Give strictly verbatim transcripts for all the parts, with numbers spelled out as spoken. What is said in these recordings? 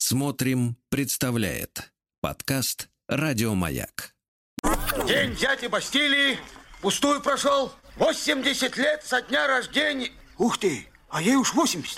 Смотрим, представляет подкаст «Радио Маяк». День дяди Бастилии пустую прошел. восемьдесят лет со дня рождения. Ух ты, а ей уж восемьдесят.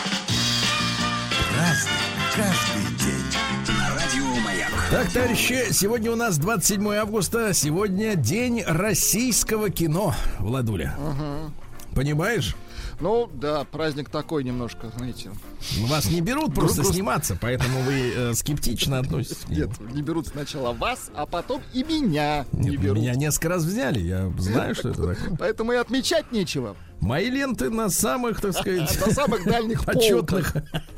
Разный, каждый день. Радио Маяк. Так, товарищи, сегодня у нас двадцать седьмое августа. Сегодня день российского кино, Владуля. Угу. Понимаешь? Ну, да, праздник такой немножко, знаете. Вас не берут просто, Просто... сниматься, поэтому вы э, скептично относитесь к нему. Нет, не берут сначала вас, а потом и меня Нет, не берут. Меня несколько раз взяли, я знаю, что это такое. Поэтому и отмечать нечего. Мои ленты на самых, так сказать, на самых дальних почетных.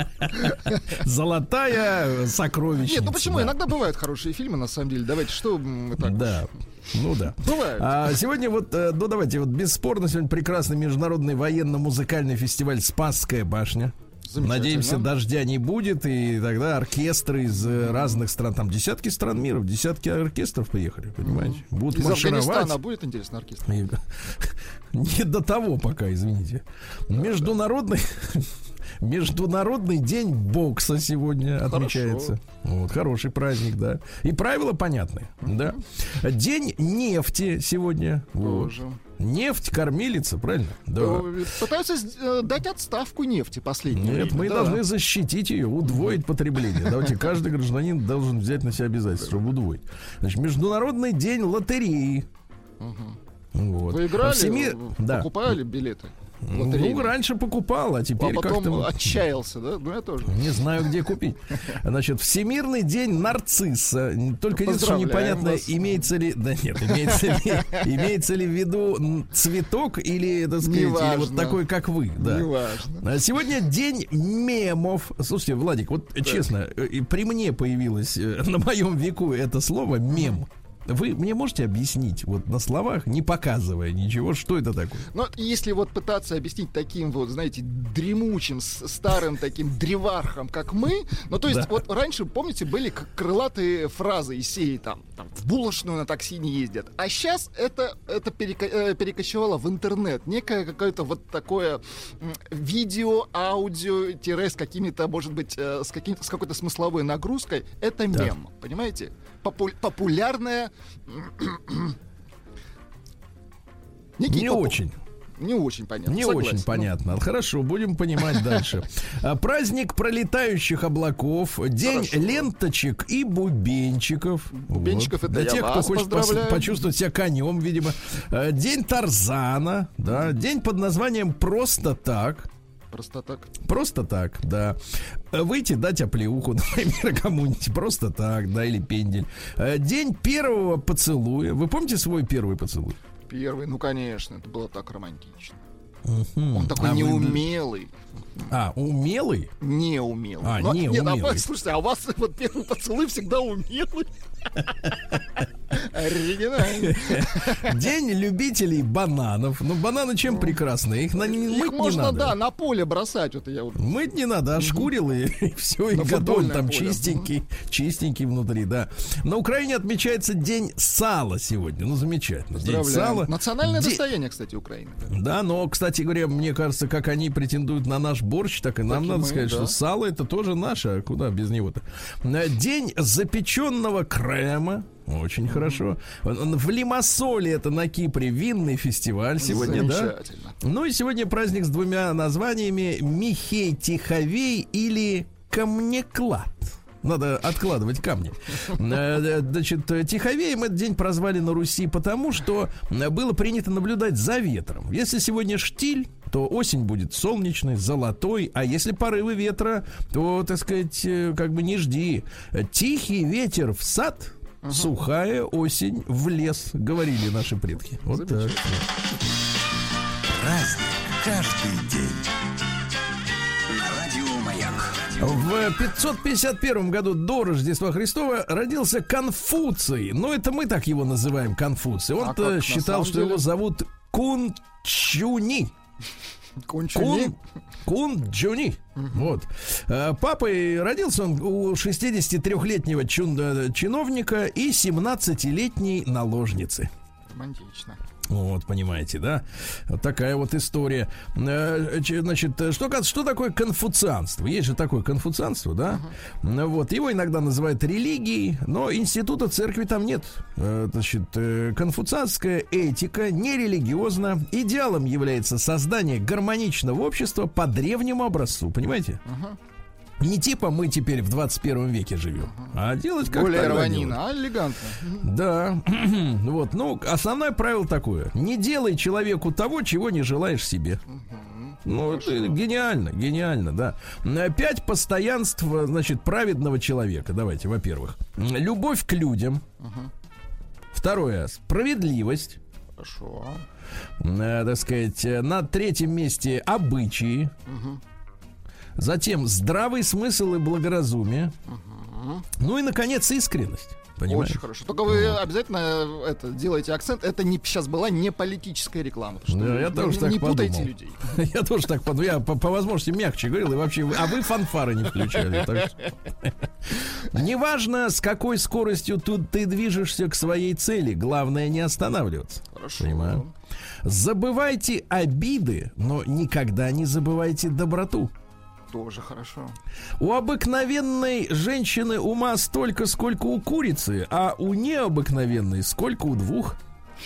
Золотая сокровищница. Нет, ну почему? Иногда бывают хорошие фильмы, на самом деле. Давайте, что мы так... Да. Ну да. Бывает. А сегодня вот, ну давайте, вот бесспорно, сегодня прекрасный международный военно-музыкальный фестиваль «Спасская башня». Надеемся, дождя не будет, и тогда оркестры из разных стран, там десятки стран мира, десятки оркестров приехали, понимаете? Mm-hmm. Будут из маршировать. Афганистана будет интересный оркестр? Не до того пока, извините. Международный... Международный день бокса сегодня Хорошо. отмечается. Вот, хороший праздник, да. И правила понятны, mm-hmm. да. День нефти сегодня. Тоже. Вот. Нефть кормилица, правильно? Да. Пытаются э, дать отставку нефти последнее Нет, время. мы да. должны защитить ее, удвоить потребление. Давайте, каждый гражданин должен взять на себя обязательство, чтобы удвоить. Значит, Международный день лотереи. Угу. Вот. Вы играли, Всемир... покупали да. билеты? Лотерейный. Ну, раньше покупал, а теперь а потом как-то... отчаялся, да? Ну, я тоже. Не знаю, где купить. Значит, Всемирный день нарцисса. Только единственное, непонятно, вас. имеется ли... Да нет, имеется ли, имеется ли в виду цветок или, так сказать, или вот такой, как вы. Да. Неважно. Сегодня день мемов. Слушайте, Владик, вот так. честно, при мне появилось на моем веку это слово «мем». Вы мне можете объяснить, вот на словах, не показывая ничего, что это такое? Ну, если вот пытаться объяснить таким вот, знаете, дремучим, старым таким древархом, как мы, ну, то есть, да. вот раньше, помните, были крылатые фразы из серии, там, там, в булочную на такси не ездят, а сейчас это, это перека- перекочевало в интернет, некое какое-то вот такое видео, аудио, тире с какими-то, может быть, с, каким- с какой-то смысловой нагрузкой, это да. мем, понимаете? Попу- популярная Некий не попу... очень. Не очень понятно. Не Согласен, очень но... понятно. Хорошо, будем понимать дальше. Праздник пролетающих облаков, день Хорошо. ленточек и бубенчиков. Бубенчиков вот. это Для я тех, вас кто хочет поздравляю. почувствовать себя конем, видимо. День Тарзана, да, день под названием «Просто так». Просто так. Просто так, да. Выйти, дать оплеуху, например, кому-нибудь. Просто так, да, или пендель. День первого поцелуя. Вы помните свой первый поцелуй? Первый, ну, конечно. Это было так романтично. Uh-huh. Он такой а неумелый. Вы... А, умелый? Неумелый. А, Но, неумелый. Нет, а, слушайте, а у вас вот первый поцелуй всегда умелый. Оригинально. День любителей бананов. Ну, бананы чем прекрасны? Их, на, Их мыть можно, не надо. да, на поле бросать. Вот я вот... Мыть не надо, ошкурил и, и все, и готов. Там поле. чистенький, чистенький внутри, да. На Украине отмечается день сала сегодня. Ну, замечательно. День сала. Национальное День... достояние, кстати, Украины. Да, но, кстати говоря, мне кажется, как они претендуют на наш борщ, так и нам так надо и мы, сказать, да. что сало это тоже наше. Куда без него-то? День запеченного крема. Очень mm-hmm. хорошо. В Лимассоле, это на Кипре, винный фестиваль сегодня, да? Ну и сегодня праздник с двумя названиями: Михей Тиховей или Камнеклад. Надо откладывать камни. Значит, Тиховеем этот день прозвали на Руси потому, что было принято наблюдать за ветром. Если сегодня штиль, то осень будет солнечной, золотой, а если порывы ветра, то, так сказать, как бы не жди. Тихий ветер в сад, uh-huh. сухая осень в лес, говорили наши предки. Вот так. Праздник каждый день. В пятьсот пятьдесят первом году до Рождества Христова родился Конфуций. Ну, это мы так его называем, Конфуций. Он а считал, что деле? его зовут Кунчуни. Кунчуни? Кун, Кунчуни. Uh-huh. Вот. Папой родился он у шестидесятитрёхлетнего чин- чиновника и семнадцатилетней наложницы. Романтично. Вот, понимаете, да? Вот такая вот история. Значит, что, что такое конфуцианство? Есть же такое конфуцианство, да? Uh-huh. Вот, его иногда называют религией, но института церкви там нет. Значит, конфуцианская этика нерелигиозна. Идеалом является создание гармоничного общества по древнему образцу, понимаете? Uh-huh. Не типа мы теперь в двадцать первом веке живем, а делать как-то более рванина, а элегантно. Да. Вот, ну, основное правило такое: не делай человеку того, чего не желаешь себе. Ну, это гениально, гениально, да. Пять постоянств, значит, праведного человека. Давайте, во-первых, любовь к людям. Второе, справедливость. Хорошо. Так сказать, на третьем месте обычаи. Затем здравый смысл и благоразумие. Uh-huh. Ну и, наконец, искренность. Понимаете? Очень хорошо. Только вы вот. обязательно это, делаете акцент. Это не, сейчас была не политическая реклама. Что да, вы, я не, тоже не, так не путайте подумал. людей. Я тоже так подумал. Я по, по возможности мягче говорил. И вообще, а вы фанфары не включали. Неважно, с какой скоростью тут ты движешься к своей цели. Главное, не останавливаться. Хорошо. Понимаю? Забывайте обиды, но никогда не забывайте доброту. Тоже хорошо. У обыкновенной женщины ума столько, сколько у курицы, а у необыкновенной сколько у двух.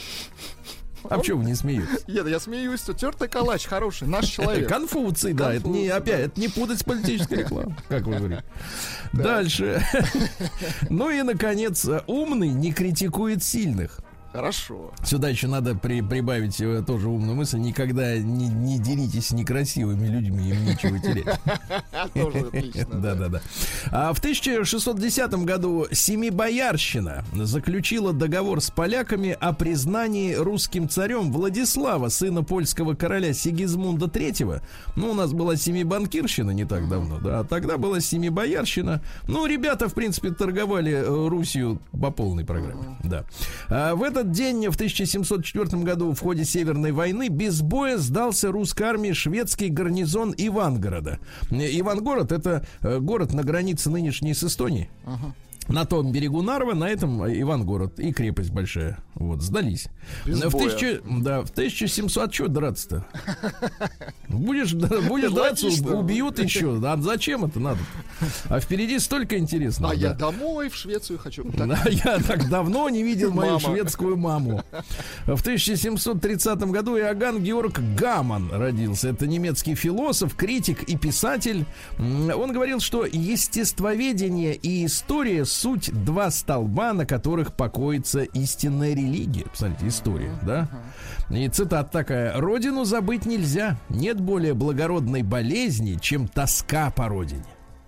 А почему вы не смеетесь? Нет, я смеюсь. Тертый калач хороший, наш человек. Конфуций, да. Это не, опять, это не путать с политической рекламой, как вы говорите. Дальше. Ну и, наконец, умный не критикует сильных. Хорошо. Сюда еще надо при, прибавить э, тоже умную мысль: никогда не, не деритесь с некрасивыми людьми, им нечего терять. Тоже отлично. Да, да, да. А в тысяча шестьсот десятом году Семибоярщина заключила договор с поляками о признании русским царем Владислава, сына польского короля Сигизмунда третьего. Ну, у нас была Семибанкирщина не так давно, да, а тогда была Семибоярщина. Ну, ребята, в принципе, торговали Русью по полной программе, да. А в этот день, в тысяча семьсот четвёртом году, в ходе Северной войны, без боя сдался русской армии шведский гарнизон Ивангорода. Ивангород — это город на границе нынешней с Эстонией. Uh-huh. На том берегу Нарвы, на этом Ивангород и крепость большая. Вот, сдались. В, тысяча, да, в тысяча семьсот... А что драться-то? Будешь, будешь драться, убьют еще. А зачем это надо? А впереди столько интересного. А да. я домой в Швецию хочу. Да, я так давно не видел мою Мама. шведскую маму. В тысяча семьсот тридцатом году Иоганн Георг Гаман родился. Это немецкий философ, критик и писатель. Он говорил, что естествоведение и история — суть два столба, на которых покоится истинная религия. Посмотрите, история, да? И цитата такая: «Родину забыть нельзя. Нет более благородной болезни, чем тоска по родине».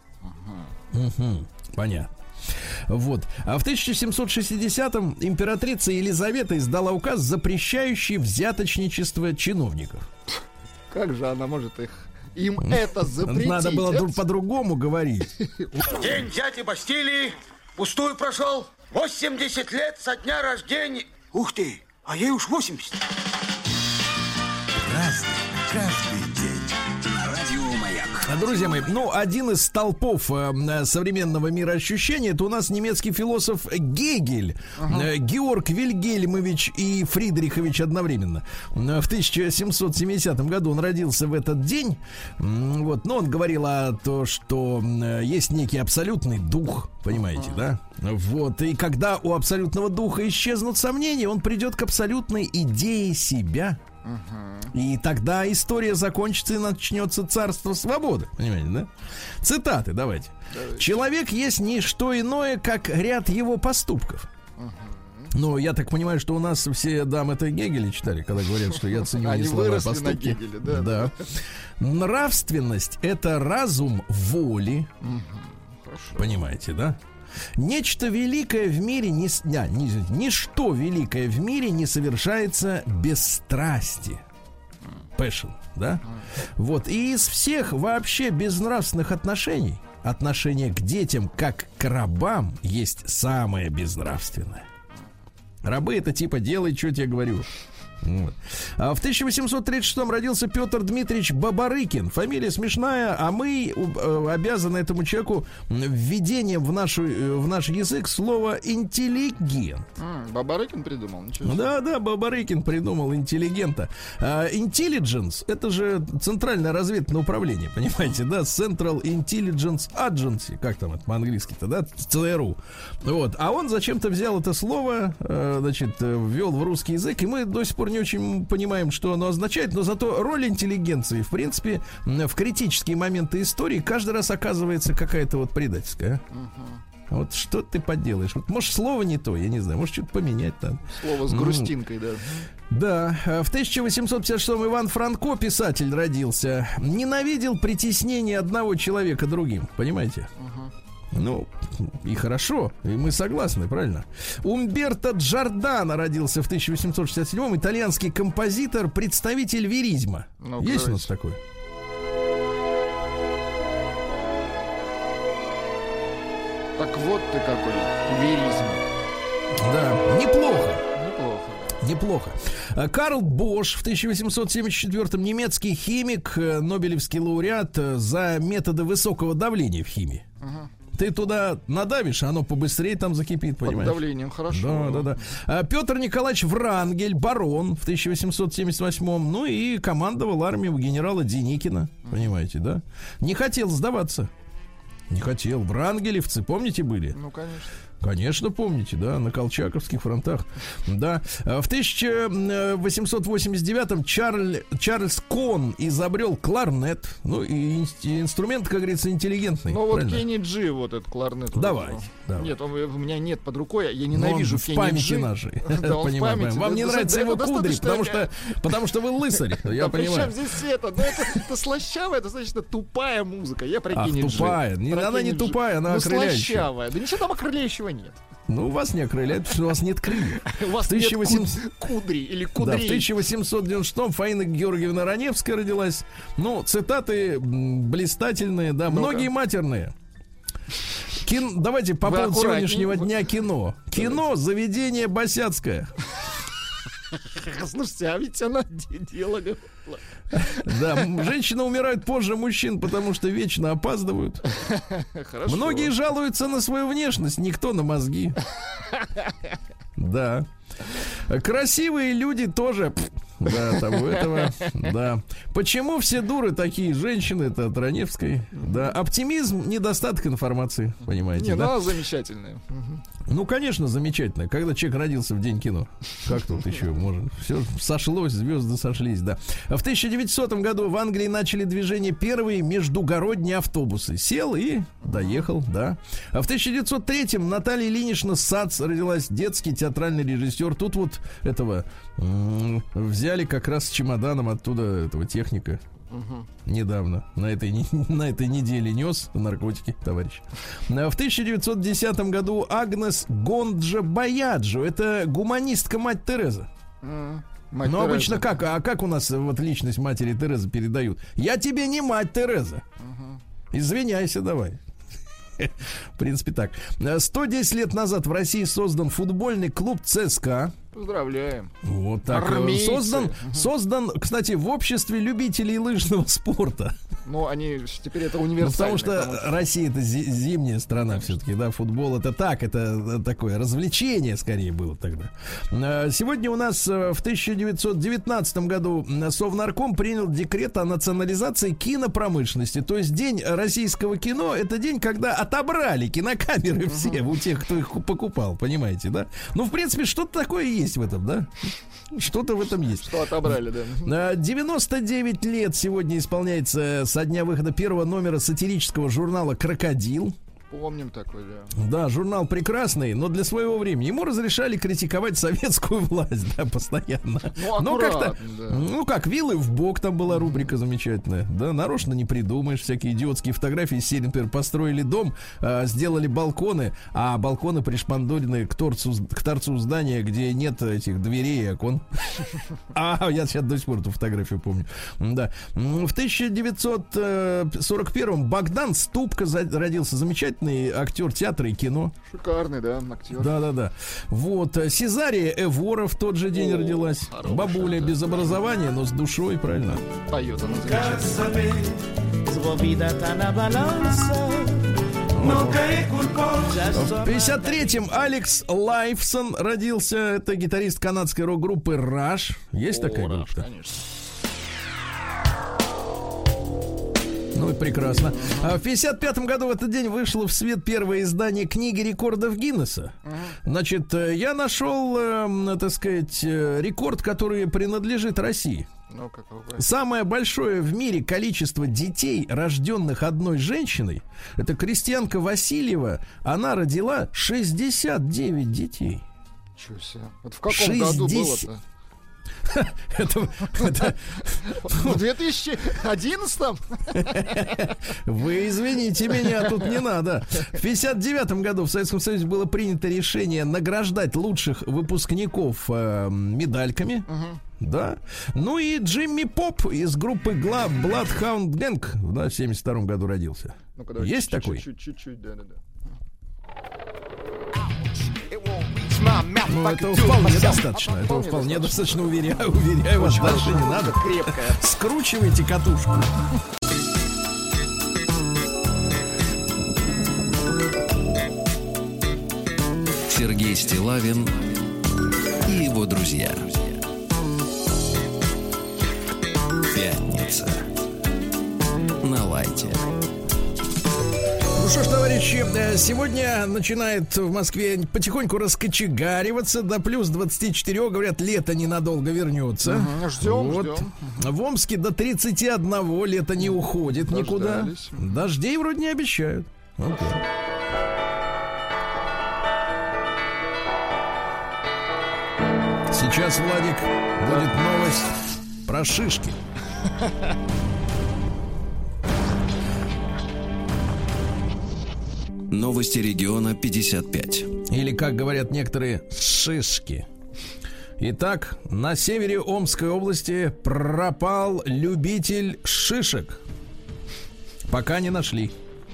Угу, понятно. Вот. А в тысяча семьсот шестидесятом императрица Елизавета издала указ, запрещающий взяточничество чиновников. Как же она может их... Им это запретить? Надо было по-другому говорить. День дяди Бастилии пустую прошел. восемьдесят лет со дня рождения. Ух ты, а ей уж восемьдесят. Разный, каждый день. Радио Маяк. Друзья мои, ну, один из столпов э, современного мироощущения — это у нас немецкий философ Гегель. Ага. э, Георг Вильгельмович и Фридрихович одновременно. В тысяча семьсот семидесятом году он родился в этот день. Вот, но он говорил о том, что э, есть некий абсолютный дух, понимаете, ага. да? Вот, и когда у абсолютного духа исчезнут сомнения, он придет к абсолютной идее себя. Uh-huh. И тогда история закончится и начнется царство свободы. Понимаете, да? Цитаты давайте. давайте. Человек есть не что иное, как ряд его поступков. Uh-huh. Ну, я так понимаю, что у нас все дамы это Гегеля читали, когда говорят, что я ценю не слова, а поступки. На Гегеле, да. Да. Нравственность — это разум воли. Uh-huh. Понимаете, да? Нечто великое в мире не, а, не, ничто великое в мире не совершается без страсти. Passion, да? Вот. И из всех вообще безнравственных отношений отношение к детям как к рабам есть самое безнравственное. Рабы — это типа делай, что тебе говорю. Вот. А в тысяча восемьсот тридцать шестом родился Петр Дмитриевич Бабарыкин. Фамилия смешная, а мы э, обязаны этому человеку введением в, нашу, э, в наш язык слова интеллигент. Mm, Бабарыкин придумал, ничего себе. Да, да, Бабарыкин придумал интеллигента. А, intelligence — это же центральное разведывательное управление, понимаете, да? Central Intelligence Agency, как там это по-английски-то, да? ЦРУ. Вот. А он зачем-то взял это слово, э, значит, ввел в русский язык, и мы до сих пор не очень понимаем, что оно означает, но зато роль интеллигенции, в принципе, в критические моменты истории каждый раз оказывается какая-то вот предательская. Uh-huh. Вот что ты поделаешь? Вот, может, слово не то, я не знаю, может, что-то поменять там. Слово с грустинкой, да. Да, в тысяча восемьсот пятьдесят шестом Иван Франко, писатель, родился. Ненавидел притеснение одного человека другим, понимаете? Uh-huh. Ну, и хорошо, и мы согласны, правильно? Умберто Джордано родился в тысяча восемьсот шестьдесят седьмом, итальянский композитор, представитель веризма. Ну, есть у нас такой? Так вот ты какой, веризм. Да, неплохо. Неплохо. Неплохо. Карл Бош в тысяча восемьсот семьдесят четвёртом, немецкий химик, нобелевский лауреат за методы высокого давления в химии. Uh-huh. Ты туда надавишь, а оно побыстрее там закипит, понимаешь? Под давлением, хорошо. Да, да, да. Петр Николаевич Врангель, барон в тысяча восемьсот семьдесят восьмом. Ну и командовал армией у генерала Деникина, понимаете, да? Не хотел сдаваться. Не хотел. Врангелевцы, помните, были? Ну, конечно. Конечно, помните, да, на Колчаковских фронтах. Да. В тысяча восемьсот восемьдесят девятом Чарль, Чарльз Кон изобрел кларнет. Ну, и инструмент, как говорится, интеллигентный. Ну, вот Кенни Джи, вот этот кларнет. Давай. давай. Нет, он, у меня нет под рукой, я ненавижу Кенни Джи. В памяти нашей. Вам не нравятся его кудри, потому что, потому что вы лысарь, я понимаю. Причем здесь это? Это слащавая, это значит тупая музыка. Я про Кенни Джи. Тупая. Она не тупая, она окрыляющая. Слащавая. Да ничего там окрыляющего нет. Ну, вас не окрыляет, потому что у вас нет крыльев. У вас нет кудри или кудрей. Да, в тысяча восемьсот девяносто шестом Фаина Георгиевна Раневская родилась. Ну, цитаты блистательные, да, многие матерные. Кин... Давайте по поводу сегодняшнего дня кино. Кино «Заведение Босяцкое». Слушайте, а ведь она делала. Да, женщины умирают позже мужчин, потому что вечно опаздывают. Хорошо. Многие жалуются на свою внешность, никто на мозги. Да. Красивые люди тоже. Да, того этого. Да. Почему все дуры такие женщины? Это от Раневской. Да. Оптимизм, недостаток информации. Понимаете? Не, да? ну, она замечательная. Ну, конечно, замечательно. Когда человек родился в день кино. Как тут еще может? Все сошлось, звезды сошлись, да. В тысяча девятисотом году в Англии начали движение первые междугородние автобусы. Сел и доехал, да. А в тысяча девятьсот третьем Наталья Ильинична Сац родилась, детский театральный режиссер. Тут вот этого м- взяли как раз с чемоданом оттуда этого техника. Угу. Недавно, на этой, на этой неделе нес наркотики, товарищ. В тысяча девятьсот десятом году Агнес Гонджа-Баяджо, это гуманистка мать Тереза. Mm, мать Но Тереза. Обычно как? А как у нас вот личность матери Терезы передают? Я тебе не мать Тереза. Uh-huh. Извиняйся давай. В принципе так. сто десять лет назад в России создан футбольный клуб ЦСКА. Поздравляем. Вот так. Армейцы. Создан, создан, кстати, в обществе любителей лыжного спорта. Ну, они теперь это универсально. Ну, потому что потому... Россия это зимняя страна все-таки, да, футбол это так, это такое развлечение скорее было тогда. Сегодня у нас в тысяча девятьсот девятнадцатом году Совнарком принял декрет о национализации кинопромышленности. То есть день российского кино — это день, когда отобрали кинокамеры все uh-huh. у тех, кто их покупал, понимаете, да? Ну, в принципе, что-то такое есть в этом, да? Что-то в этом есть. Что отобрали, да. девяносто девять лет сегодня исполняется со дня выхода первого номера сатирического журнала «Крокодил». Помним такой, да. Да, журнал прекрасный, но для своего времени. Ему разрешали критиковать советскую власть, да, постоянно. Ну, но как-то, да. ну как, вилы в бок, там была рубрика замечательная. Да, нарочно не придумаешь. Всякие идиотские фотографии. Серии, например, построили дом, э, сделали балконы, а балконы пришпандорены к торцу, к торцу здания, где нет этих дверей и окон. А, я сейчас до сих пор эту фотографию помню. Да. В тысяча девятьсот сорок первом Богдан Ступка родился. Замечательный замечательный актер театра и кино. Шикарный, да, актер. Да-да-да. Вот, Сезария Эвора в тот же день О, родилась. Хорошая, бабуля да. без образования, но с душой, правильно? Поет она замечательно. В пятьдесят третьем Алекс Лайфсон родился. Это гитарист канадской рок-группы Rush. Есть О, такая группа? Конечно. Ну и прекрасно. А в пятьдесят пятом году в этот день вышло в свет первое издание книги рекордов Гиннесса. Значит, я нашел, э, так сказать, рекорд, который принадлежит России. Ну, самое большое в мире количество детей, рожденных одной женщиной, это крестьянка Васильева. Она родила шестьдесят девять детей. Чё себе? Вот в каком шестьдесят... году было-то? Это, это... В две тысячи одиннадцатом? Вы извините меня, тут не надо. В пятьдесят девятом году в Советском Союзе было принято решение награждать лучших выпускников э, медальками. Uh-huh. Да. Ну и Джимми Поп из группы Bloodhound Gang, да, в семьдесят втором году родился. Ну-ка, есть чуть-чуть, такой? Чуть-чуть, да-да-да. Ну, этого вполне достаточно. Этого вполне достаточно, уверяю, уверяю вас, дальше не надо. Крепкая. Скручивайте катушку. Сергей Стиллавин и его друзья. Пятница. На лайте. Ну что ж, товарищи, сегодня начинает в Москве потихоньку раскочегариваться до плюс двадцати четырёх. Говорят, лето ненадолго вернется. Угу, ждем, вот. ждем. В Омске до тридцати одного лето не уходит Дождались. Никуда. Дождей вроде не обещают. Вот так. Сейчас, Владик, будет новость про шишки. Новости региона пятьдесят пять. Или, как говорят некоторые, шишки. Итак, на севере Омской области пропал любитель шишек. Пока не нашли.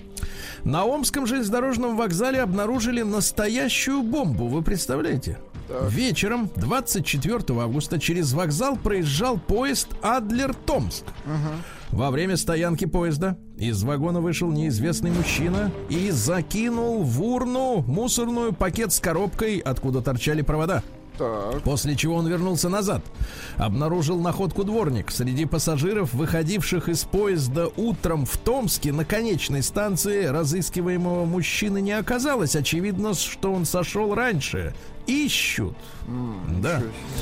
На Омском железнодорожном вокзале обнаружили настоящую бомбу. Вы представляете? Так. Вечером двадцать четвёртого августа через вокзал проезжал поезд Адлер-Томск. Угу. Во время стоянки поезда из вагона вышел неизвестный мужчина и закинул в урну мусорную пакет с коробкой, откуда торчали провода. Так. После чего он вернулся назад. Обнаружил находку дворник. Среди пассажиров, выходивших из поезда утром в Томске, на конечной станции разыскиваемого мужчины не оказалось. Очевидно, что он сошел раньше. Ищут. Mm, да.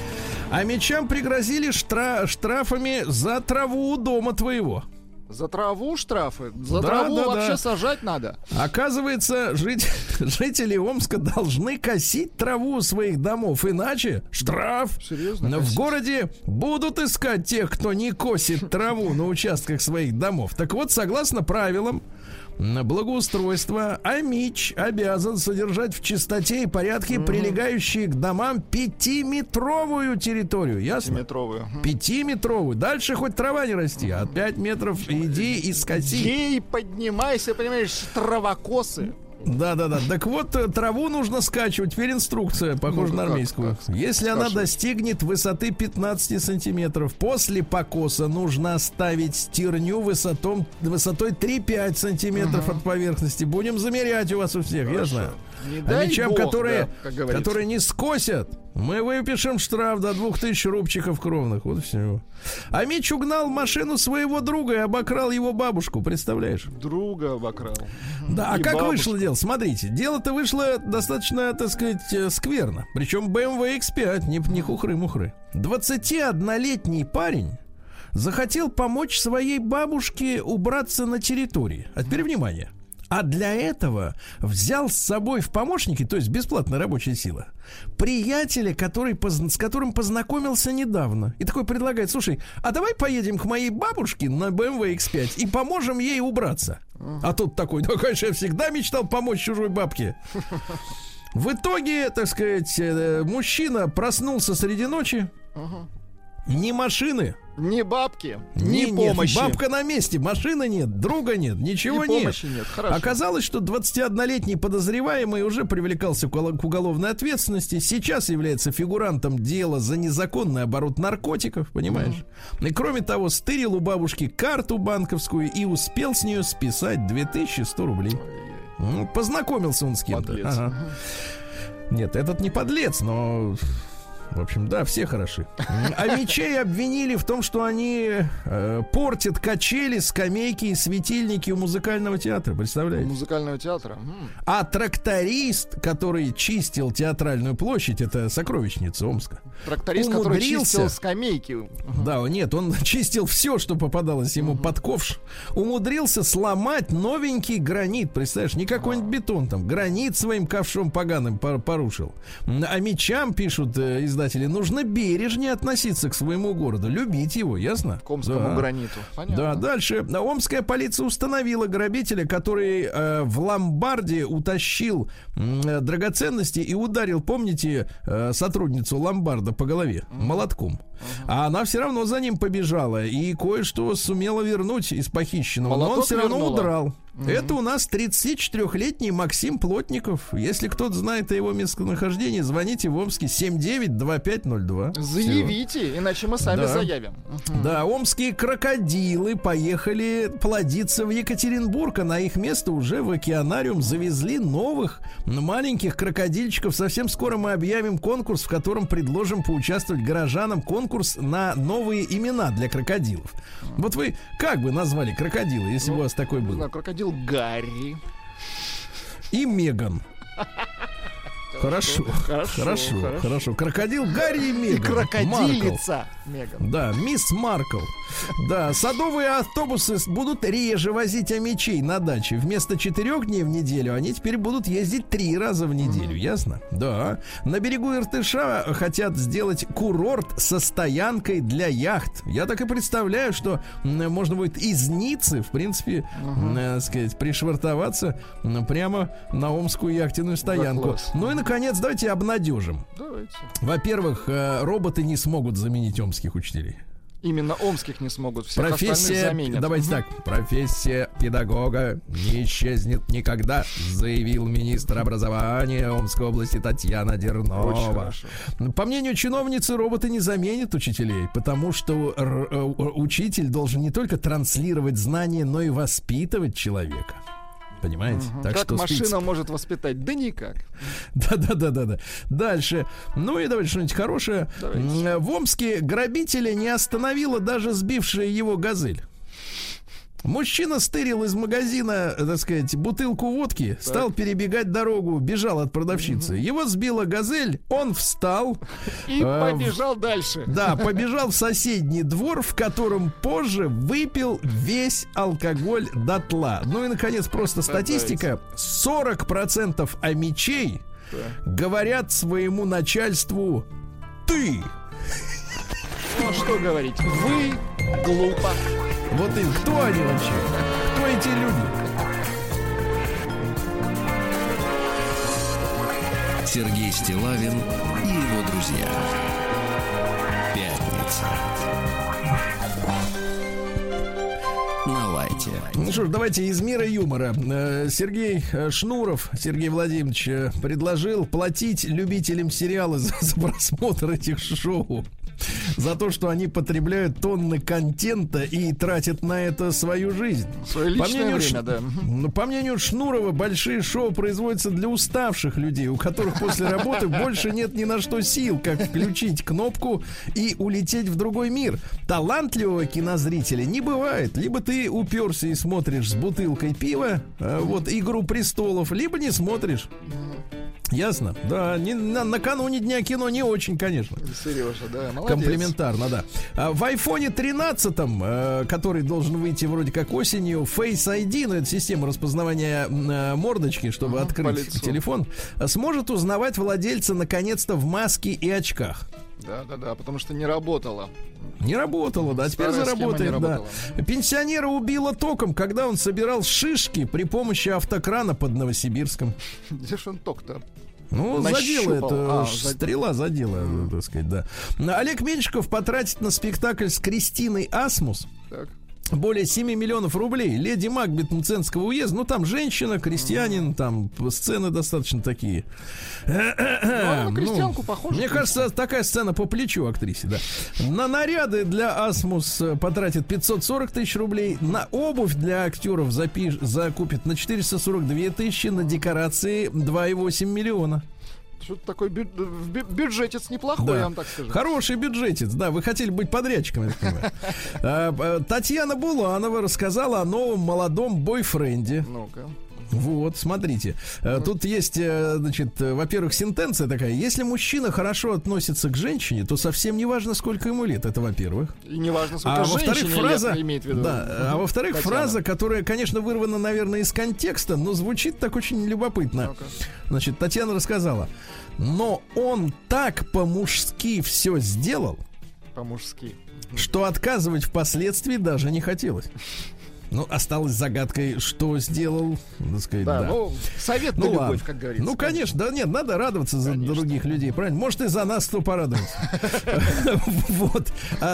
А мечам пригрозили штра- штрафами за траву у дома твоего. За траву штрафы? За да, траву да, вообще да. сажать надо. Оказывается, жить, жители Омска должны косить траву у своих домов, иначе штраф. Серьезно? В косить? городе будут искать тех, кто не косит траву на участках своих домов. Так вот, согласно правилам благоустройства, АМИЧ обязан содержать в чистоте и порядке mm-hmm. прилегающие к домам пятиметровую территорию. Ясно? Пятиметровую. Пятиметровую. Дальше хоть трава не расти, а пять метров иди и скоси. Ей поднимайся, понимаешь, травокосы. Да-да-да. Так вот, траву нужно скачивать. Теперь инструкция, похожа ну, на армейскую. Как, как? Если Скачивать. Она достигнет высоты пятнадцати сантиметров, после покоса нужно оставить стерню высотом, высотой три-пять сантиметров угу. от поверхности. Будем замерять у вас у всех, Хорошо. Я знаю. Не а мечам, Бог, которые, да, которые не скосят, мы выпишем штраф до двух тысяч рубчиков кровных. Вот все. А Мич угнал машину своего друга и обокрал его бабушку. Представляешь? Друга обокрал. Да, а и как бабушку. Вышло дело? Смотрите, дело-то вышло достаточно, так сказать, скверно. Причем бэ эм вэ икс пять, не, не хухры-мухры. двадцатиоднолетний парень захотел помочь своей бабушке убраться на территории. А теперь внимание. А для этого взял с собой в помощники, то есть бесплатная рабочая сила, приятеля, который, с которым познакомился недавно. И такой предлагает: слушай, а давай поедем к моей бабушке на бэ эм вэ икс пять и поможем ей убраться. А тут такой: да, конечно, я всегда мечтал помочь чужой бабке. В итоге, так сказать, мужчина проснулся среди ночи. Ни машины, Ни бабки, ни, ни нет, помощи. Бабка на месте, машины нет, друга нет, ничего Ни нет. помощи нет. Хорошо. Оказалось, что двадцатиоднолетний подозреваемый уже привлекался к уголовной ответственности. Сейчас является фигурантом дела за незаконный оборот наркотиков, понимаешь? Mm-hmm. И кроме того, стырил у бабушки карту банковскую и успел с нее списать две тысячи сто рублей. Ну, познакомился он с кем-то. Ага. Нет, этот не подлец, но... В общем, да, все хороши. А мечей обвинили в том, что они э, портят качели, скамейки и светильники у музыкального театра. Представляете? Музыкального театра. М. А тракторист, который чистил театральную площадь, это сокровищница Омска. Тракторист, который чистил скамейки. Да, нет, он чистил все, что попадалось ему uh-huh. под ковш. Умудрился сломать новенький гранит. Представляешь, не какой-нибудь бетон там. Гранит своим ковшом поганым порушил. А мечам, пишут э, издатели, нужно бережнее относиться к своему городу. Любить его, ясно? К омскому да. граниту. Понятно. Да, дальше. Омская полиция установила грабителя, который э, в ломбарде утащил э, драгоценности и ударил, помните, э, сотрудницу ломбарда по голове uh-huh. молотком. Uh-huh. А она все равно за ним побежала и кое-что сумела вернуть из похищенного. Молоток но он все равно вернула. Удрал. Uh-huh. Это у нас тридцатичетырёхлетний Максим Плотников. Если кто-то знает о его местонахождении, звоните в Омске семь девять два пять ноль два. Заявите, все. Иначе мы сами да. заявим. Uh-huh. Да, омские крокодилы поехали плодиться в Екатеринбург, а на их место уже в океанариум завезли новых маленьких крокодильчиков. Совсем скоро мы объявим конкурс, в котором предложим поучаствовать горожанам. Конкурс на новые имена для крокодилов. Вот вы как бы назвали крокодила, если ну, бы у вас такой был? Да, крокодил Гарри. И Меган. Хорошо, хорошо, хорошо, хорошо, хорошо. Крокодил Гарри и Меган. И крокодилица Меган. Да, мисс Маркл. Да, садовые автобусы будут реже возить омичей на даче. Вместо четырех дней в неделю они теперь будут ездить три раза в неделю, mm-hmm. ясно? Да. На берегу Иртыша хотят сделать курорт со стоянкой для яхт. Я так и представляю, что можно будет из Ниццы, в принципе, mm-hmm. э, сказать, пришвартоваться прямо на омскую яхтенную стоянку. Да, ну и, наконец, давайте обнадежим. Давайте. Во-первых, э, роботы не смогут заменить омских учителей. Именно омских не смогут, всех профессия, остальных заменят. Давайте так, профессия педагога не исчезнет никогда, заявил министр образования Омской области Татьяна Дернова. По мнению чиновницы, роботы не заменят учителей, потому что р- р- учитель должен не только транслировать знания, но и воспитывать человека. Понимаете? Угу. Так как что машина спите. может воспитать? Да никак. Да-да-да-да-да. Дальше. Ну и давайте что-нибудь хорошее. Давайте. В Омске грабителя не остановила даже сбившая его «Газель». Мужчина стырил из магазина, так сказать, бутылку водки, так. стал перебегать дорогу, бежал от продавщицы. Mm-hmm. Его сбила «Газель», он встал. И э, побежал в... дальше. Да, побежал в соседний двор, в котором позже выпил весь алкоголь дотла. Ну и, наконец, просто статистика. сорок процентов омичей так. говорят своему начальству «ты». Ну, что говорить? Вы глупо. Вот и кто они вообще? Кто эти люди? Сергей Стиллавин и его друзья. Пятница. На лайте. Ну что ж, давайте из мира юмора. Сергей Шнуров, Сергей Владимирович, предложил платить любителям сериала за, за просмотр этих шоу. За то, что они потребляют тонны контента и тратят на это свою жизнь. Свое личное по мнению, время, да. По мнению Шнурова, большие шоу производятся для уставших людей, у которых после работы больше нет ни на что сил, как включить кнопку и улететь в другой мир. Талантливого кинозрителя не бывает. Либо ты уперся и смотришь с бутылкой пива, вот «Игру престолов», либо не смотришь. Ясно? Да, не, на, накануне Дня кино не очень, конечно. Сережа, да, молодец. Комплиментарно, да. А в айфоне тринадцатом, э, который должен выйти вроде как осенью, Face ай ди, ну это система распознавания э, мордочки, чтобы uh-huh, открыть телефон, сможет узнавать владельца наконец-то в маске и очках. Да, да, да, потому что не работало. Не работало, да, теперь Старая заработает, да. Пенсионера убило током, когда он собирал шишки при помощи автокрана под Новосибирском. Где ж он ток-то Ну, задела это, А, стрела задела, mm. так сказать, да. Олег Меньшиков потратит на спектакль с Кристиной Асмус так. более семь миллионов рублей. Леди Макбет Мценского уезда. Ну, там женщина, крестьянин, mm. там сцены достаточно такие. Ну, на крестьянку ну, похоже. Мне кажется, такая сцена по плечу актрисе, да. На наряды для Асмус потратит пятьсот сорок тысяч рублей. На обувь для актеров запиш... закупит на четыреста сорок две тысячи. На декорации два и восемь миллиона. Что-то такой бю- бю- бюджетец неплохой, да. Я вам так скажу. Хороший бюджетец, да. Вы хотели быть подрядчиком, я понимаю. Татьяна Буланова рассказала о новом молодом бойфренде. Ну-ка. Вот, смотрите. Mm-hmm. Тут есть, значит, во-первых, сентенция такая. Если мужчина хорошо относится к женщине, то совсем не важно, сколько ему лет. Это во-первых. И не важно, сколько а женщине фраза, лет имеет в виду. Да, mm-hmm. А во-вторых, Татьяна. Фраза, которая, конечно, вырвана, наверное, из контекста, но звучит так очень любопытно. Okay. Значит, Татьяна рассказала. Но он так по-мужски все сделал. По-мужски. Что отказывать впоследствии даже не хотелось. Ну, осталось загадкой, что сделал, так сказать, да. да. Ну, совет ну, на любовь, ладно. как говорится. Ну, конечно, да нет, надо радоваться конечно. За других людей, правильно? Может, и за нас кто порадуется. Вот.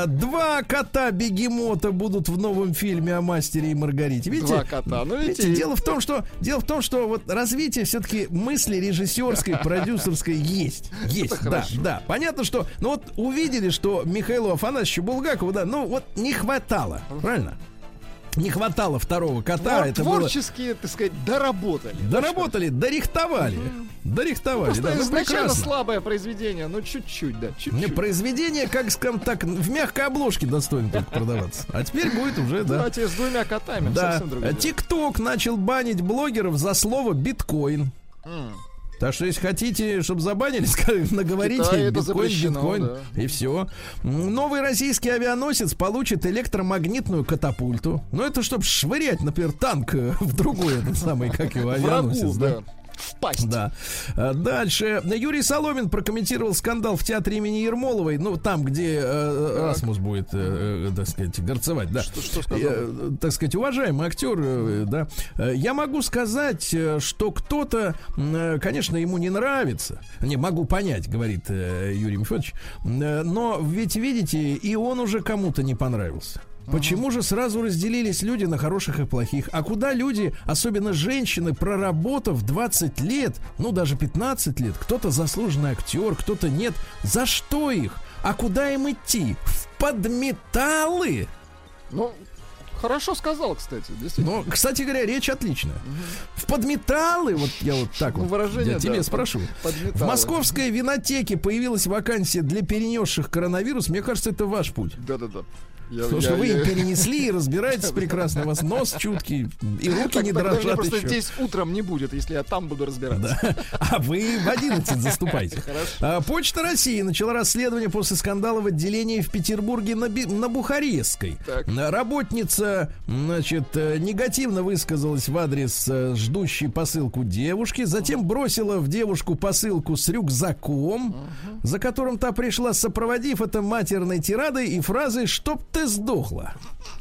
Два кота-бегемота будут в новом фильме о Мастере и Маргарите. Видите? Два кота. Ну, видите, дело в том, что дело в том, что вот развитие все-таки мысли режиссерской, продюсерской есть. Есть, да, да. Понятно, что, ну вот увидели, что Михаилу Афанасьевичу Булгакову, да, ну вот не хватало, правильно? Не хватало второго кота. Ну, это творчески, было... так сказать, доработали. Доработали, дорихтовали. Mm-hmm. Дорихтовали, ну, да. Ну, изначально прекрасно. Слабое произведение, ну чуть-чуть, да. Чуть-чуть. Не, произведение, как скажем так, в мягкой обложке достойно только продаваться. А теперь будет уже, да. Давайте с двумя котами. Да. ТикТок начал банить блогеров за слово биткоин. Mm. Так что, если хотите, чтобы забанили, наговорите Китай, биткоин, биткоин, да. И все. Новый российский авианосец получит электромагнитную катапульту. Ну, это чтобы швырять, например, танк в другой, этот самый, как его, авианосец. Врагу, да. да. Впасть. Да. Дальше. Юрий Соломин прокомментировал скандал в театре имени Ермоловой. Ну, там, где э, Асмус будет, э, э, так сказать, горцевать. Да. Что, что сказал? Э, так сказать, уважаемый актер, э, да. Я могу сказать, что кто-то, э, конечно, ему не нравится. Не, могу понять, говорит э, Юрий Мефодович. Э, но ведь, видите, и он уже кому-то не понравился. Почему же сразу разделились люди на хороших и плохих? А куда люди, особенно женщины, проработав двадцать лет, ну даже пятнадцать лет, кто-то заслуженный актер, кто-то нет, за что их? А куда им идти? В подметалы? Ну, хорошо сказал, кстати, действительно. Ну, кстати говоря, речь отличная. Угу. В подметалы, вот я вот так ну, вот выражение, я тебе да, спрошу. Подметалы. В московской винотеке появилась вакансия для перенесших коронавирус. Мне кажется, это ваш путь. Да-да-да. Я, Потому я, что вы я... им перенесли и разбираетесь прекрасно. У вас нос чуткий, и руки так, не тогда дрожат меня просто еще. здесь утром не будет, если я там буду разбираться. Да. А вы в одиннадцать заступайте. А, Почта России начала расследование после скандала в отделении в Петербурге на, Би... на Бухарестской. Так. Работница, значит, негативно высказалась в адрес ждущей посылку девушки, затем бросила в девушку посылку с рюкзаком, uh-huh. за которым та пришла, сопроводив это матерной тирадой и фразой «чтоб ты сдохла».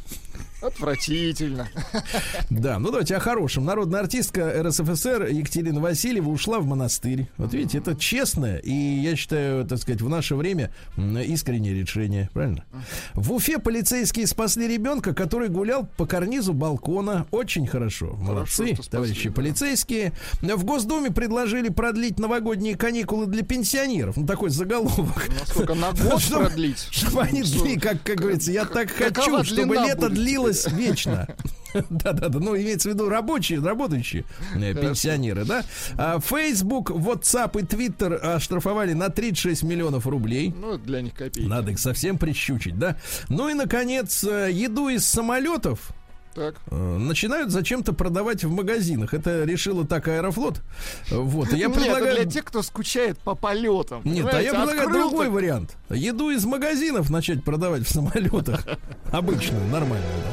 Отвратительно. Да, ну давайте о хорошем. Народная артистка эр эс эф эс эр Екатерина Васильева ушла в монастырь. Вот видите, это честное и, я считаю, так сказать, в наше время искреннее решение. Правильно? В Уфе полицейские спасли ребенка, который гулял по карнизу балкона. Очень хорошо. Молодцы, хорошо, товарищи спасли, полицейские. Да. В Госдуме предложили продлить новогодние каникулы для пенсионеров. Ну, такой заголовок. Насколько на год продлить? Чтобы они длили, как говорится, я так хочу, чтобы лето длилось вечно. Да-да-да, ну имеется в виду рабочие, работающие пенсионеры, да. Facebook, WhatsApp и Twitter оштрафовали на тридцать шесть миллионов рублей. Ну, для них копейки. Надо их совсем прищучить, да. Ну и, наконец, еду из самолетов так. начинают зачем-то продавать в магазинах. Это решила так Аэрофлот. Вот. Я Нет, предлагаю... это для тех, кто скучает по полетам. Нет, а я предлагаю открыл другой так... вариант. Еду из магазинов начать продавать в самолетах. Обычную, нормальную, да.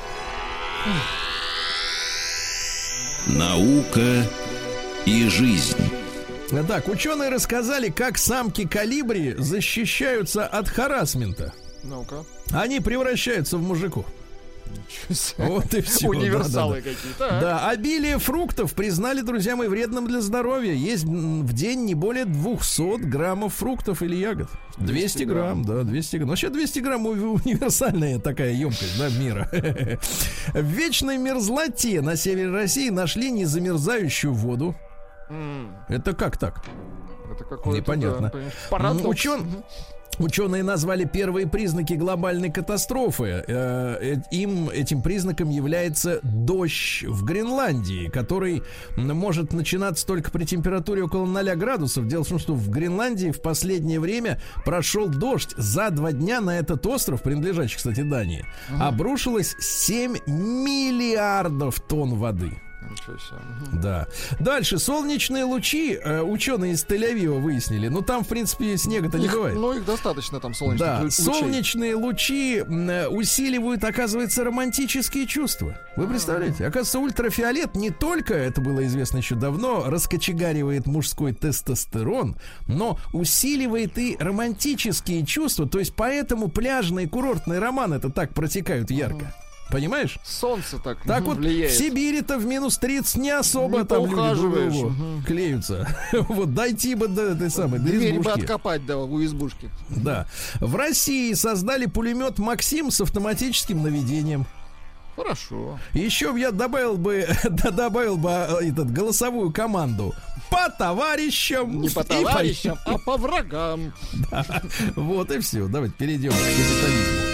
Наука и жизнь. Так, ученые рассказали, как самки колибри защищаются от харассмента. Ну-ка. Они превращаются в мужиков. Вот и все. Универсалы да, да, да. какие-то. Да, обилие фруктов признали, друзья мои, вредным для здоровья. Есть в день не более двухсот граммов фруктов или ягод. двести грамм, да, двести грамм. Вообще двести грамм универсальная такая емкость, да, мира. В вечной мерзлоте на севере России нашли незамерзающую воду. Это как так? Это какое-то, непонятно. Да, парадокс. Учен... Ученые назвали первые признаки глобальной катастрофы. Э, им, этим признаком является дождь в Гренландии, который может начинаться только при температуре около ноля градусов. Дело в том, что в Гренландии в последнее время прошел дождь. За два дня на этот остров, принадлежащий, кстати, Дании, mm-hmm. обрушилось семь миллиардов тонн воды. Да. Дальше солнечные лучи э, ученые из Тель-Авива выяснили. Ну там, в принципе, снега-то не бывает. Ну их достаточно там солнечных да. лучей. Солнечные лучи э, усиливают, оказывается, романтические чувства. Вы представляете? Оказывается, ультрафиолет не только, это было известно еще давно, раскочегаривает мужской тестостерон, но усиливает и романтические чувства. То есть поэтому пляжные курортные романы это так протекают ярко. Понимаешь? Солнце так, так вот влияет. В Сибири-то в минус тридцать не особо не там люди друг другу угу. клеются. Вот дойти бы до этой самой до дверь избушки. бы откопать, да, у избушки. Да. В России создали пулемет «Максим» с автоматическим наведением. Хорошо. Еще я добавил бы, добавил бы этот, голосовую команду по товарищам. Не по товарищам, по... а по врагам. Да. Вот и все. Давайте перейдем к капитализму.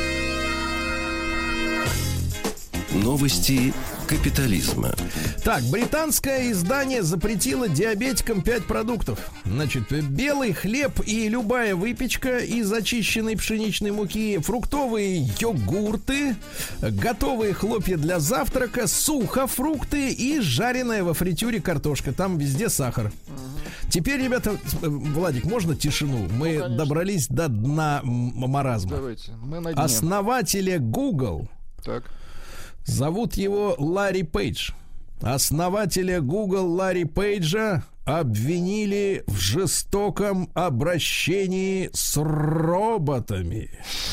Новости капитализма. Так, британское издание запретило диабетикам пять продуктов. Значит, белый хлеб и любая выпечка из очищенной пшеничной муки, фруктовые йогурты, готовые хлопья для завтрака, сухофрукты и жареная во фритюре картошка. Там везде сахар. Теперь, ребята, Владик, можно тишину? Мы ну, добрались до дна маразма. Давайте, мы на дне. Основателя Google. Так. Зовут его Ларри Пейдж. Основателя Google Ларри Пейджа обвинили в жестоком обращении с роботами.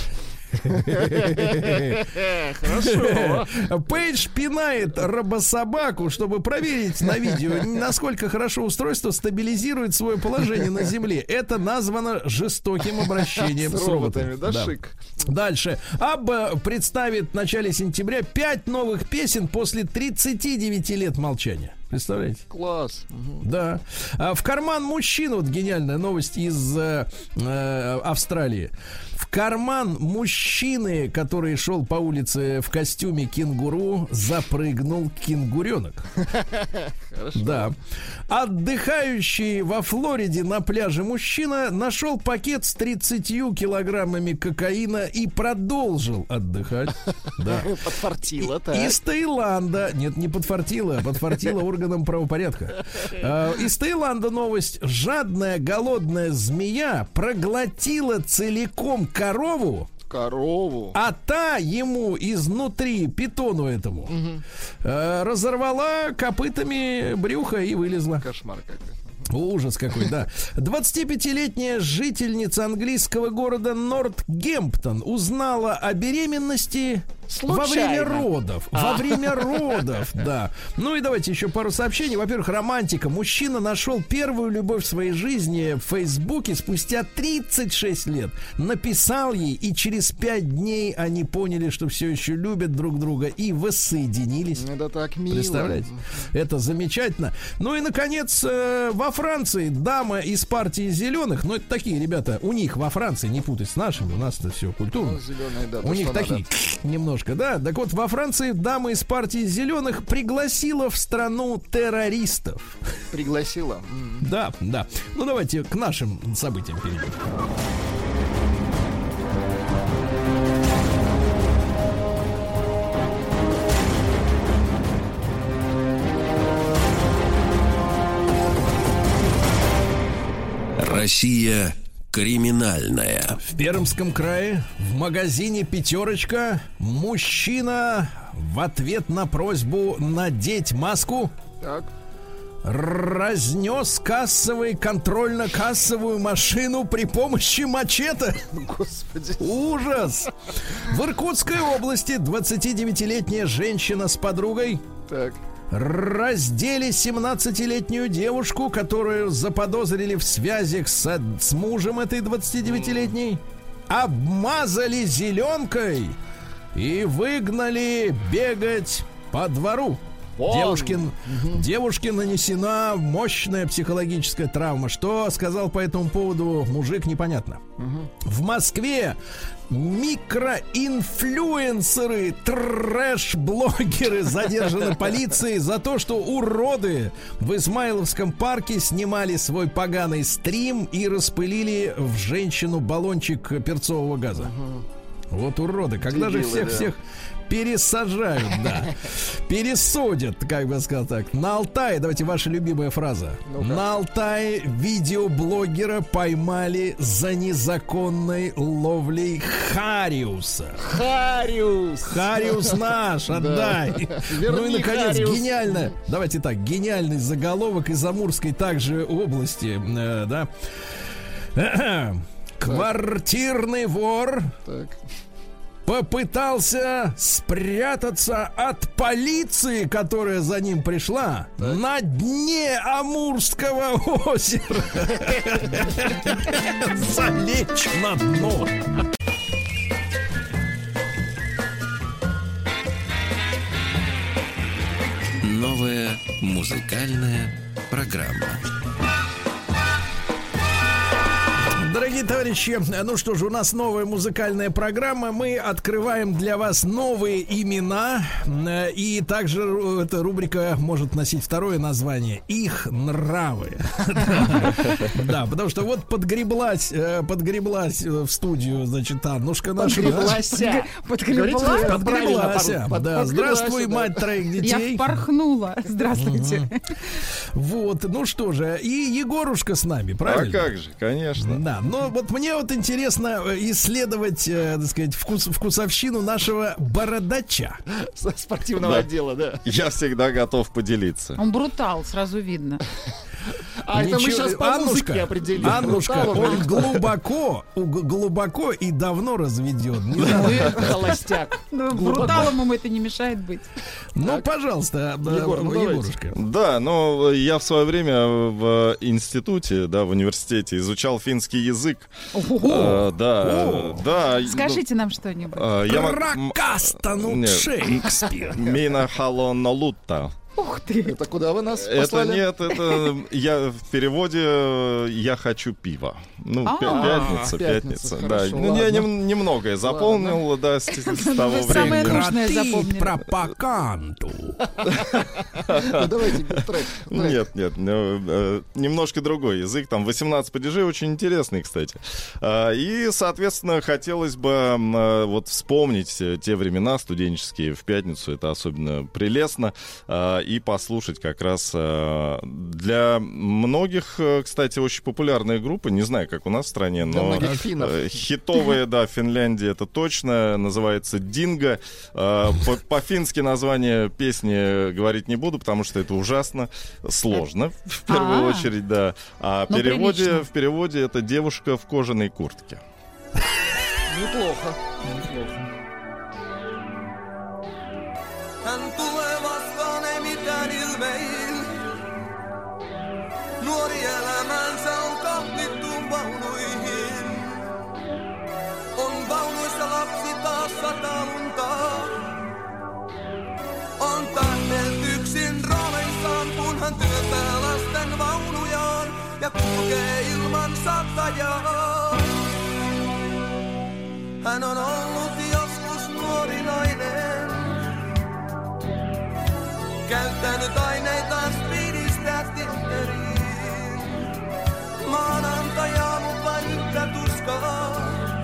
Хорошо. Пейдж пинает робособаку, чтобы проверить на видео, насколько хорошо устройство стабилизирует свое положение на Земле. Это названо жестоким обращением с, с роботами. Да, да. Шик. Дальше. Абба представит в начале сентября пять новых песен после тридцати девяти лет молчания. Представляете? Класс. Угу. Да. А в карман мужчин, вот гениальная новость из э, э, Австралии. В карман мужчины, который шел по улице в костюме кенгуру, запрыгнул кенгуренок. Хорошо. Да. Отдыхающий во Флориде на пляже мужчина нашел пакет с тридцатью килограммами кокаина и продолжил отдыхать. Да. Подфартило, так. Из Таиланда, нет, не подфартило, а подфартило органам правопорядка. Из Таиланда новость. Жадная голодная змея проглотила целиком корову. Корову. А та ему изнутри, питону этому, угу. э, разорвала копытами брюхо и вылезла. Кошмар какой. Ужас какой, да. двадцатипятилетняя жительница английского города Нортгемптон узнала о беременности случайно. Во время родов. А. Во время родов, да. Ну и давайте еще пару сообщений. Во-первых, романтика. Мужчина нашел первую любовь в своей жизни в Фейсбуке спустя тридцать шесть лет. Написал ей, и через пять дней они поняли, что все еще любят друг друга и воссоединились. Это так мило. Представляете? Это замечательно. Ну и, наконец, во Франции дама из партии зеленых, ну это такие ребята, у них во Франции, не путать с нашими, у нас это все культурно. Ну, зеленые, да, у них такие надо. Немножко, да. Так вот, во Франции дама из партии зеленых пригласила в страну террористов. Пригласила? Mm-hmm. Да, да. Ну давайте к нашим событиям перейдем. Россия криминальная. В Пермском крае в магазине «Пятерочка» мужчина в ответ на просьбу надеть маску так. разнес кассовый контрольно-кассовую машину при помощи мачете. Господи. Ужас. В Иркутской области двадцатидевятилетняя женщина с подругой Так. раздели семнадцатилетнюю девушку, которую заподозрили в связях с, с мужем этой двадцатидевятилетней, обмазали зеленкой и выгнали бегать по двору. Девушке, девушке нанесена мощная психологическая травма. Что сказал по этому поводу мужик, непонятно. В Москве микроинфлюенсеры, трэш-блогеры задержаны полицией за то, что уроды в Измайловском парке снимали свой поганый стрим и распылили в женщину баллончик перцового газа. Вот уроды. Когда же всех-всех пересажают, да. Пересудят, как бы сказал так. На Алтае, давайте ваша любимая фраза. Ну-ка. На Алтае видеоблогера поймали за незаконной ловлей хариуса. Хариус! Хариус наш, отдай. Ну и, наконец, гениально. Давайте так, гениальный заголовок из Амурской также области, э, да. Квартирный вор попытался спрятаться от полиции, которая за ним пришла, так. на дне Амурского озера. Залечь на дно. Новая музыкальная программа. Дорогие товарищи, ну что же, у нас новая музыкальная программа. Мы открываем для вас новые имена. И также эта рубрика может носить второе название: «Их нравы». Да, потому что вот подгреблась, подгреблась в студию, значит, Аннушка наша. Подгреблася. Подгреблась? Подгреблась. Да, здравствуй, мать троих детей. Я впорхнула. Здравствуйте. Вот, ну что же, и Егорушка с нами, правильно? А как же, конечно. Да. Но вот мне вот интересно исследовать, э, так сказать, вкус, вкусовщину нашего бородача. Спортивного да. отдела, да. Я всегда готов поделиться. Он брутал, сразу видно. А Ничего, это мы сейчас по Аннушка, музыке определим. Аннушка, он глубоко, глубоко и давно разведен. Холостяк. Бруталом ему это не мешает быть. Ну, пожалуйста, Егорушка. Да, но я в свое время в институте, да, в университете изучал финский язык. Да, да. Скажите нам что-нибудь. Прокастанут Шекспир. Мина халонолутта. Ух ты! Это куда вы нас Это послали? нет, это я в переводе «я хочу пива». Ну, А-а-а. пятница, пятница. Пятница, Да. хорошо, Ну, я ладно. нем- немногое запомнил, Ладно. да, с, с того Вы самое времени. нужное запомнили. Пропаганду. Ну, давайте трек. трек. Нет, нет, ну, э, немножко другой язык. Там восемнадцать падежей, очень интересный, кстати. А, и, соответственно, хотелось бы э, вот вспомнить те времена студенческие в пятницу. Это особенно прелестно. А, и послушать как раз э, для многих, э, кстати, очень популярная группа. Не знаю, как у нас в стране, Для но многих финнов. э, хитовая, да, в Финляндии это точно. Называется «Динго». Э, по- По-фински название песни говорить не буду, потому что это ужасно сложно, в первую А-а. очередь, да. А Ну, переводе, прилично. в переводе это «Девушка в кожаной куртке». Неплохо. Неплохо. Hän tulee vastaan ei mitään ilmein. Nuori elämänsä on kahlittu vaunuihin. On vaunuissa lapsi taas sataa lunta. On tähdellyt yksin rooleissaan, kun hän työntää lasten vaunujaan ja kulkee ilman saattajaa. Hän on ollut joskus nuori nainen. Käyttänyt aineitaan speedistä Tinderiin. Maanantajaa, mut vain yhtä tuskaa.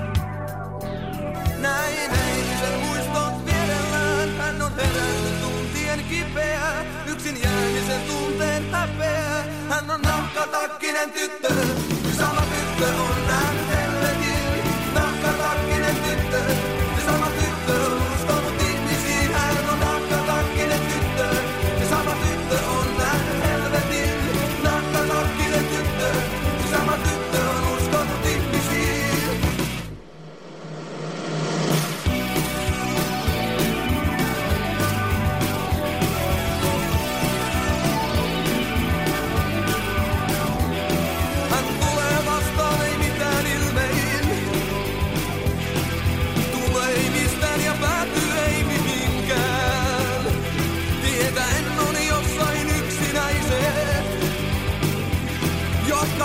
Näin eilisen muistot vierellään. Hän on herännyt tuntien kipeä. Yksin jäämisen tunteen häpeä. Hän on nahkatakkinen tyttö. Sama tyttö on nähnyt helvetin. Nahkatakkinen tyttö. Sama tyttö on uskonut ihmisiin. Hän on nahkatakkinen tyttö. Sama tyttö on nähnyt helvetin. Nahkatakkinen tyttö. Sama tyttö on uskonut ihmisiin.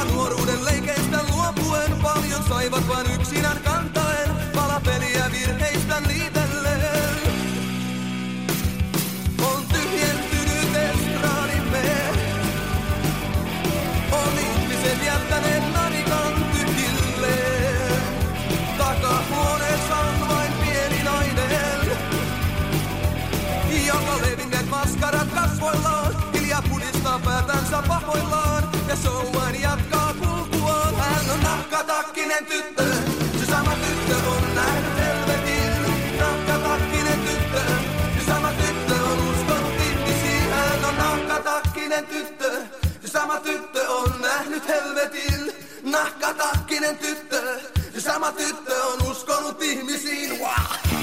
jopa nuoruuden leikeistä luopuen. Paljon saivat vain yksinään kantaen, palapeliä virheistä liitellen. On tyhjentynyt estradimme, on ihmiset jättäneet narikan tyhjilleen. Takahuoneessa on vain pieni nainen, joka levinneet maskarat kasvoillaan, hiljaa pudistaa päätänsä pahoillaan, ja show vain jatkaa kulkuaan. Hän on nahkatakkinen tyttö, se sama tyttö on nähnyt helvetin. Nahkatakkinen tyttö, se sama tyttö on uskonut ihmisiin. Hän on nahkatakkinen tyttö, se sama tyttö on nähnyt helvetin. Nahkatakkinen tyttö, se sama tyttö on uskonut ihmisiin. Wow.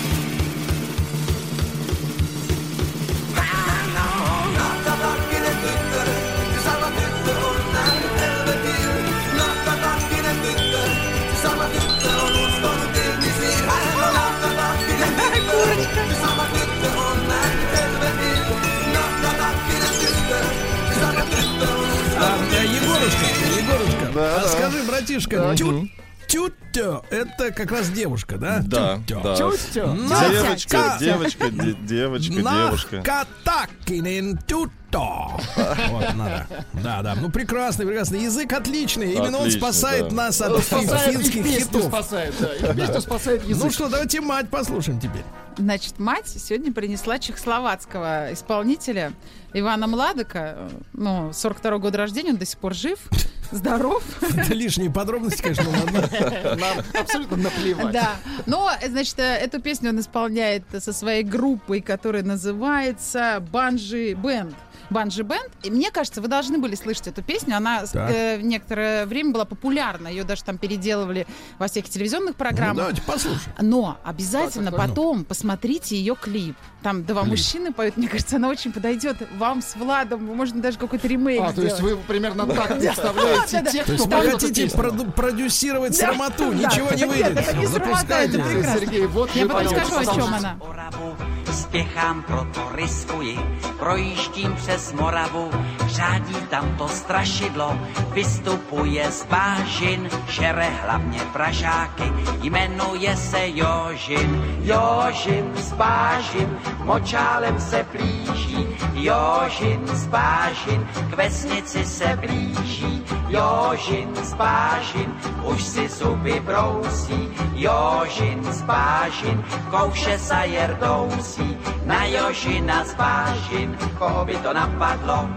Nahkatakkinen tyttö, se sama tyttö on nähnyt helvetin. Nahkatakkinen tyttö, se sama tyttö on uskonut ihmisiin. Nahkatakkinen tyttö, se sama tyttö on nähnyt helvetin. Nahkatakkinen tyttö, se sama tyttö on uskonut ihmisiin. Егорушка, Егорушка, а скажи, братишка, тю- тютё, это как раз девушка, да? Да, Тютё. да. Тютё. Девочка, Ка- девочка, де- девочка, девушка. Нахкатаккинен тютё. Вот, надо. Да, да. Ну, прекрасный, прекрасный. Язык отличный. Именно он Отлично, спасает да. нас от Спасает, и финских песню хитов. спасает, да. И песню спасает язык. Ну что, давайте мать послушаем теперь. Значит, мать сегодня принесла чехословацкого исполнителя Ивана Младыка. Ну, сорок второго года рождения, он до сих пор жив, здоров. Это лишние подробности, конечно, надо. Нам абсолютно наплевать. Да. Но, значит, эту песню он исполняет со своей группой, которая называется Банжи Бенд. Банжи Бенд. И мне кажется, вы должны были слышать эту песню. Она э, некоторое время была популярна. Ее даже там переделывали во всяких телевизионных Ну, программах. давайте послушаем. Но обязательно Так, так, потом посмотрите ее клип. Там два Клип. мужчины поют. Мне кажется, она очень подойдет вам с Владом. Можно даже какой-то ремейк А, то есть сделать. вы примерно так представляете Да-да. тех, То есть кто вы поет эту хотите песню. проду- продюсировать Да. срамоту, Да. ничего не Нет, выйдет. это не срамота, Запускайте. это прекрасно. Сергей, вот Я вы потом поете, скажу, о чем пожалуйста. она. Oravu, spěchám, proto riskuji, projíždím přes Moravu, řádí tam to strašidlo, vystupuje z bážin, žere hlavně Pražáky, jmenuje se Jožin. Jožin z bážin, močálem se blíží, Jožin z bážin, k vesnici se blíží, Jožin z bážin, už si zuby brousí, Jožin z bážin, kouše sa jerdousí, na Jožina z bážin, koho by to napadlo,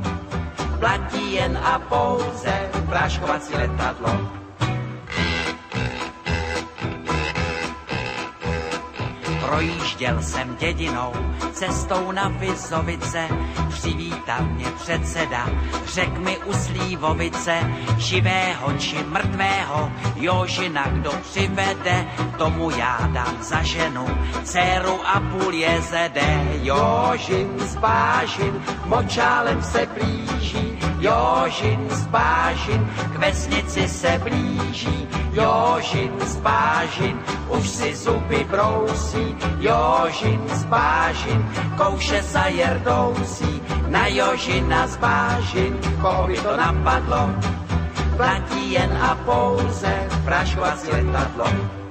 platí jen a pouze práškovací letadlo. Projížděl jsem dědinou, cestou na Vizovice, přivítal mě předseda, řek mi u Slívovice, živého či mrtvého, Jožina kdo přivede, tomu já dám za ženu, dceru a půl jezede. Jožin z bážin, močálem se blíží, Jožin z bážin, k vesnici se blíží, Jožin z bážin, už si zuby brousí, Jožin z bážin, kouše sa jerdousí, na Jožina z bážin, koho by to napadlo, platí jen a pouze práškovací letadlo.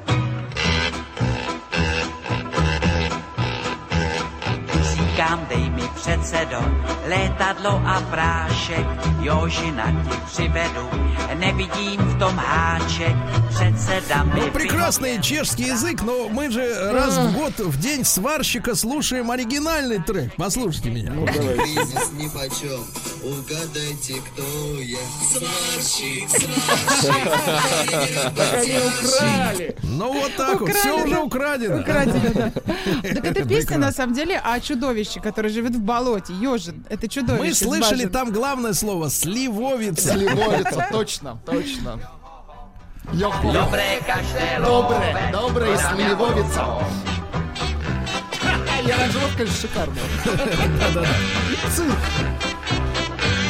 Říkám, dej mi předsedo, létadlo a prášek, Jožina ti přivedu, nevidím v tom háček, předseda mi... Ну, прекрасный чешский язык, но мы же раз в год, в день сварщика, слушаем оригинальный трек. Послушайте меня. Кризис нипочем, угадайте, кто я. Сварщик, сварщик. Так они украли. Ну, вот так вот, все уже украдено. Украдено, да. Так эта песня, Прекрасно. на самом деле, о чудовище, которое живет в болоте. Ежин. Это чудовище. Мы с слышали башен. там главное слово «сливовица». Сливовица, точно, точно. Йохо. Dobré každé Доброе, lové, доброе сливовица. Я Ранжелов, конечно, шикарный. Цирк.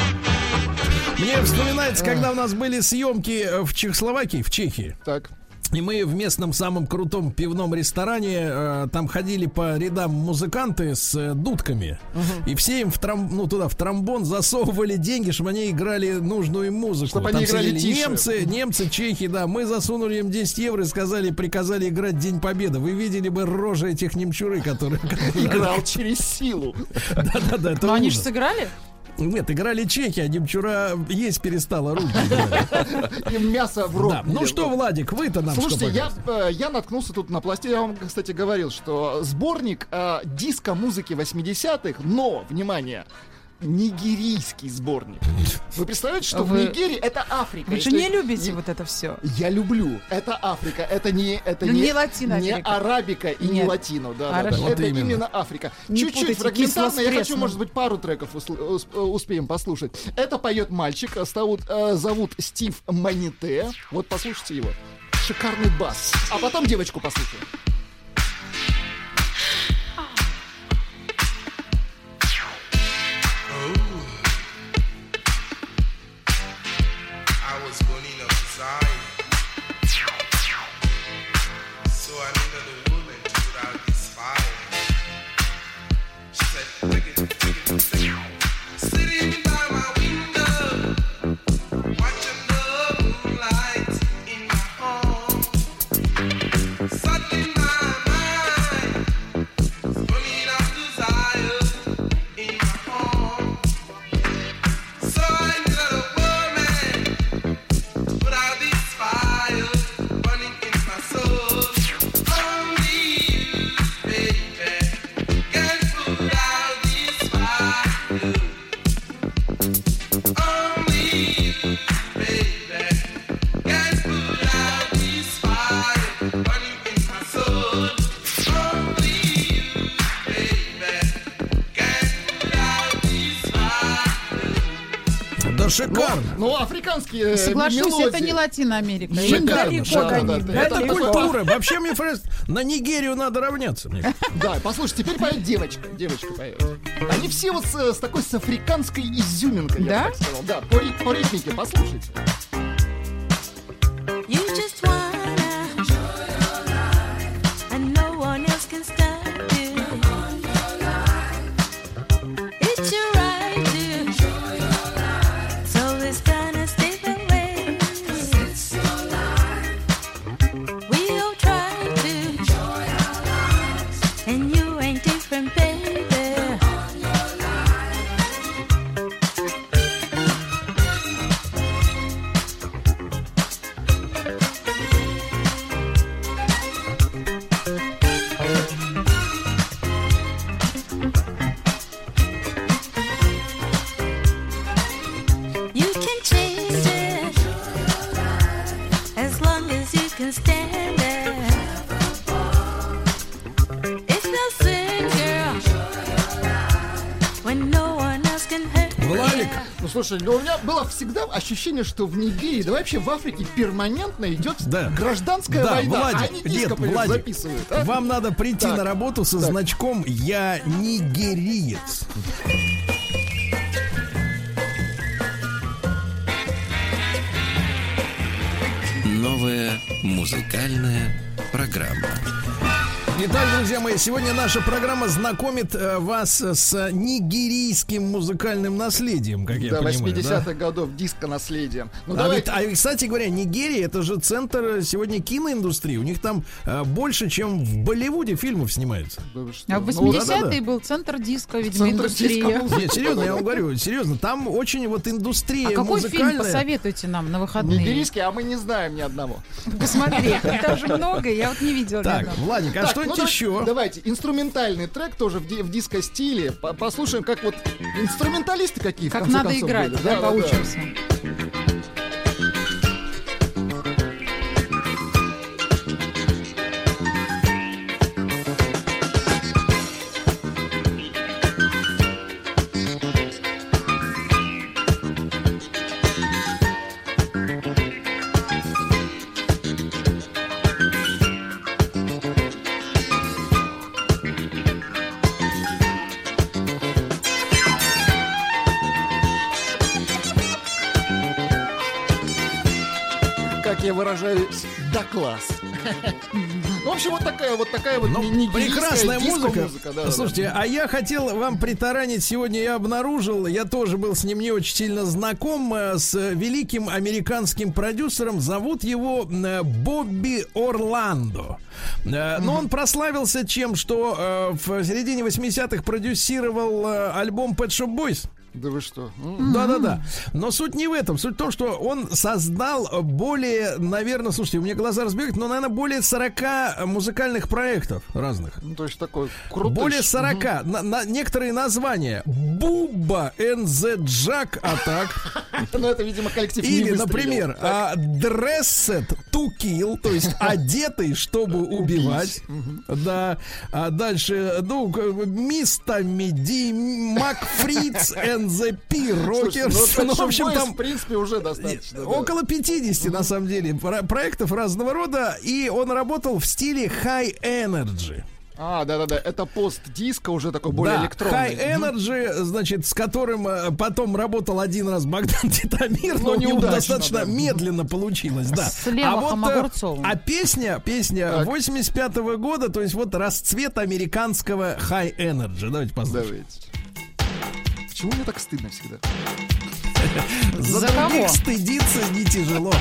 Мне вспоминается, когда у нас были съемки в Чехословакии, в Чехии. Так. И мы в местном самом крутом пивном ресторане, э, там ходили по рядам музыканты с э, дудками. Uh-huh. И все им в тром, ну, туда в тромбон засовывали деньги, чтобы они играли нужную им музыку. Чтобы там они играли тише. Немцы, немцы, чехи, да. Мы засунули им десять евро и сказали, приказали играть День Победы. Вы видели бы рожи этих немчуры, которые... Играл через силу. Да-да-да. Но они же сыграли? Нет, играли чехи, а Демчура есть перестала, руки. Им мясо в рот. Да. Ну что, Владик, вы-то нам Слушайте, что я, я наткнулся тут на пласте. Я вам, кстати, говорил, что сборник э, диско-музыки восьмидесятых, но, внимание, нигерийский сборник. Вы представляете, что Вы... в Нигерии это Африка. Вы же Если... не любите не... вот это все. Я люблю. Это Африка. Это не, это ну, не, не Латиноамерика. Не арабика и Нет. не латино. Да, да, да. Вот это именно. именно Африка. Не Чуть-чуть путайте фрагментарно. кисло с Я хочу, пресным. может быть, пару треков усл- успеем послушать. Это поет мальчик. Зовут, э, зовут Стив Маните. Вот послушайте его. Шикарный бас. А потом девочку послушаем. Шикарно. Ну, ну африканские Соглашусь, мелодии. это не Латиноамерика. Шикарно, шикарно. Далеко Это далеко. культура. Вообще, мне кажется, на Нигерию надо равняться. Мне. Да, послушай, теперь поет девочка. Девочка поет. Они все вот с, с такой с африканской изюминкой, да? я бы так сказал. Да, по, ри- по ритмике, послушайте. You just wanna enjoy your life, and no one else can stop you. It's your right to enjoy your life, so it's gonna stay that way. It's your life. We all try to enjoy our lives, and you ain't different, baby. On your life. You can change it as long as you can stand it. It's no sin, girl, when no one else can hurt you. Владик, Ну, слушай, ну, у меня было всегда ощущение, что в Нигерии, да вообще в Африке перманентно идет Да. гражданская да, война. Владик, Они нет, диско Владик, записывают. А? вам надо прийти Так. на работу со Так. значком «Я нигериец». Новая музыкальная программа. Итак, друзья мои, сегодня наша программа знакомит э, вас с нигерийским музыкальным наследием, как я Да, понимаю. восьмидесятых годов диско-наследием. Ну, а, давайте... ведь, а, кстати говоря, Нигерия — это же центр сегодня киноиндустрии. У них там э, больше, чем в Болливуде фильмов снимается. Да что? А в Ну, восьмидесятые да-да-да. был центр диска, видимо, Центр индустрия. диска. Нет, серьезно, я вам говорю, серьезно, там очень вот индустрия А какой фильм музыкальная. посоветуете нам на выходные? Нигерийский, а мы не знаем ни одного. Посмотреть. Там же много, я вот не видела. ни Так, одного. Владик, а Так, что-нибудь ну, еще? Давайте, инструментальный трек тоже в, ди- в диско-стиле. По- Послушаем, как вот инструменталисты какие в Как конце надо концов играть, были. да, Да, да, да. поучимся. You как я выражаюсь, да класс. В общем, вот такая вот такая вот ну, прекрасная музыка. музыка да, Слушайте, да. а я хотел вам притаранить сегодня, я обнаружил, я тоже был с ним не очень сильно знаком, с великим американским продюсером, зовут его Бобби Орландо. Но он прославился чем, что в середине восьмидесятых продюсировал альбом Pet Shop Boys. Да вы что? Да-да-да. Но суть не в этом. Суть в том, что он создал более, наверное, слушайте, у меня глаза разбегают, но, наверное, более сорока музыкальных проектов разных. Ну, то есть такой крутой. Более сорока. На, на, некоторые названия. Бубба and the Jack Attack. Ну, это, видимо, коллектив не Или, выстрелил. например, Dressed to Kill, то есть одетый, чтобы убивать. Да. А дальше, ну, Миста Меди, Макфриц and the P-Rockers. Ну, в общем, там в принципе, уже достаточно. около пятидесяти, на самом деле, проектов разного рода. И он работал в стиле High Energy. А, да-да-да, это пост-диско уже такой более да, электронный. High Energy, значит, с которым э, потом работал один раз Богдан Титамир, но, но у него достаточно да. медленно получилось, да. С Лемахом а, вот, Огурцовым. а песня, песня так. восемьдесят пятого года, то есть вот расцвет американского High Energy. Давайте послушаем. Давайте. Почему мне так стыдно всегда? За, За других кого? Стыдиться не тяжело.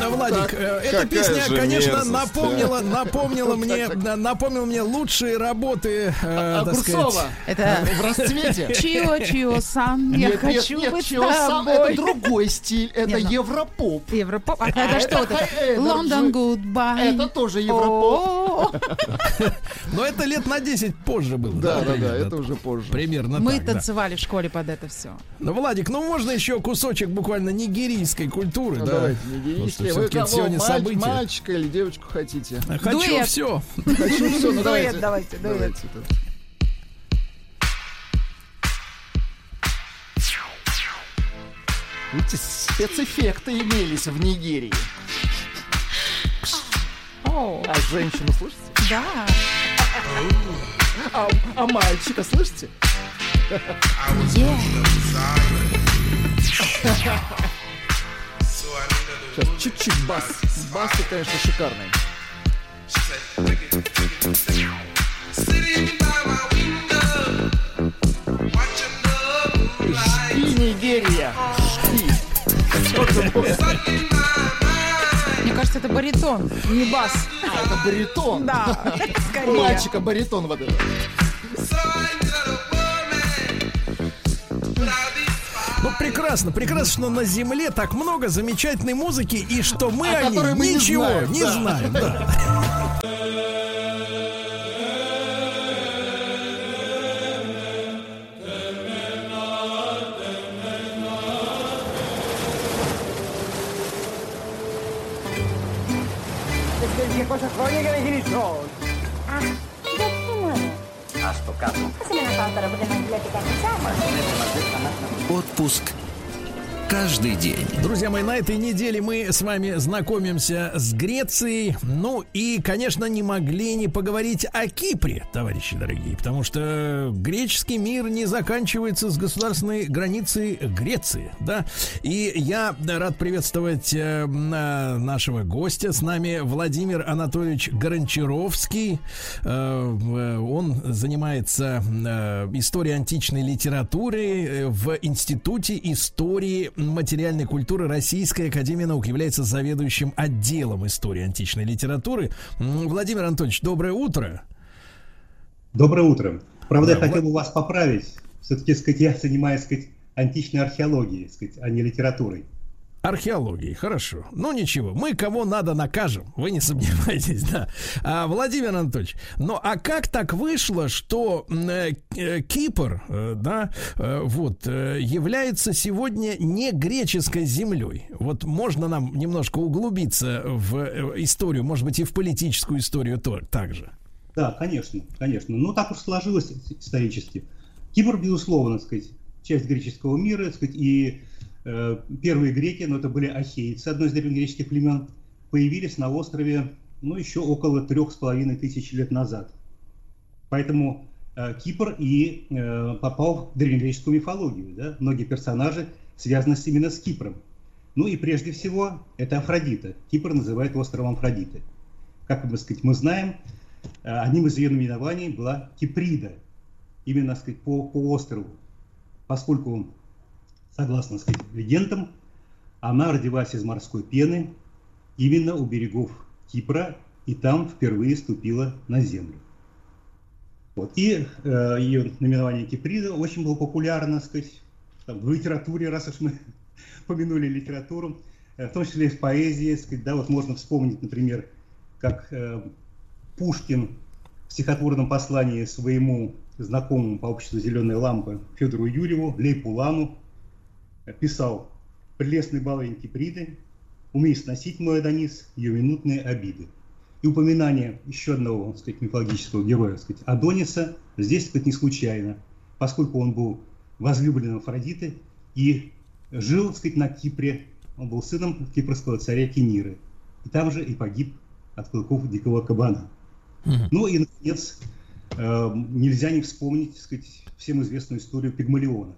Владик, Так, э, эта какая песня, же конечно, мерзость, напомнила, а. напомнила мне, напомнила мне лучшие работы, э, так Огурцова. сказать. Это В расцвете. Чио-чио-сан, я Нет, нет, хочу нет, быть с Чио-сан, тобой. это другой стиль, это Не, ну- европоп. Европоп. А А это что вот это? high energy. London Goodbye. Это тоже европоп. О-о-о. Но это лет на десять позже было. Да, да, да, примерно это так. уже позже. Примерно Мы так, да. танцевали в школе под это все. Ну, Владик, ну можно еще кусочек буквально нигерийской культуры, Ну, да? давайте, Потому нигерийские. что Вы всё-таки кого, сегодня маль- событие. мальчика или девочку хотите? Хочу Дуэт. все. Хочу все, ну Дуэт давайте. давайте, дуэт. Давайте, да. Видите, спецэффекты имелись в Нигерии. О, А женщину слышите? да. А, а мальчика слышите? Е. Сейчас чуть-чуть бас. Бас, конечно, шикарный. Жги, Нигерия! Жги! Что ты можешь? Мне кажется, это баритон, не бас. А, это баритон. Да, У скорее. мальчика баритон вот это. Ну, прекрасно, прекрасно, что на Земле так много замечательной музыки, и что мы О о ней которой мы не ничего знаем, не да. знаем. Да. Отпуск каждый день. Друзья мои, на этой неделе мы с вами знакомимся с Грецией. Ну и, конечно, не могли не поговорить о Кипре, товарищи дорогие, потому что греческий мир не заканчивается с государственной границей Греции, да. И я рад приветствовать э, нашего гостя. С нами Владимир Анатольевич Гончаровский. Э, он занимается э, историей античной литературы в Институте истории материальной культуры Российской академии наук, является заведующим отделом истории античной литературы. Владимир Анатольевич, доброе утро. Доброе утро. Правда, Да, я хотел вот- бы вас поправить. Все-таки, сказать, я занимаюсь, сказать, античной археологией, сказать, а не литературой. Археологии, хорошо. Ну ничего, мы кого надо накажем, вы не сомневайтесь, да. А, Владимир Анатольевич, ну а как так вышло, что э, э, Кипр, э, да, э, вот, э, является сегодня не греческой землей? Вот можно нам немножко углубиться в э, историю, может быть, и в политическую историю то, также? Да, конечно, конечно. Но так уж сложилось исторически. Кипр, безусловно, сказать, часть греческого мира, сказать, и э, первые греки, но это были ахейцы, одно из древнегреческих племен, появились на острове, ну, еще около трех с половиной тысяч лет назад. Поэтому э, Кипр и э, попал в древнегреческую мифологию, да? Многие персонажи связаны с- именно с Кипром. Ну и прежде всего это Афродита. Кипр называют островом Афродиты. Как мы, сказать, мы знаем, э, одним из ее наименований была Киприда. Именно, сказать, по, по острову. Поскольку, согласно, сказать, легендам, она родилась из морской пены именно у берегов Кипра, и там впервые ступила на землю. Вот. И э, ее наименование Киприда очень было популярно, сказать, там, в литературе, раз уж мы помянули литературу, э, в том числе и в поэзии, сказать, да, вот можно вспомнить, например, как э, Пушкин в стихотворном послании своему знакомому по обществу «Зеленая лампа» Федору Юрьеву, Лейпулану, э, писал: «Прелестный баловень Киприды, умей сносить, мой Адонис, ее минутные обиды». И упоминание еще одного, так сказать, мифологического героя, так сказать, Адониса, здесь, так сказать, не случайно, поскольку он был возлюбленным Афродиты и жил, так сказать, на Кипре. Он был сыном кипрского царя Кениры. И там же и погиб от клыков дикого кабана. Ну и, наконец, э, нельзя не вспомнить, так сказать, всем известную историю Пигмалиона,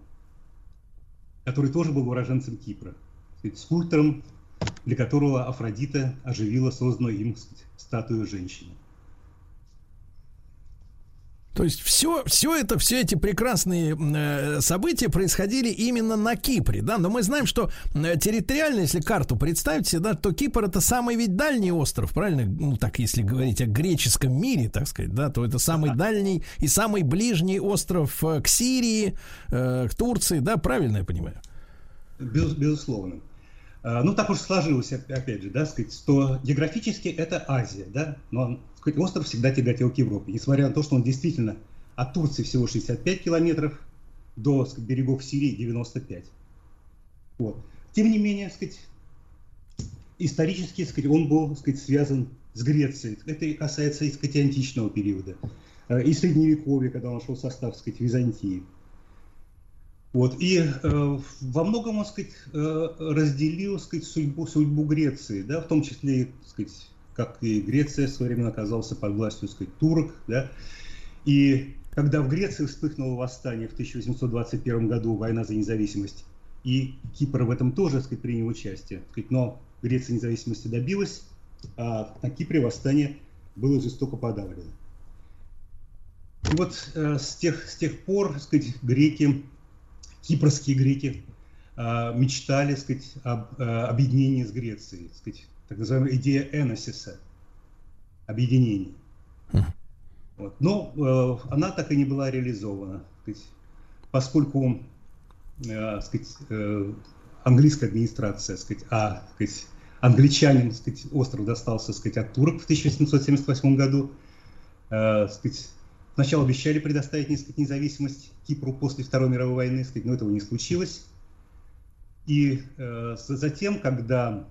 который тоже был уроженцем Кипра, так сказать, скульптором, для которого Афродита оживила созданную им, так сказать, статую женщины. То есть все, все это, все эти прекрасные э, события происходили именно на Кипре, да, но мы знаем, что э, территориально, если карту представить себе, да, то Кипр — это самый ведь дальний остров, правильно, ну так, если говорить о греческом мире, так сказать, да, то это самый дальний и самый ближний остров э, к Сирии, э, к Турции, да, правильно я понимаю? Без, безусловно. А, ну так уж сложилось, опять же, да, сказать, что географически это Азия, да, но остров всегда тяготел к Европе, несмотря на то, что он действительно от Турции всего шестьдесят пять километров до, сказать, берегов Сирии девяносто пять. Вот. Тем не менее, сказать, исторически, сказать, он был, сказать, связан с Грецией. Это касается, сказать, и античного периода, и средневековья, когда он вошел в состав, сказать, Византии. Вот. И э, во многом, он, сказать, э, разделил, сказать, судьбу, судьбу Греции, да, в том числе, сказать, как и Греция в свое время оказался под властью, так сказать, турок, да, и когда в Греции вспыхнуло восстание в тысяча восемьсот двадцать первом году, война за независимость, и Кипр в этом тоже, так сказать, принял участие, так сказать, но Греция независимости добилась, а на Кипре восстание было жестоко подавлено. И вот э, с, тех, с тех пор, так сказать, греки, кипрские греки э, мечтали, так сказать, об э, объединении с Грецией, так сказать, так называемая идея Эносиса, объединения. Mm. Вот. Но э, она так и не была реализована, сказать, поскольку э, сказать, э, английская администрация, сказать, а сказать, англичанин, сказать, остров достался, сказать, от турок в тысяча восемьсот семьдесят восьмом году. Э, сказать, сначала обещали предоставить, сказать, независимость Кипру после Второй мировой войны, сказать, но этого не случилось. И э, затем, когда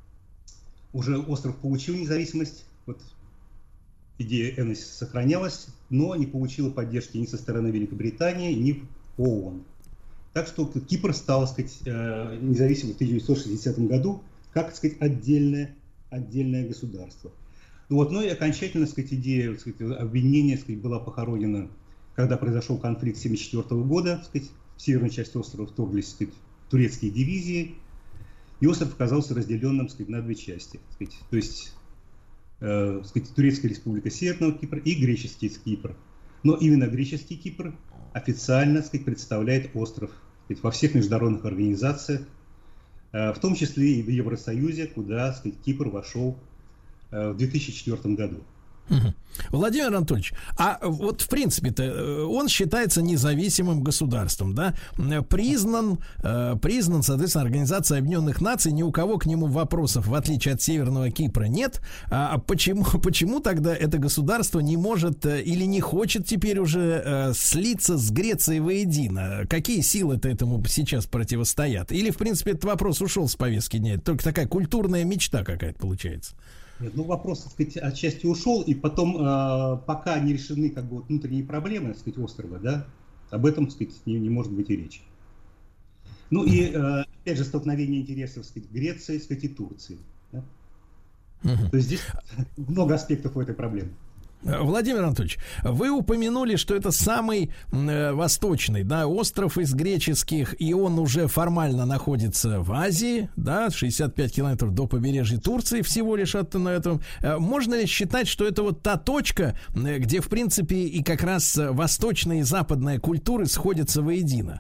уже остров получил независимость, вот идея Эносиса сохранялась, но не получила поддержки ни со стороны Великобритании, ни в ООН. Так что Кипр стал, так сказать, независимым в тысяча девятьсот шестидесятом году, как, так сказать, отдельное, отдельное государство. Вот, ну и окончательно, так сказать, идея, так сказать, объединения, так сказать, была похоронена, когда произошел конфликт тысяча девятьсот семьдесят четвёртого года, так сказать, в северную часть острова вторглись, так сказать, турецкие дивизии, и остров оказался разделенным, так сказать, на две части. Так сказать, то есть, э, так сказать, Турецкая республика Северного Кипра и греческий Кипр. Но именно греческий Кипр официально, так сказать, представляет остров, так сказать, во всех международных организациях, э, в том числе и в Евросоюзе, куда, так сказать, Кипр вошел э, в две тысячи четвёртом году. Угу. Владимир Анатольевич, а вот в принципе-то он считается независимым государством, да, признан, э, признан, соответственно, Организацией Объединенных Наций, ни у кого к нему вопросов, в отличие от Северного Кипра, нет. А почему, почему тогда это государство не может э, или не хочет теперь уже э, слиться с Грецией воедино? Какие силы-то этому сейчас противостоят? Или, в принципе, этот вопрос ушел с повестки дня? Это только такая культурная мечта какая-то получается? Нет, ну вопрос, так сказать, отчасти ушел, и потом, э, пока не решены, как бы, вот, внутренние проблемы, так сказать, острова, да, об этом, так сказать, не, не может быть и речи. Ну и, э, опять же, столкновение интересов, так сказать, Греции, так сказать, и Турции. Да? Uh-huh. То есть здесь много аспектов у этой проблемы. Владимир Анатольевич, вы упомянули, что это самый э, восточный, да, остров из греческих, и он уже формально находится в Азии, да, шестьдесят пять километров до побережья Турции всего лишь от на этом. Можно ли считать, что это вот та точка, где, в принципе, и как раз восточная и западная культуры сходятся воедино?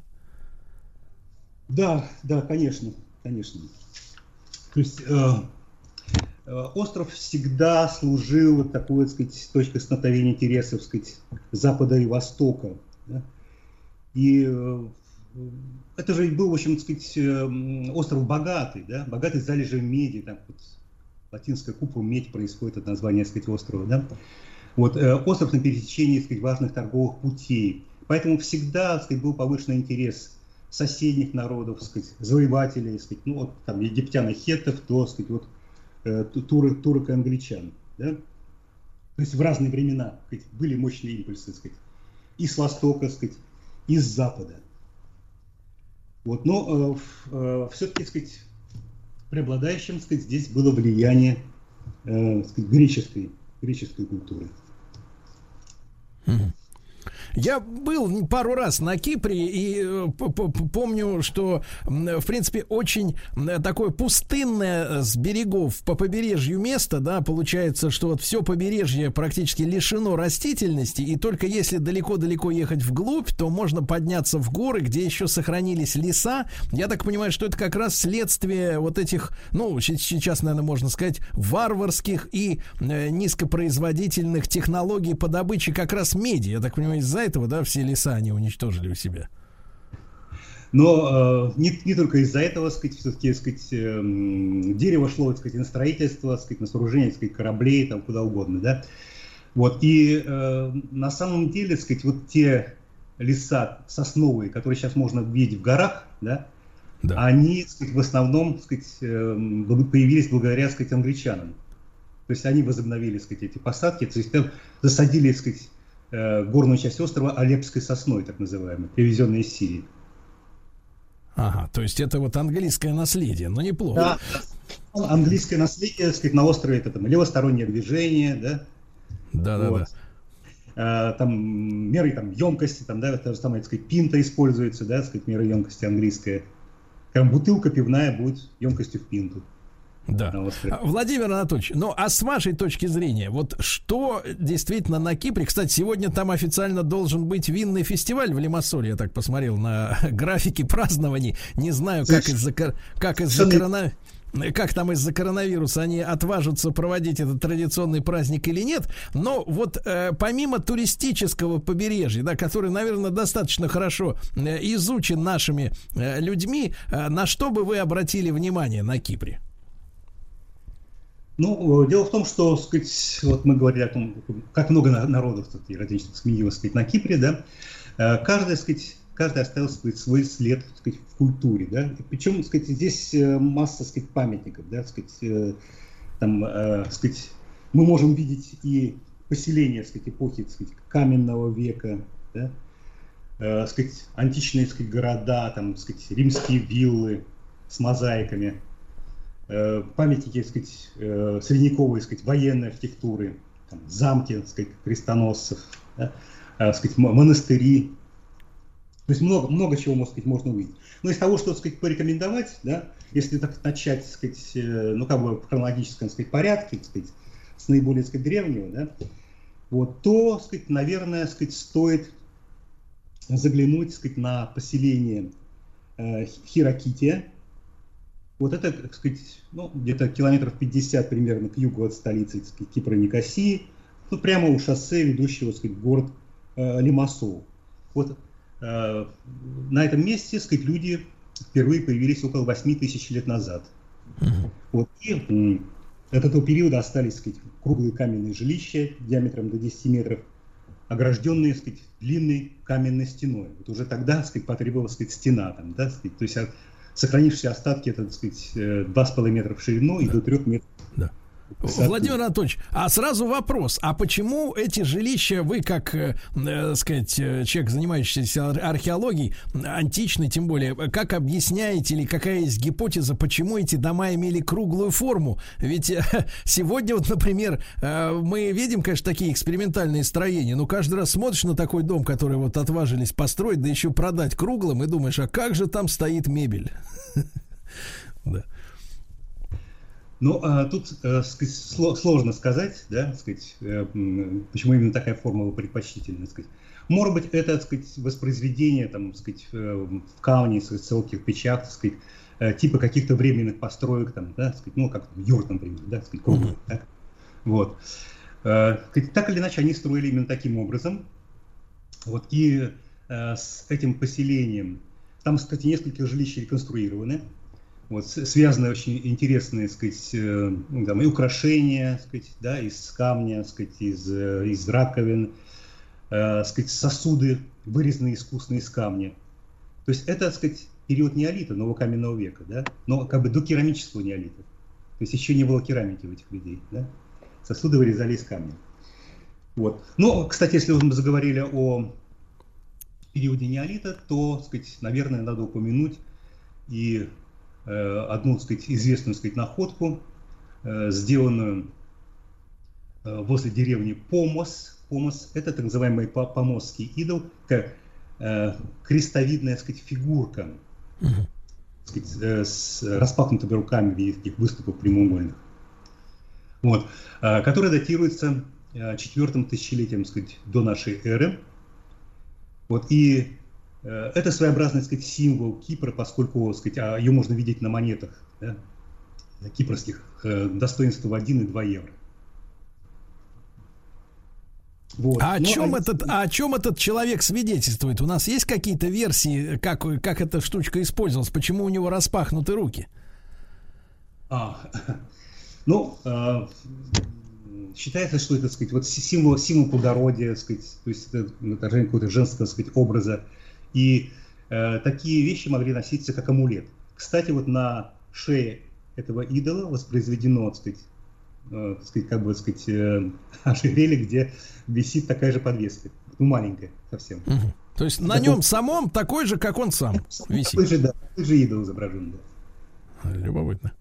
Да, да, конечно, конечно. То есть... Э... Остров всегда служил такой, так сказать, точкой столкновения интересов, так сказать, Запада и Востока. Да? И э, это же был, в общем, так сказать, э, остров богатый, да? Богатый залежем меди. Там вот, латинская буква медь происходит от названия, так сказать, острова. Да? Вот, э, остров на пересечении, так сказать, важных торговых путей. Поэтому всегда, так сказать, был повышенный интерес соседних народов, так сказать, завоевателей, так сказать, ну, вот, там, египтян и хеттов, то, так сказать, вот, турок, турок и англичан, да? То есть в разные времена, сказать, были мощные импульсы, так сказать, и с востока, так сказать, и с запада. Вот, но э, э, все-таки, сказать, преобладающим, сказать, здесь было влияние э, сказать, греческой, греческой культуры. Я был пару раз на Кипре и помню, что, в принципе, очень такое пустынное с берегов по побережью место, да, получается, что вот все побережье практически лишено растительности, и только если далеко-далеко ехать вглубь, то можно подняться в горы, где еще сохранились леса. Я так понимаю, что это как раз следствие вот этих, ну, сейчас, наверное, можно сказать, варварских и э, низкопроизводительных технологий по добыче как раз меди. Я так понимаю, из-за этого, да, все леса они уничтожили у себя. Но э, не, не только из-за этого, сказать, все-таки, сказать, э, дерево шло, так сказать, на строительство, сказать, на сооружение, так сказать, кораблей, там, куда угодно, да. Вот, и э, на самом деле, сказать, вот те леса сосновые, которые сейчас можно видеть в горах, да, да. они, сказать, в основном, сказать, э, появились благодаря, сказать, англичанам. То есть они возобновили, сказать, эти посадки, то есть засадили, сказать, э, горную часть острова Алеппской сосной, так называемой, привезенной из Сирии. Ага, то есть это вот английское наследие, но неплохо. Да, английское наследие, так сказать, на острове это там левостороннее движение, да. Да, да, вот. да. А, там меры там емкости, там, да, это самое, так сказать, пинта используется, да, так сказать, мера емкости английская. Там бутылка пивная будет емкостью в пинту. Да. Владимир Анатольевич, ну а с вашей точки зрения, вот что действительно на Кипре, кстати, сегодня там официально должен быть винный фестиваль в Лимассоле, я так посмотрел на графики празднований, не знаю, как из-за как из-за коронавируса. Как там из-за коронавируса они отважатся проводить этот традиционный праздник или нет, но вот э, помимо туристического побережья, да, который, наверное, достаточно хорошо э, изучен нашими э, людьми, э, на что бы вы обратили внимание на Кипре? Ну, дело в том, что, сказать, вот мы говорили о том, как много народов родительских сменилось, сказать, на Кипре, да, э, каждый, сказать, каждый оставил, сказать, свой след, сказать, в культуре, да. Причем, сказать, здесь масса, сказать, памятников, да, сказать, там, э, сказать, мы можем видеть и поселения, сказать, эпохи, сказать, каменного века, да, э, сказать, античные, сказать, города, там, сказать, римские виллы с мозаиками, э, памятники, сказать, э, средневековой, сказать, военной архитектуры, там, замки, сказать, крестоносцев, да, э, сказать, монастыри. То есть много, много чего, можно сказать, можно увидеть. Но из того, что, так сказать, порекомендовать, да, если так начать, так сказать, ну, как бы в хронологическом, так сказать, порядке, так сказать, с наиболее, так сказать, древнего, да, вот, то, так сказать, наверное, так сказать, стоит заглянуть, так сказать, на поселение э, Хиракития. Вот это, так сказать, ну, где-то километров пятьдесят примерно к югу от столицы, так сказать, Кипра Никосии, ну, прямо у шоссе, ведущего, так сказать, в город э, Лимассол. Вот на этом месте, так сказать, люди впервые появились около восьми тысяч лет назад. Uh-huh. Вот, и от этого периода остались, так сказать, круглые каменные жилища диаметром до десяти метров, огражденные, так сказать, длинной каменной стеной. Вот уже тогда, так сказать, потребовалась, так сказать, стена, там, да, так сказать, то есть сохранившиеся остатки, это, так сказать, два с половиной метра в ширину и да. до трех метров. Да. Владимир Анатольевич, а сразу вопрос, а почему эти жилища, вы как, э, э, сказать, человек, занимающийся археологией, античной тем более, как объясняете или какая есть гипотеза, почему эти дома имели круглую форму? Ведь э, сегодня вот, например, э, мы видим, конечно, такие экспериментальные строения, но каждый раз смотришь на такой дом, который вот отважились построить, да еще продать круглым, и думаешь, а как же там стоит мебель? Да. Ну, а тут э, сказать, сложно сказать, да, сказать, э, почему именно такая формула предпочтительна. Сказать. Может быть, это, так сказать, воспроизведение там, сказать, э, в камне, в целых кирпичах, так сказать, э, типа каких-то временных построек, там, да, сказать, ну, как там, юрт, например, да, сказать, круглый, mm-hmm. да? Вот. Э, сказать, так или иначе, они строили именно таким образом. Вот, и э, с этим поселением, там, кстати, несколько жилищ реконструированы. Вот, связаны очень интересные, так сказать, ну, там, и украшения, так сказать, да, из камня, так сказать, из, из раковин, э, так сказать, сосуды, вырезанные искусно из камня. То есть это, так сказать, период неолита, нового каменного века, да, но как бы до керамического неолита. То есть еще не было керамики у этих людей, да. Сосуды вырезали из камня. Вот. Но, кстати, если мы заговорили о периоде неолита, то, так сказать, наверное, надо упомянуть и одну, так сказать, известную, так сказать, находку, сделанную возле деревни Помос. Помос – это так называемый помосский идол, как э, крестовидная, так сказать, фигурка, так сказать, э, с распахнутыми руками в виде таких выступов прямоугольных, вот, э, которая датируется э, четвертым тысячелетием, так сказать, до нашей эры. Вот, и э, это своеобразный, так сказать, символ Кипра, поскольку, так сказать, ее можно видеть на монетах, да, кипрских, э, достоинства в один и два евро. Вот. А, о Но чем они... этот, а о чем этот человек свидетельствует? У нас есть какие-то версии, как, как эта штучка использовалась? Почему у него распахнуты руки? А, ну, э, считается, что это, так сказать, вот символ, символ плодородия, так сказать, то есть это отражение какого-то женского, так сказать, образа. И э, такие вещи могли носиться как амулет. Кстати, вот на шее этого идола воспроизведено, так сказать, э, так сказать, как бы, так сказать, э, ожерелье, где висит такая же подвеска, ну, маленькая совсем. Угу. То есть на такой... нем самом такой же, как он сам висит. Такой же, да, такой же идол изображен, да. Любопытно.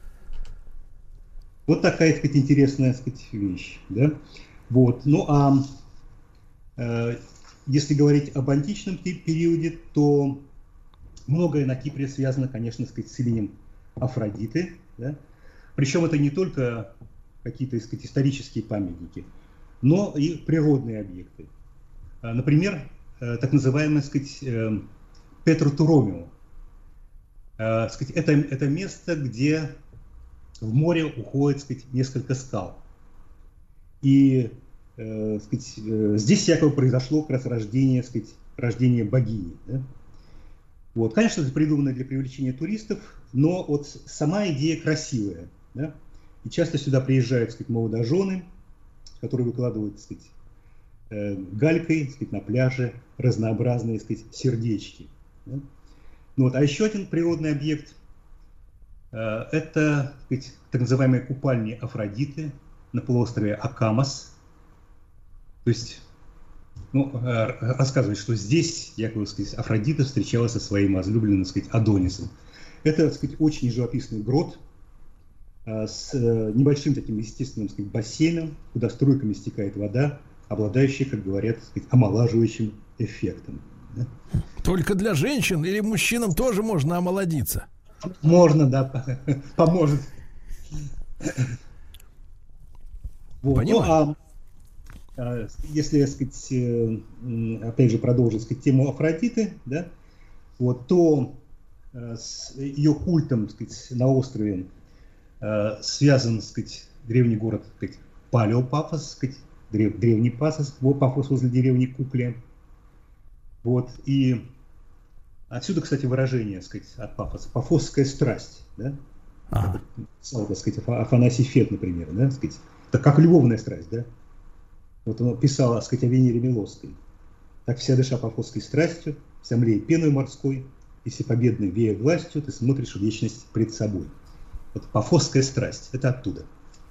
Вот такая, так сказать, интересная, так сказать, вещь, да. Вот. Ну а э, если говорить об античном периоде, то многое на Кипре связано, конечно, так сказать, с именем Афродиты, да? Причем это не только какие-то, так сказать, исторические памятники, но и природные объекты. Например, так называемый, так сказать, Петро-Туромио. Так сказать, это, это место, где в море уходит, так сказать, несколько скал. И так сказать, здесь якобы произошло как раз рождение, так сказать, рождение богини. Да? Вот. Конечно, это придумано для привлечения туристов, но вот сама идея красивая. Да? И часто сюда приезжают, так сказать, молодожены, которые выкладывают, так сказать, э, галькой, так сказать, на пляже разнообразные, так сказать, сердечки. Да? Ну, вот. А еще один природный объект э, – это, так сказать, так называемые купальни Афродиты на полуострове Акамос. То есть, ну, э, рассказывает, что здесь, якобы, так сказать, Афродита встречалась со своим возлюбленным, так сказать, Адонисом. Это, так сказать, очень живописный грот с небольшим таким естественным, так сказать, бассейном, куда струйками стекает вода, обладающая, как говорят, так сказать, омолаживающим эффектом. Да? Только для женщин или мужчинам тоже можно омолодиться? Можно, да, поможет. Вот. Понимаю. Ну, а, если, так сказать, опять же продолжить, так сказать, тему Афродиты, да, вот, то с ее культом, так сказать, на острове связан, так сказать, древний город, так сказать, Палеопафос, так сказать, древ, древний Пафос, Пафос возле деревни Кукле. Вот, и отсюда, кстати, выражение, так сказать, от Пафоса, пафосская страсть, да? Ага. Писал, так сказать, Афанасий Фет, например, да, так сказать, это как любовная страсть, да? Вот он писал, так сказать, о Венере Милосской. Так вся дыша пафосской страстью, вся млея пеной морской, и всепобедно вея властью, ты смотришь в вечность пред собой. Вот пафосская страсть, это оттуда.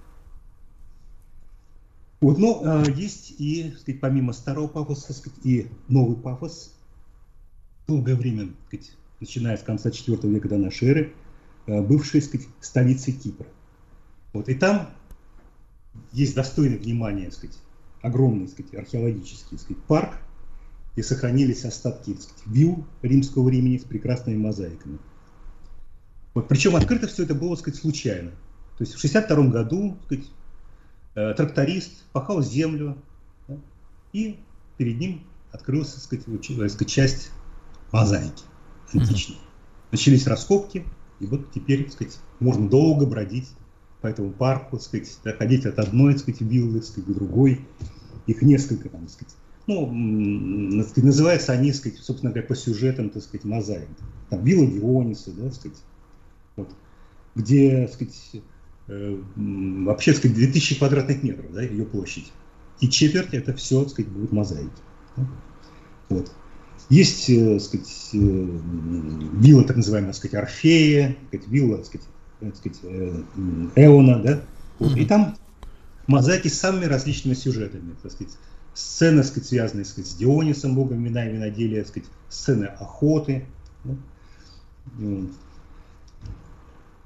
Вот, но а, есть и, так сказать, помимо старого пафоса, так сказать, и новый пафос. Долгое время, так сказать, начиная с конца четвёртого века до нашей эры, а, бывшей, так сказать, столицей Кипра. Вот, и там есть достойный внимания, так сказать, огромный, так сказать, археологический, так сказать, парк, где сохранились остатки, так сказать, вилл римского времени с прекрасными мозаиками. Вот, причем открыто все это было, так сказать, случайно. То есть в шестьдесят втором году, так сказать, э, тракторист пахал землю, да, и перед ним открылась, так сказать, вот, так сказать, часть мозаики античной. Mm-hmm. Начались раскопки, и вот теперь, так сказать, можно долго бродить по этому парку, так сказать, ходить от одной, так сказать, виллы, так сказать, к другой. Их несколько, там, так сказать. Ну, так сказать, называются они, так сказать, собственно говоря, по сюжетам, так сказать, мозаик. Там вилла Диониса, да, так сказать. Вот, где, так сказать, э, вообще, так сказать, две тысячи квадратных метров, да, ее площадь. И четверть это все, так сказать, будут мозаики. Да? Вот. Есть, так сказать, вилла, так называемая, так сказать, Орфея, так сказать, вилла, так сказать, так сказать, Эона, да. Вот. И там мозаики с самыми различными сюжетами, так сказать. Сцены, так сказать, связанные, так сказать, с Дионисом, богом вина и виноделия, так сказать, сцены охоты. Да?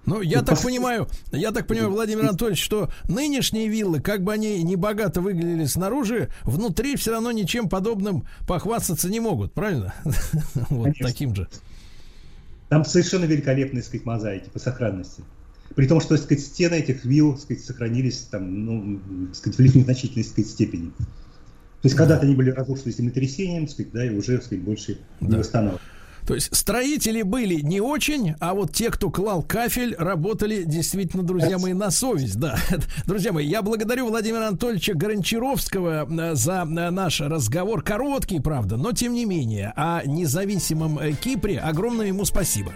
Ну, я так понимаю, я так понимаю, Владимир Анатольевич, что нынешние виллы, как бы они не богато выглядели снаружи, внутри все равно ничем подобным похвастаться не могут, правильно? Вот таким же. Там совершенно великолепные, так сказать, мозаики по сохранности. При том, что, так сказать, стены этих вилл, так сказать, сохранились там, ну, так сказать, в незначительной, так сказать, степени. То есть когда-то они были разрушены землетрясением, так сказать, да, и уже, так сказать, больше да. не восстанавливались. То есть строители были не очень, а вот те, кто клал кафель, работали действительно, друзья мои, на совесть. Да. Друзья мои, я благодарю Владимира Анатольевича Гончаровского за наш разговор. Короткий, правда, но тем не менее. О независимом Кипре огромное ему спасибо.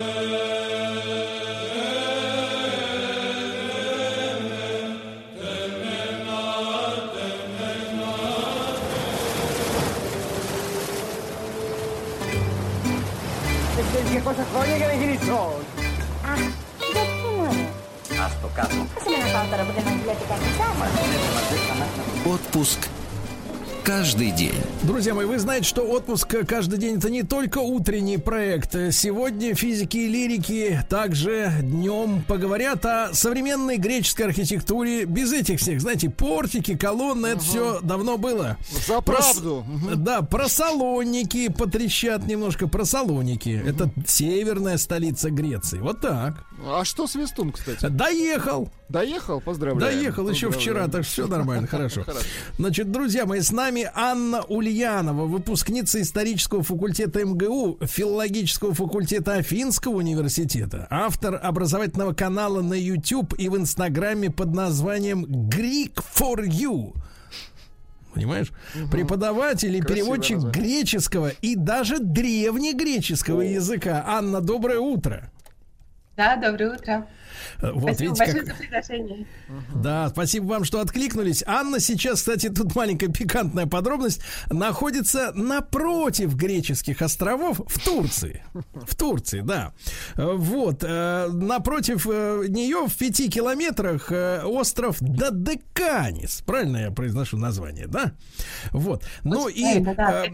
Cosa foglie che ne finisco? Ah, γιατί μόνο. Ας το κάτω. Άσε με να πάω τώρα που δεν μας βλέπει κανείς. Отпуск каждый день. Друзья мои, вы знаете, что отпуск каждый день — это не только утренний проект. Сегодня физики и лирики также днем поговорят о современной греческой архитектуре без этих всех, знаете, портики, колонны, это угу. все давно было. За правду. Про, угу. Да, про Салоники потрещат немножко, про Салоники. Угу. Это северная столица Греции. Вот так. А что Свистун, кстати? Доехал. Доехал, поздравляю. Доехал еще вчера, так что все нормально, хорошо. Значит, друзья мои, с нами Анна Ульянова, выпускница исторического факультета эм гэ у, филологического факультета Афинского университета, автор образовательного канала на YouTube и в Инстаграме под названием Greek for You. Понимаешь? Угу. Преподаватель и переводчик название. Греческого и даже древнегреческого О. языка. Анна, доброе утро. Да, доброе утро. Вот, спасибо видите, большое как... за приглашение. Да, спасибо вам, что откликнулись. Анна сейчас, кстати, тут маленькая пикантная подробность, находится напротив греческих островов в Турции. В Турции, да. Вот, напротив нее в пяти километрах остров Додеканис. Правильно я произношу название, да? Вот. Ну и...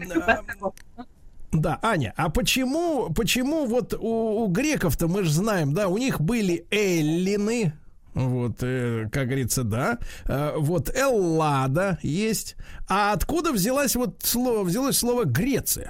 Да, Аня, а почему, почему вот у, у греков-то, мы же знаем, да, у них были эллины, вот, э, как говорится, да, э, вот Эллада есть, а откуда взялось вот слово, взялось слово Греция?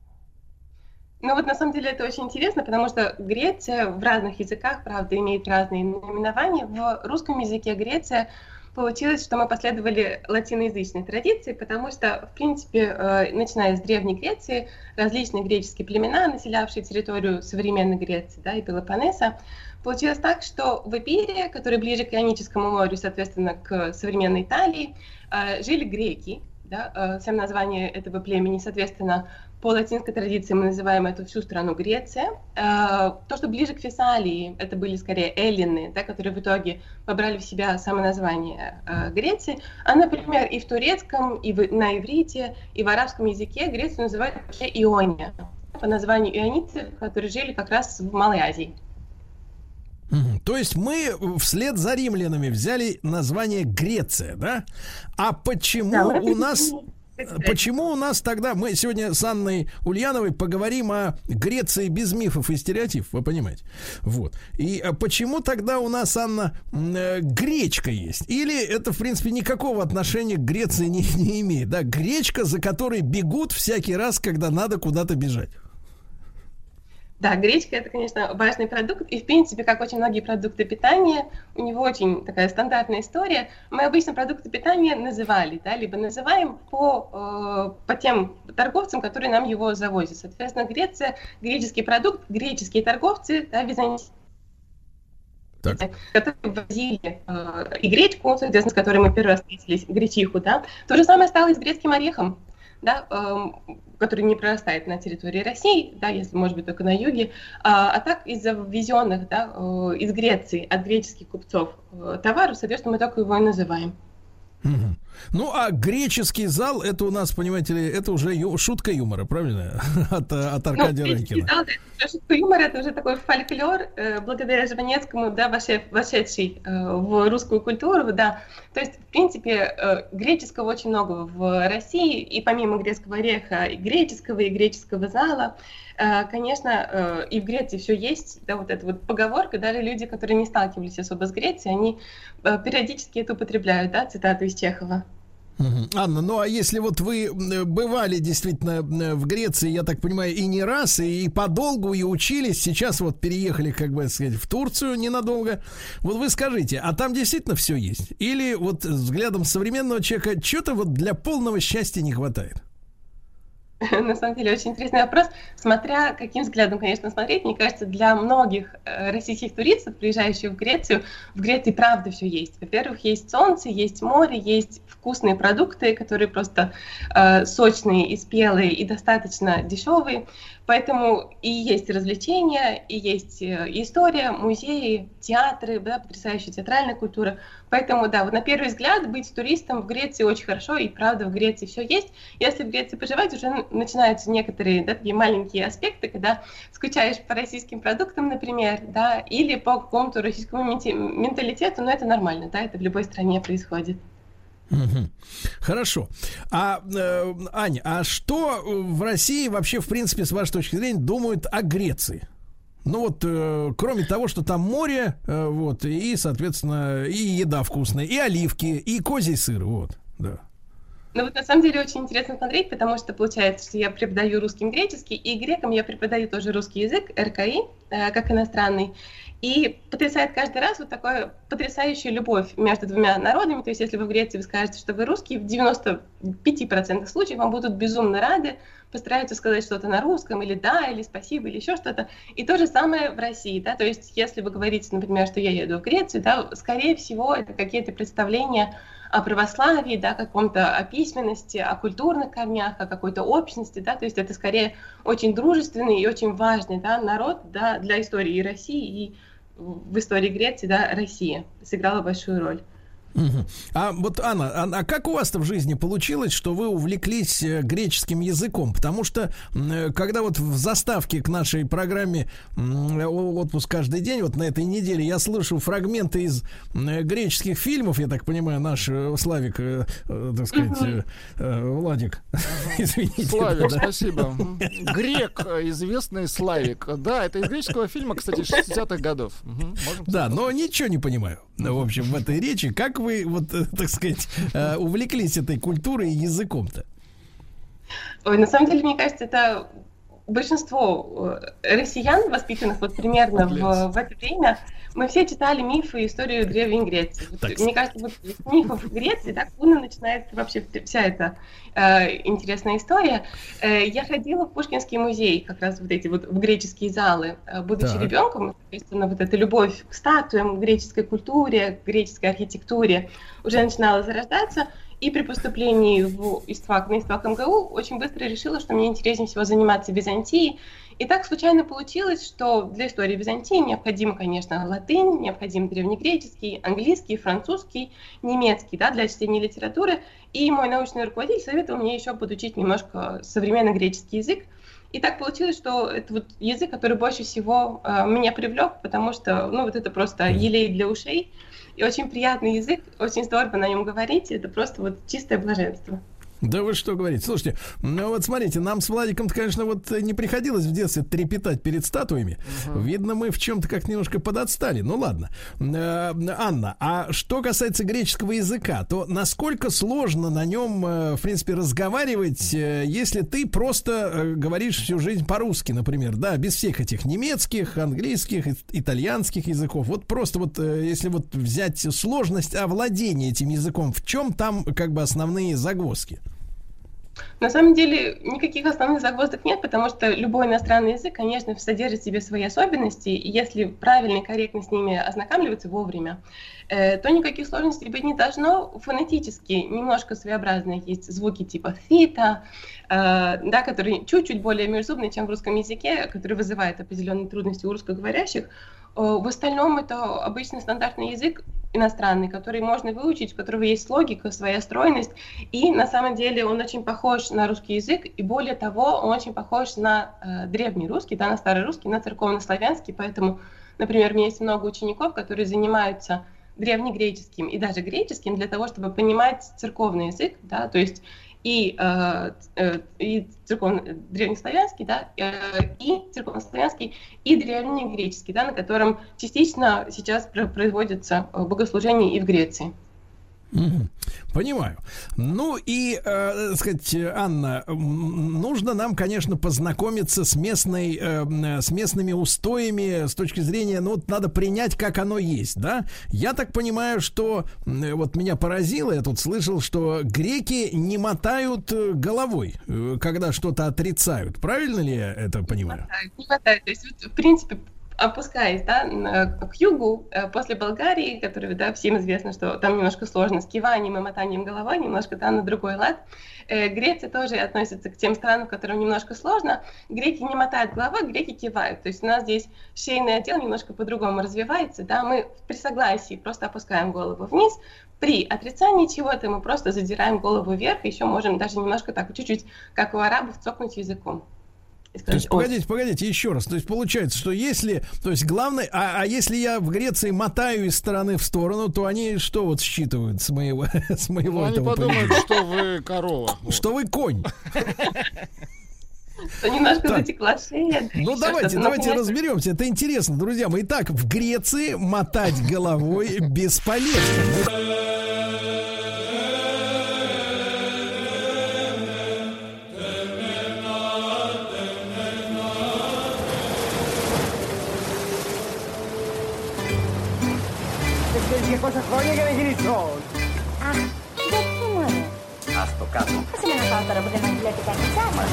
Ну вот на самом деле это очень интересно, потому что Греция в разных языках, правда, имеет разные наименования. В русском языке Греция получилось, что мы последовали латиноязычной традиции, потому что, в принципе, э, начиная с Древней Греции, различные греческие племена, населявшие территорию современной Греции, да, и Пелопоннеса, получилось так, что в Эпире, который ближе к Ионическому морю, соответственно, к современной Италии, э, жили греки, да, э, всем название этого племени, соответственно, по латинской традиции мы называем эту всю страну Греция. То, что ближе к Фессалии, это были скорее эллины, да, которые в итоге побрали в себя само название Греции. А, например, и в турецком, и в, на иврите, и в арабском языке Грецию называют вообще Иония, по названию ионийцев, которые жили как раз в Малой Азии. Mm-hmm. То есть мы вслед за римлянами взяли название Греция, да? А почему да, у нас... Почему у нас тогда, мы сегодня с Анной Ульяновой поговорим о Греции без мифов и стереотипов, вы понимаете? Вот. И почему тогда у нас, Анна, гречка есть? Или это, в принципе, никакого отношения к Греции не, не имеет? Да? Гречка, за которой бегут всякий раз, когда надо куда-то бежать. Да, гречка — это, конечно, важный продукт, и, в принципе, как очень многие продукты питания, у него очень такая стандартная история. Мы обычно продукты питания называли, да, либо называем по, э, по тем торговцам, которые нам его завозят. Соответственно, Греция, греческий продукт, греческие торговцы, да, византийские, которые возили э, и гречку, соответственно, с которой мы первый раз встретились, гречиху, да. То же самое стало и с грецким орехом, да, э, который не прорастает на территории России, да, если, может быть, только на юге, а, а так из-за ввезенных, да, из Греции от греческих купцов товаров, соответственно, мы только его и называем. Угу. Ну, а греческий зал, это у нас, понимаете ли, это уже ю- шутка юмора, правильно? От, от Аркадия ну, Райкина. Зал, это шутка юмора, это уже такой фольклор, э, благодаря Жванецкому, да, вошед, вошедший э, в русскую культуру, да. То есть, в принципе, э, греческого очень много в России, и помимо грецкого ореха, и греческого, и греческого зала. Э, конечно, э, и в Греции все есть, да, вот эта вот поговорка, даже люди, которые не сталкивались особо с Грецией, они э, периодически это употребляют, да, цитату из Чехова. Анна, ну а если вот вы бывали действительно в Греции, я так понимаю, и не раз, и подолгу, и учились, сейчас вот переехали, как бы сказать, в Турцию ненадолго, вот вы скажите, а там действительно все есть? Или вот взглядом современного человека что-то вот для полного счастья не хватает? На самом деле, очень интересный вопрос. Смотря каким взглядом, конечно, смотреть, мне кажется, для многих э, российских туристов, приезжающих в Грецию, в Греции правда все есть. Во-первых, есть солнце, есть море, есть вкусные продукты, которые просто э, сочные и спелые, и достаточно дешевые. Поэтому и есть развлечения, и есть э, история, музеи, театры, да, потрясающая театральная культура. Поэтому, да, вот на первый взгляд быть туристом в Греции очень хорошо, и правда в Греции все есть. Если в Греции поживать, уже начинаются некоторые, да, такие маленькие аспекты, когда скучаешь по российским продуктам, например, да, или по какому-то российскому менталитету, но это нормально, да, это в любой стране происходит. Угу. Хорошо. А, э, Аня, а что в России вообще, в принципе, с вашей точки зрения, думают о Греции? Ну вот, э, кроме того, что там море, э, вот, и, соответственно, и еда вкусная, и оливки, и козий сыр, вот, да. Ну вот на самом деле очень интересно смотреть, потому что получается, что я преподаю русский, греческий, и грекам я преподаю тоже русский язык, эр ка и, э, как иностранный. И потрясает каждый раз вот такая потрясающая любовь между двумя народами. То есть если вы в Греции вы скажете, что вы русский, в девяноста пяти процентах случаев вам будут безумно рады, постараются сказать что-то на русском, или да, или спасибо, или еще что-то. И то же самое в России, да, то есть если вы говорите, например, что я еду в Грецию, да, скорее всего это какие-то представления о православии, да, каком-то о письменности, о культурных корнях, о какой-то общности, да, то есть это скорее очень дружественный и очень важный, да, народ, да, для истории России, и в истории Греции, да, Россия сыграла большую роль. Угу. А вот, Анна, а, а как у вас-то в жизни получилось, что вы увлеклись греческим языком? Потому что, когда вот в заставке к нашей программе «Отпуск каждый день», вот на этой неделе я слышу фрагменты из греческих фильмов, я так понимаю, наш Славик, так сказать, угу. Владик, извините. Славик, да. Спасибо. Грек, известный Славик. Да, это из греческого фильма, кстати, шестидесятых годов. Угу. Да, но ничего не понимаю, в общем, в этой речи. Как вы, вот, так сказать, увлеклись этой культурой и языком-то? Ой, на самом деле, мне кажется, это большинство россиян, воспитанных вот примерно в, в это время, мы все читали мифы и историю Древней Греции. Вот, мне кажется, вот с мифов Греции так бурно начинается вообще вся эта э, интересная история. Э, я ходила в Пушкинский музей, как раз вот эти вот в греческие залы. Будучи так. ребенком, соответственно, вот эта любовь к статуям, к греческой культуре, к греческой архитектуре уже начинала зарождаться. И при поступлении в ИСТФАК, на ИСТФАК эм гэ у очень быстро решила, что мне интереснее всего заниматься Византией. И так случайно получилось, что для истории Византии необходимо, конечно, латынь, необходим древнегреческий, английский, французский, немецкий, да, для чтения литературы. И мой научный руководитель советовал мне еще подучить немножко современный греческий язык. И так получилось, что это вот язык, который больше всего э, меня привлек, потому что, ну, вот это просто елей для ушей. И очень приятный язык, очень здорово на нем говорить, это просто вот чистое блаженство. Да вы что говорите? Слушайте, ну вот смотрите, нам с Владиком, конечно, вот не приходилось в детстве трепетать перед статуями. Угу. Видно, мы в чем-то как немножко подотстали. Ну ладно. Э, Анна, а что касается греческого языка, то насколько сложно на нем, э, в принципе, разговаривать, э, если ты просто э, говоришь всю жизнь по-русски, например, да, без всех этих немецких, английских, итальянских языков. Вот просто вот, э, если вот взять сложность овладения этим языком, в чем там как бы основные загвоздки? На самом деле никаких основных загвоздок нет, потому что любой иностранный язык, конечно, содержит в себе свои особенности, и если правильно и корректно с ними ознакомливаться вовремя, э, то никаких сложностей быть не должно. Фонетически немножко своеобразные есть звуки типа «фита», э, да, которые чуть-чуть более межзубные, чем в русском языке, которые вызывают определенные трудности у русскоговорящих. В остальном это обычный стандартный язык. иностранный, который можно выучить, у которого есть логика, своя стройность, и на самом деле он очень похож на русский язык, и более того, он очень похож на э, древний русский, да, на старый русский, на церковнославянский, поэтому, например, у меня есть много учеников, которые занимаются древнегреческим и даже греческим для того, чтобы понимать церковный язык, да, то есть и, э, э, и церковный, древнеславянский, да, э, и церковнославянский, и древнегреческий, да, на котором частично сейчас производится богослужение и в Греции. Понимаю. Ну и, э, сказать, Анна, нужно нам, конечно, познакомиться с местной, э, с местными устоями с точки зрения, ну, вот надо принять, как оно есть, да? Я так понимаю, что э, вот меня поразило, я тут слышал, что греки не мотают головой, э, когда что-то отрицают. Правильно ли я это понимаю? Не мотают, не мотают. То есть, вот, в принципе, опускаясь, да, к югу, после Болгарии, которая, да, всем известно, что там немножко сложно с киванием и мотанием головой, немножко там на другой лад. Греция тоже относится к тем странам, которым немножко сложно. Греки не мотают головой, греки кивают. То есть у нас здесь шейный отдел немножко по-другому развивается, да, мы при согласии просто опускаем голову вниз. При отрицании чего-то мы просто задираем голову вверх, еще можем даже немножко так, чуть-чуть, как у арабов, цокнуть языком. То есть, погодите, погодите, еще раз. То есть, получается, что если, то есть, главное, а, а если я в Греции мотаю из стороны в сторону, то они что вот считывают с моего, с моего ну, этого они подумают, поведения? что вы корова. Что вы конь. Что немножко затекла шея. Ну, давайте, давайте разберемся. Это интересно, друзья мои. Итак, в Греции мотать головой бесполезно. Και πόσα χρόνια για να γίνεις τρόλ. Αχ, γιατί μόνο. Ας το κάτω. Άσε με να πάω τώρα που δεν μας βλέπει κανείς άλλος.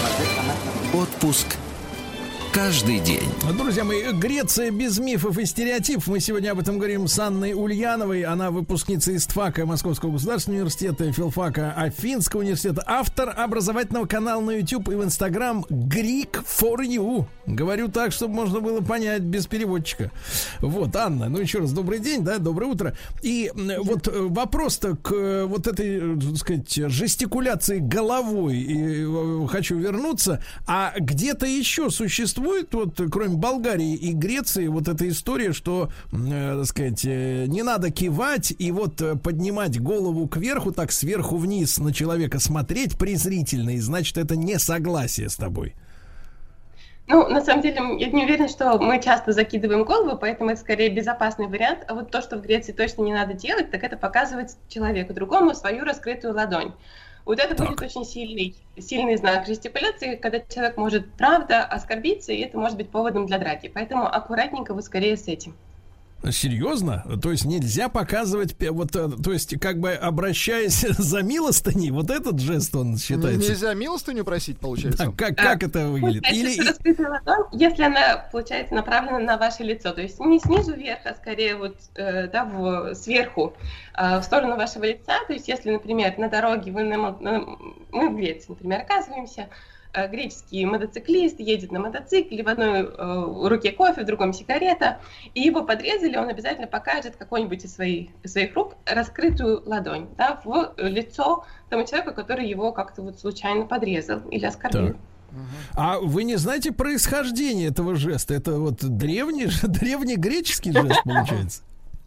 Отпуск каждый день. Друзья мои, Греция без мифов и стереотипов. Мы сегодня об этом говорим с Анной Ульяновой. Она выпускница ИСТФАКа Московского государственного университета, филфака Афинского университета, автор образовательного канала на YouTube и в Instagram Greek for You. Говорю так, чтобы можно было понять без переводчика. Вот, Анна, ну еще раз добрый день, да, доброе утро. И вот вопрос-то к вот этой, так сказать, жестикуляции головой и хочу вернуться. А где-то еще существует вот, кроме Болгарии и Греции, вот эта история, что, э, так сказать, э, не надо кивать и вот э, поднимать голову кверху, так сверху вниз на человека смотреть презрительно, и значит, это не согласие с тобой. Ну, на самом деле, я не уверена, что мы часто закидываем голову, поэтому это скорее безопасный вариант. А вот то, что в Греции точно не надо делать, так это показывать человеку другому свою раскрытую ладонь. Вот это так. будет очень сильный, сильный знак жестикуляции, когда человек может, правда, оскорбиться, и это может быть поводом для драки. Поэтому аккуратненько вы скорее с этим. Серьезно? То есть нельзя показывать, вот, то есть как бы обращаясь за милостыней, вот этот жест он считается? Нельзя милостыню просить, получается? Да, как, как а, это выглядит? Или... ладонь, если она, получается, направлена на ваше лицо, то есть не снизу вверх, а скорее вот, э, да, в, сверху, э, в сторону вашего лица. То есть если, например, на дороге вы на, на, мы в Греции, например, оказываемся, греческий мотоциклист едет на мотоцикле, в одной э, руке кофе, в другом сигарета, и его подрезали, он обязательно покажет какой-нибудь из своих, из своих рук раскрытую ладонь, да, в лицо тому человеку, который его как-то вот случайно подрезал или оскорбил. Так. А вы не знаете происхождение этого жеста? Это вот древний, древнегреческий жест получается?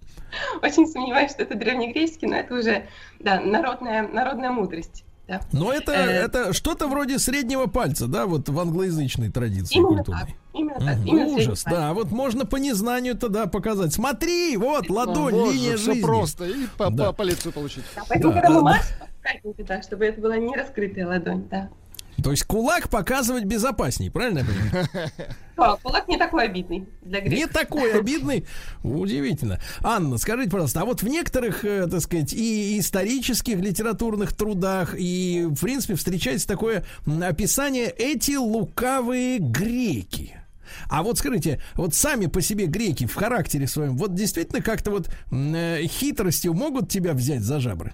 Очень сомневаюсь, что это древнегреческий, но это уже, да, народная, народная мудрость. Да. Но это, э... это что-то вроде среднего пальца, да, вот в англоязычной традиции именно культурной. Так, именно так. Угу. Именно Ужас, да, вот можно по незнанию тогда показать. Смотри, вот ладонь, Боже, линия все жизни. просто, и по, да. по, по лицу получить. Да, поэтому, да, когда мы да. машем, да, чтобы это была не раскрытая ладонь, да. То есть кулак показывать безопасней, правильно я понимаю? О, кулак не такой обидный для греков. Не такой обидный? Удивительно. Анна, скажите, пожалуйста, а вот в некоторых, э, так сказать, и исторических литературных трудах, и, в принципе, встречается такое описание «эти лукавые греки». А вот скажите, вот сами по себе греки в характере своем, вот действительно как-то вот э, хитростью могут тебя взять за жабры?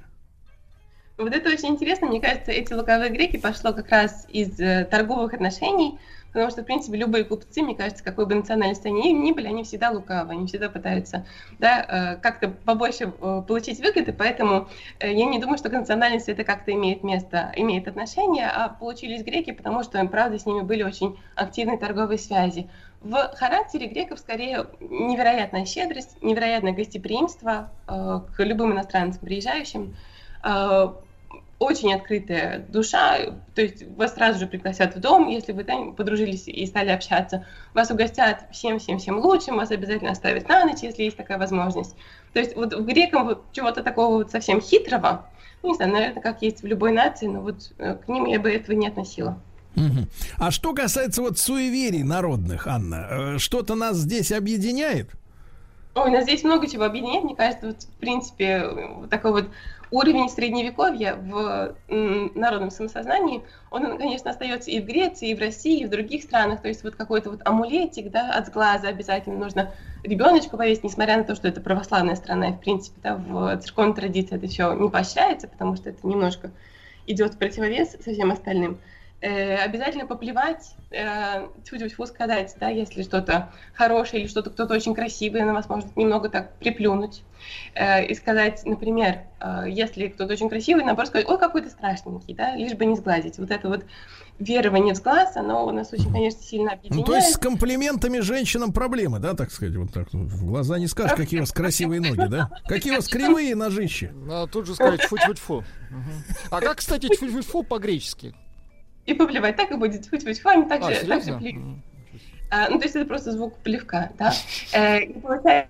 Вот это очень интересно. Мне кажется, эти лукавые греки пошло как раз из э, торговых отношений, Потому что, в принципе, любые купцы, мне кажется, какой бы национальности они ни были, они всегда лукавы, они всегда пытаются, да, как-то побольше получить выгоды, поэтому я не думаю, что к национальности это как-то имеет место, имеет отношение, а получились греки, потому что, правда, с ними были очень активные торговые связи. В характере греков скорее невероятная щедрость, невероятное гостеприимство э, к любым иностранцам, приезжающим, э, очень открытая душа, то есть вас сразу же пригласят в дом, если вы там подружились и стали общаться, вас угостят всем-всем-всем лучшим, вас обязательно оставят на ночь, если есть такая возможность. То есть вот в грекам вот чего-то такого вот совсем хитрого, ну, не знаю, наверное, как есть в любой нации, но вот э, к ним я бы этого не относила. Угу. А что касается вот суеверий народных, Анна, что-то нас здесь объединяет? Ой, нас здесь много чего объединяет. Мне кажется, вот, в принципе, вот такой вот уровень средневековья в м, народном самосознании, он, конечно, остается и в Греции, и в России, и в других странах. То есть вот какой-то вот амулетик, да, от сглаза обязательно нужно ребеночку повесить, несмотря на то, что это православная страна, и, в принципе, да, в церковной традиции это все не поощряется, потому что это немножко идет в противовес со всем остальным. Э, обязательно поплевать, э, тьфу-тьфу сказать, да, если что-то хорошее или что-то кто-то очень красивый, на вас может немного так приплюнуть. Э, и сказать, например, э, если кто-то очень красивый, наоборот сказать, ой, какой ты страшненький, да, лишь бы не сглазить. Вот это вот верование в сглаз, оно у нас очень, конечно, сильно объединяет. Ну, то есть с комплиментами женщинам проблемы, да, так сказать, вот так, в глаза не скажешь, какие у вас красивые ноги, да? Какие у вас кривые ножищи. А тут же сказать тьфу-тьфу-тьфу. А как, кстати, тьфу-тьфу по-гречески? И поплевать, так и будет тьфу-тьфу-тьфу, они так а, же, так же плюют. А, ну, то есть это просто звук плевка, да. Э, и получается,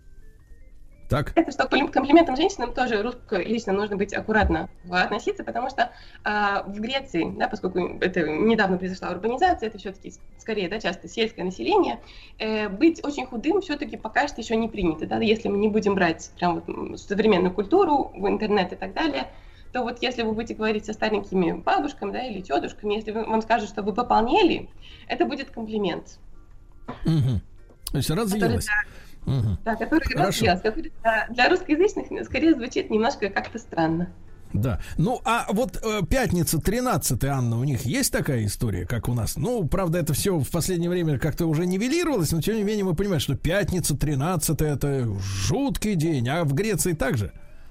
так. Это что к комплиментам женщинам тоже русскоязычно нужно быть аккуратно относиться, потому что а, в Греции, да, поскольку это недавно произошла урбанизация, это все-таки скорее, да, часто сельское население, э, быть очень худым все-таки пока что еще не принято, да, если мы не будем брать прям вот современную культуру, в интернет и так далее, то вот если вы будете говорить со старенькими бабушками, да, или тетушками, если вам скажут, что вы пополнели, это будет комплимент. Угу. То есть разъелась. Угу. Да, который разъелась, который для, для русскоязычных скорее звучит немножко как-то странно. Да. Ну, а вот э, пятница тринадцатое, Анна, у них есть такая история, как у нас? Ну, правда, это все в последнее время как-то уже нивелировалось, но тем не менее мы понимаем, что пятница тринадцатое это жуткий день, а в Греции также?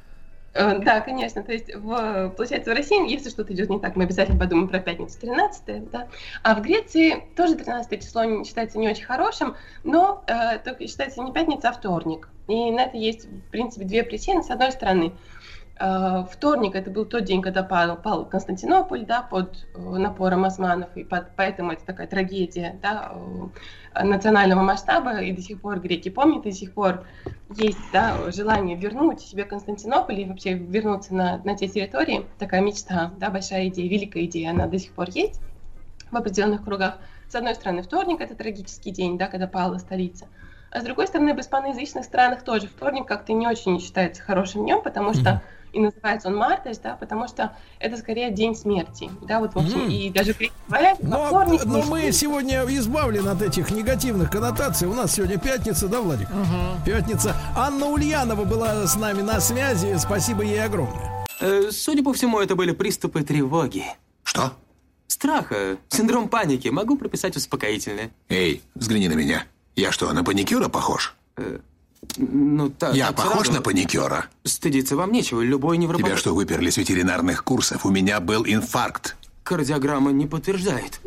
Да, конечно. То есть, в, получается, в России, если что-то идет не так, мы обязательно подумаем про пятницу тринадцатое, да. А в Греции тоже тринадцатое число считается не очень хорошим, но э, только считается не пятница, а вторник. И на это есть, в принципе, две причины. С одной стороны, э, вторник это был тот день, когда пал, пал Константинополь, да, под напором османов, и под, поэтому это такая трагедия, да, национального масштаба, и до сих пор греки помнят, и до сих пор есть, да, желание вернуть себе Константинополь и вообще вернуться на, на те территории. Такая мечта, да, большая идея, великая идея, она до сих пор есть в определенных кругах. С одной стороны, вторник — это трагический день, да, когда пала столица. А с другой стороны, в испаноязычных странах тоже вторник как-то не очень считается хорошим днем, потому что mm-hmm. и называется он мартеш, да, потому что это скорее день смерти, да, вот в общем, mm. и даже говорят, но, вторник, но мы сегодня избавлены от этих негативных коннотаций. У нас сегодня пятница, да, Владик? Uh-huh. Пятница. Анна Ульянова была с нами на связи, спасибо ей огромное. Э, судя по всему, это были приступы тревоги. Что? Страха, синдром паники. Могу прописать успокоительное. Эй, взгляни на меня. Я что, на паникюра похож? Э, ну, так. Я похож на паникюра? Стыдиться вам нечего, любой невропатолог. Тебя что, выперли с ветеринарных курсов? У меня был инфаркт. Кардиограмма не подтверждает.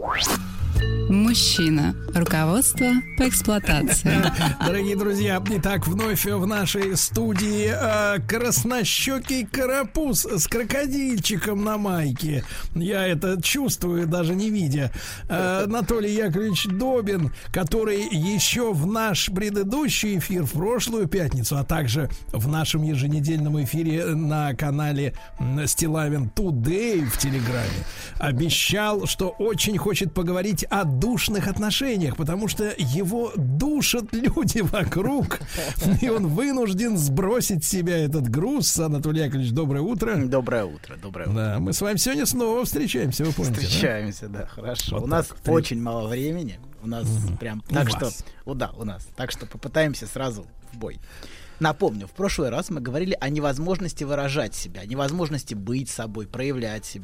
Мужчина. Руководство по эксплуатации. Дорогие друзья, итак, вновь в нашей студии э, краснощекий карапуз с крокодильчиком на майке. Я это чувствую, даже не видя. Э, Анатолий Яковлевич Добин, который еще в наш предыдущий эфир, в прошлую пятницу, а также в нашем еженедельном эфире на канале Стилавин Today в Телеграме, обещал, что очень хочет поговорить о душных отношениях, потому что его душат люди вокруг, и он вынужден сбросить с себя этот груз. Анатолий Яковлевич, доброе утро. Доброе утро, доброе утро. Да, мы с вами сегодня снова встречаемся, вы помните, Встречаемся, да, да хорошо. Вот у нас вот. Очень мало времени, у нас угу. прям так у что, вас. О, да, у нас, так что попытаемся сразу в бой. Напомню, в прошлый раз мы говорили о невозможности выражать себя, невозможности быть собой, проявлять себя.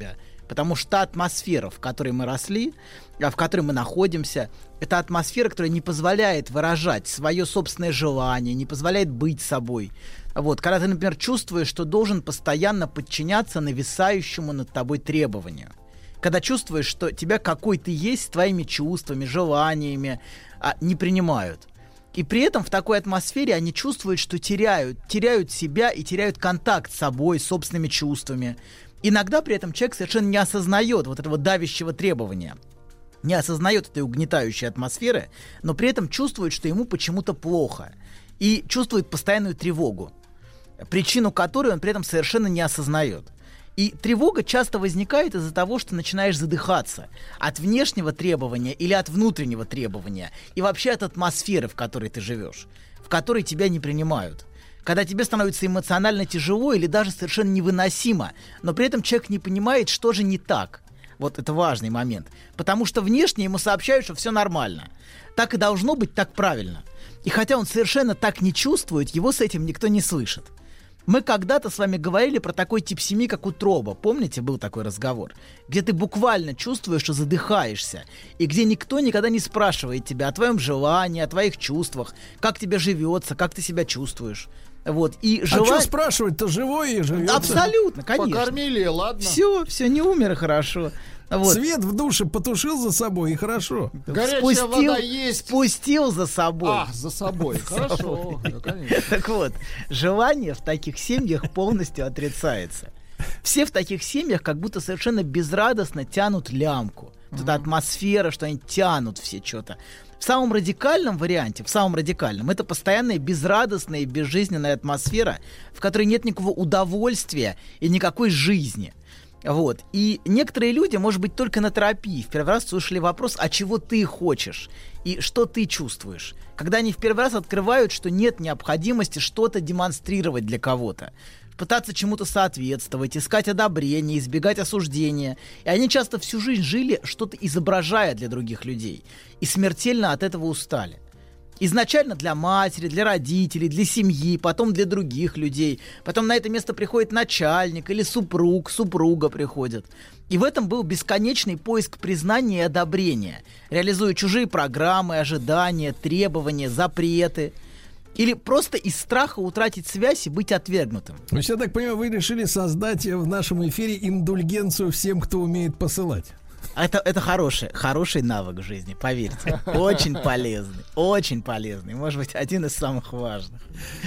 Потому что та атмосфера, в которой мы росли, в которой мы находимся, это атмосфера, которая не позволяет выражать свое собственное желание, не позволяет быть собой. Вот. Когда ты, например, чувствуешь, что должен постоянно подчиняться нависающему над тобой требованию. Когда чувствуешь, что тебя какой ты есть с твоими чувствами, желаниями а, не принимают. И при этом в такой атмосфере они чувствуют, что теряют, теряют себя и теряют контакт с собой, с собственными чувствами. Иногда при этом человек совершенно не осознает вот этого давящего требования, не осознает этой угнетающей атмосферы, но при этом чувствует, что ему почему-то плохо, и чувствует постоянную тревогу, причину которой он при этом совершенно не осознает. И тревога часто возникает из-за того, что начинаешь задыхаться от внешнего требования или от внутреннего требования, и вообще от атмосферы, в которой ты живешь, в которой тебя не принимают. Когда тебе становится эмоционально тяжело или даже совершенно невыносимо, но при этом человек не понимает, что же не так. Вот это важный момент. Потому что внешне ему сообщают, что все нормально. Так и должно быть, так правильно. И хотя он совершенно так не чувствует, его с этим никто не слышит. Мы когда-то с вами говорили про такой тип семьи, как утроба. Помните, был такой разговор? Где ты буквально чувствуешь, что задыхаешься. И где никто никогда не спрашивает тебя о твоем желании, о твоих чувствах, как тебе живется, как ты себя чувствуешь. Вот. И а жела... что спрашивать-то, живой и живется? Абсолютно, конечно. Покормили, ладно. Все, все, не умер, и хорошо. Вот. Свет в душе потушил за собой, и хорошо. Горячая спустил, вода есть. Спустил за собой. А, за собой. Хорошо. Так вот, желание в таких семьях полностью отрицается. Все в таких семьях как будто совершенно безрадостно тянут лямку. Вот эта атмосфера, что они тянут все что-то. В самом радикальном варианте, в самом радикальном, это постоянная безрадостная и безжизненная атмосфера, в которой нет никакого удовольствия и никакой жизни. Вот. И некоторые люди, может быть, только на терапии в первый раз слышали вопрос, а чего ты хочешь и что ты чувствуешь. Когда они в первый раз открывают, что нет необходимости что-то демонстрировать для кого-то, пытаться чему-то соответствовать, искать одобрение, избегать осуждения. И они часто всю жизнь жили, что-то изображая для других людей. И смертельно от этого устали. Изначально для матери, для родителей, для семьи, потом для других людей. Потом на это место приходит начальник или супруг, супруга приходит. И в этом был бесконечный поиск признания и одобрения, реализуя чужие программы, ожидания, требования, запреты. Или просто из страха утратить связь и быть отвергнутым. То есть, я так понимаю, вы решили создать в нашем эфире индульгенцию всем, кто умеет посылать. Это, это хороший, хороший навык в жизни, поверьте. Очень полезный, очень полезный. Может быть, один из самых важных.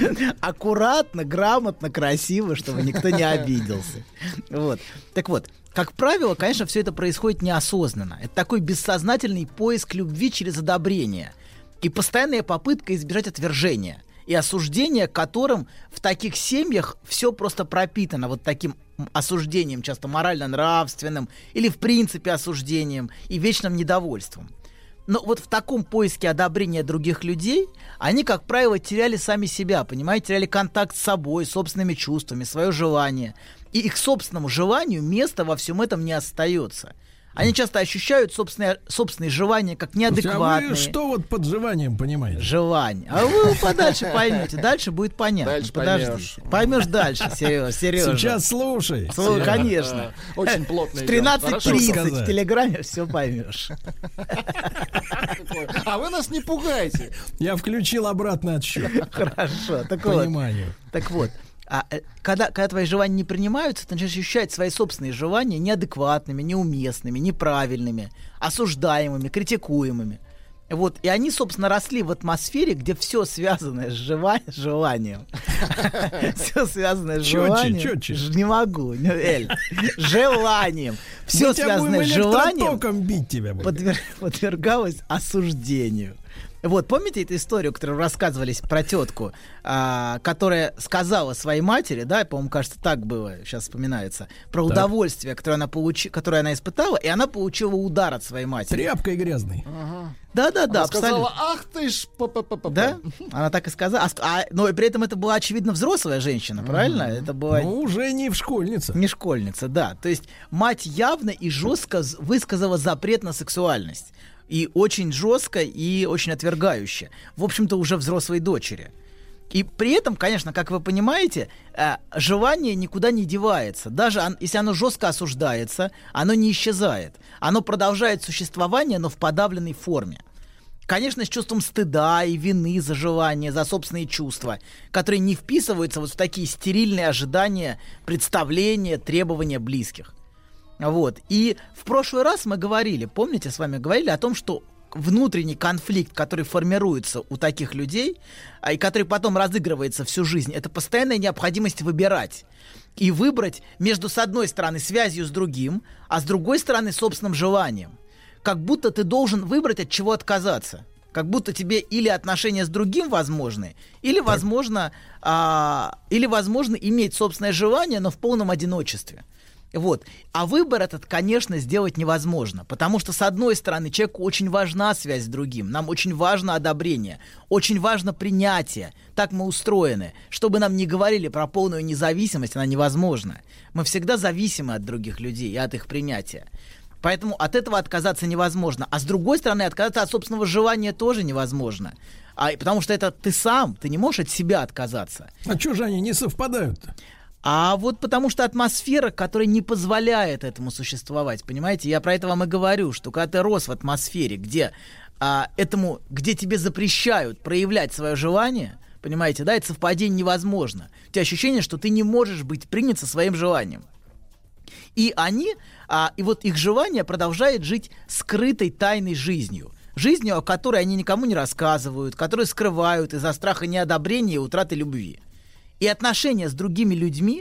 Аккуратно, грамотно, красиво, чтобы никто не обиделся. Вот. Так вот, как правило, конечно, все это происходит неосознанно. Это такой бессознательный поиск любви через одобрение. И постоянная попытка избежать отвержения и осуждения, которым в таких семьях все просто пропитано вот таким осуждением, часто морально-нравственным, или в принципе осуждением и вечным недовольством. Но вот в таком поиске одобрения других людей они, как правило, теряли сами себя, понимаете, теряли контакт с собой, собственными чувствами, свое желание. И их собственному желанию места во всем этом не остается. Они часто ощущают собственные, собственные желания как неадекватные. А вы что вот под желанием понимаете? Желание. А вы подальше поймете. Дальше будет понятно. Дальше Подождите. поймешь. Поймешь дальше, Сережа. Сережа. Сейчас слушай. Слушай, конечно. Очень плотно. В тринадцать тридцать в Телеграме все поймешь. А вы нас не пугайте. Я включил обратный отсчет. Хорошо. Так вот. Пониманию. Так вот. А когда, когда твои желания не принимаются, ты начинаешь ощущать свои собственные желания неадекватными, неуместными, неправильными, осуждаемыми, критикуемыми. Вот. И они, собственно, росли в атмосфере, где все связанное с желанием. Все связанное с желанием. Чётче, чётче. Не могу. Эль. Желанием. Все связанное с желанием подвергалось осуждению. Вот, помните эту историю, которую рассказывались про тетку, а, которая сказала своей матери, да, по-моему, кажется, так было, сейчас вспоминается, про так. удовольствие, которое она, получи, которое она испытала, и она получила удар от своей матери. Тряпкой грязной. Ага. Да-да-да, абсолютно. Сказала, ах ты ж... Да, она так и сказала. А, но при этом это была, очевидно, взрослая женщина, правильно? Mm-hmm. Это была... Ну, уже не школьница. Не школьница, да. То есть мать явно и жестко высказала запрет на сексуальность. И очень жестко, и очень отвергающе. В общем-то, уже взрослой дочери. И при этом, конечно, как вы понимаете, э, желание никуда не девается. Даже он, если оно жестко осуждается, оно не исчезает. Оно продолжает существование, но в подавленной форме. Конечно, с чувством стыда и вины за желание, за собственные чувства, которые не вписываются вот в такие стерильные ожидания, представления, требования близких. Вот. И в прошлый раз мы говорили, помните, с вами говорили о том, что внутренний конфликт, который формируется у таких людей, и который потом разыгрывается всю жизнь, это постоянная необходимость выбирать. И выбрать между, с одной стороны, связью с другим, а с другой стороны, собственным желанием. Как будто ты должен выбрать, от чего отказаться. Как будто тебе или отношения с другим возможны, или возможно, а, или возможно иметь собственное желание, но в полном одиночестве. Вот. А выбор этот, конечно, сделать невозможно, потому что, с одной стороны, человеку очень важна связь с другим, нам очень важно одобрение, очень важно принятие, так мы устроены. Чтобы нам не говорили про полную независимость, она невозможна. Мы всегда зависимы от других людей и от их принятия. Поэтому от этого отказаться невозможно. А с другой стороны, отказаться от собственного желания тоже невозможно. А, потому что это ты сам, ты не можешь от себя отказаться. А что же они не совпадают-то? А вот потому что атмосфера, которая не позволяет этому существовать, понимаете? Я про это вам и говорю, что когда ты рос в атмосфере, где, а, этому, где тебе запрещают проявлять свое желание, понимаете, да, это совпадение невозможно. У тебя ощущение, что ты не можешь быть принят со своим желанием. И они, а, и вот их желание продолжает жить скрытой тайной жизнью. Жизнью, о которой они никому не рассказывают, которую скрывают из-за страха неодобрения и утраты любви. И отношения с другими людьми,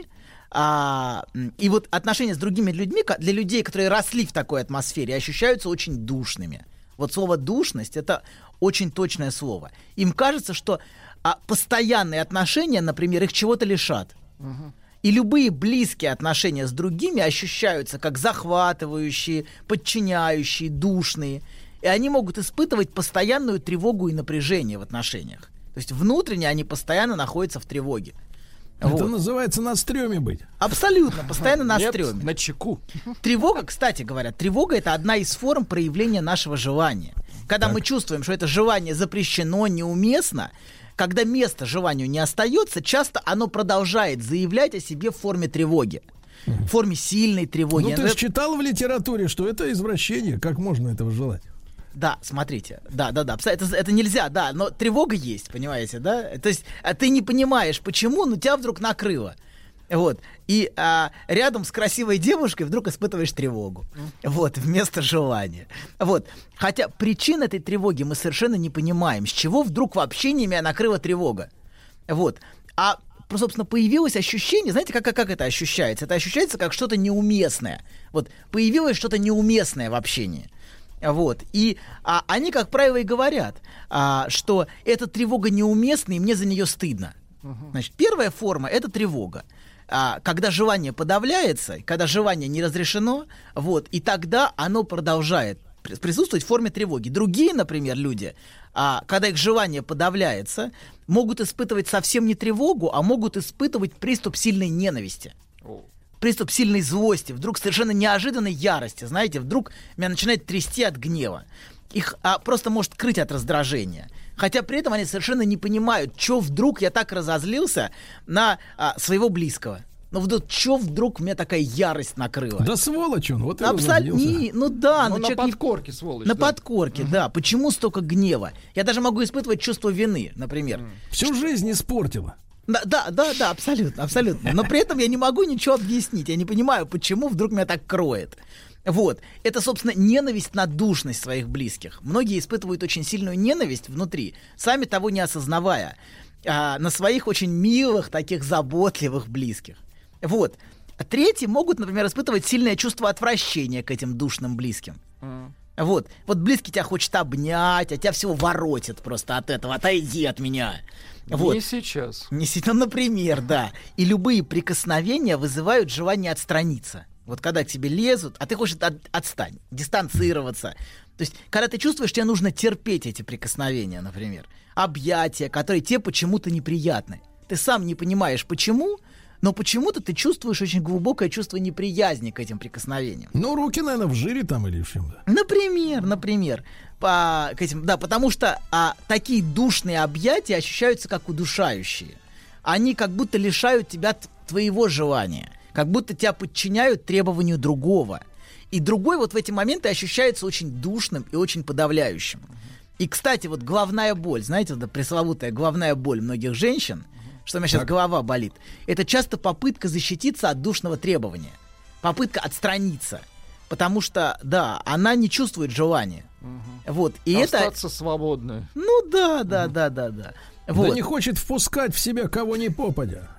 а, и вот отношения с другими людьми для людей, которые росли в такой атмосфере, ощущаются очень душными. Вот слово «душность» — это очень точное слово. Им кажется, что а, постоянные отношения, например, их чего-то лишат. Uh-huh. И любые близкие отношения с другими ощущаются как захватывающие, подчиняющие, душные. И они могут испытывать постоянную тревогу и напряжение в отношениях. То есть внутренне они постоянно находятся в тревоге. Это вот. Называется на стреме быть. Абсолютно, постоянно на Нет, стреме. на чеку. Тревога, кстати говоря, тревога — это одна из форм проявления нашего желания. Когда так. мы чувствуем, что это желание запрещено, неуместно, когда место желанию не остается, часто оно продолжает заявлять о себе в форме тревоги. В форме сильной тревоги. Ну, ты же читал в литературе, что это извращение. Как можно этого желать? Да, смотрите, да, да, да, это, это нельзя, да, но тревога есть, понимаете, да? То есть а ты не понимаешь, почему, но тебя вдруг накрыло. Вот. И а, рядом с красивой девушкой вдруг испытываешь тревогу. Вот, вместо желания. Вот. Хотя причин этой тревоги мы совершенно не понимаем. С чего вдруг вообще не меня накрыла тревога? Вот. А, собственно, появилось ощущение, знаете, как, как это ощущается? Это ощущается как что-то неуместное. Вот, появилось что-то неуместное в общении. Вот. И а, они, как правило, и говорят, а, что эта тревога неуместна, и мне за нее стыдно. Uh-huh. Значит, первая форма — это тревога. А, когда желание подавляется, когда желание не разрешено, вот, и тогда оно продолжает присутствовать в форме тревоги. Другие, например, люди, а, когда их желание подавляется, могут испытывать совсем не тревогу, а могут испытывать приступ сильной ненависти. Oh. Приступ сильной злости, вдруг совершенно неожиданной ярости, знаете, вдруг меня начинает трясти от гнева. Их а, просто может крыть от раздражения. Хотя при этом они совершенно не понимают, что вдруг я так разозлился на а, своего близкого. Ну вдруг, что вдруг меня такая ярость накрыла? Да сволочь он, вот и абсолютно. Не, ну да, ну, ну, на подкорке не... сволочь. На да. подкорке, uh-huh. да. Почему столько гнева? Я даже могу испытывать чувство вины, например. Uh-huh. Всю жизнь испортила. Да, да, да, да, абсолютно, абсолютно. Но при этом я не могу ничего объяснить. Я не понимаю, почему вдруг меня так кроет. Вот. Это, собственно, ненависть на душность своих близких. Многие испытывают очень сильную ненависть внутри, сами того не осознавая, а, на своих очень милых, таких заботливых близких. Вот. А третьи могут, например, испытывать сильное чувство отвращения к этим душным близким. Mm. Вот. Вот близкий тебя хочет обнять, а тебя всего воротит просто от этого. Отойди от меня. Вот. Не сейчас. Не сейчас, ну, например, да. И любые прикосновения вызывают желание отстраниться. Вот когда к тебе лезут, а ты хочешь от, отстань, дистанцироваться. То есть, когда ты чувствуешь, тебе нужно терпеть эти прикосновения, например. Объятия, которые тебе почему-то неприятны. Ты сам не понимаешь, почему, но почему-то ты чувствуешь очень глубокое чувство неприязни к этим прикосновениям. Ну, руки, наверное, в жире там или в чем-то. Например, например, по, к этим, да, потому что а, такие душные объятия ощущаются как удушающие. Они как будто лишают тебя т- твоего желания, как будто тебя подчиняют требованию другого. И другой вот в эти моменты ощущается очень душным и очень подавляющим. И, кстати, вот головная боль, знаете, вот эта пресловутая головная боль многих женщин, что у меня сейчас так. голова болит, это часто попытка защититься от душного требования, попытка отстраниться, потому что, да, она не чувствует желания. Угу. Вот, и остаться это... свободной. Ну да, да, угу. да, да, да. Вот. Да не хочет впускать в себя кого ни попадя.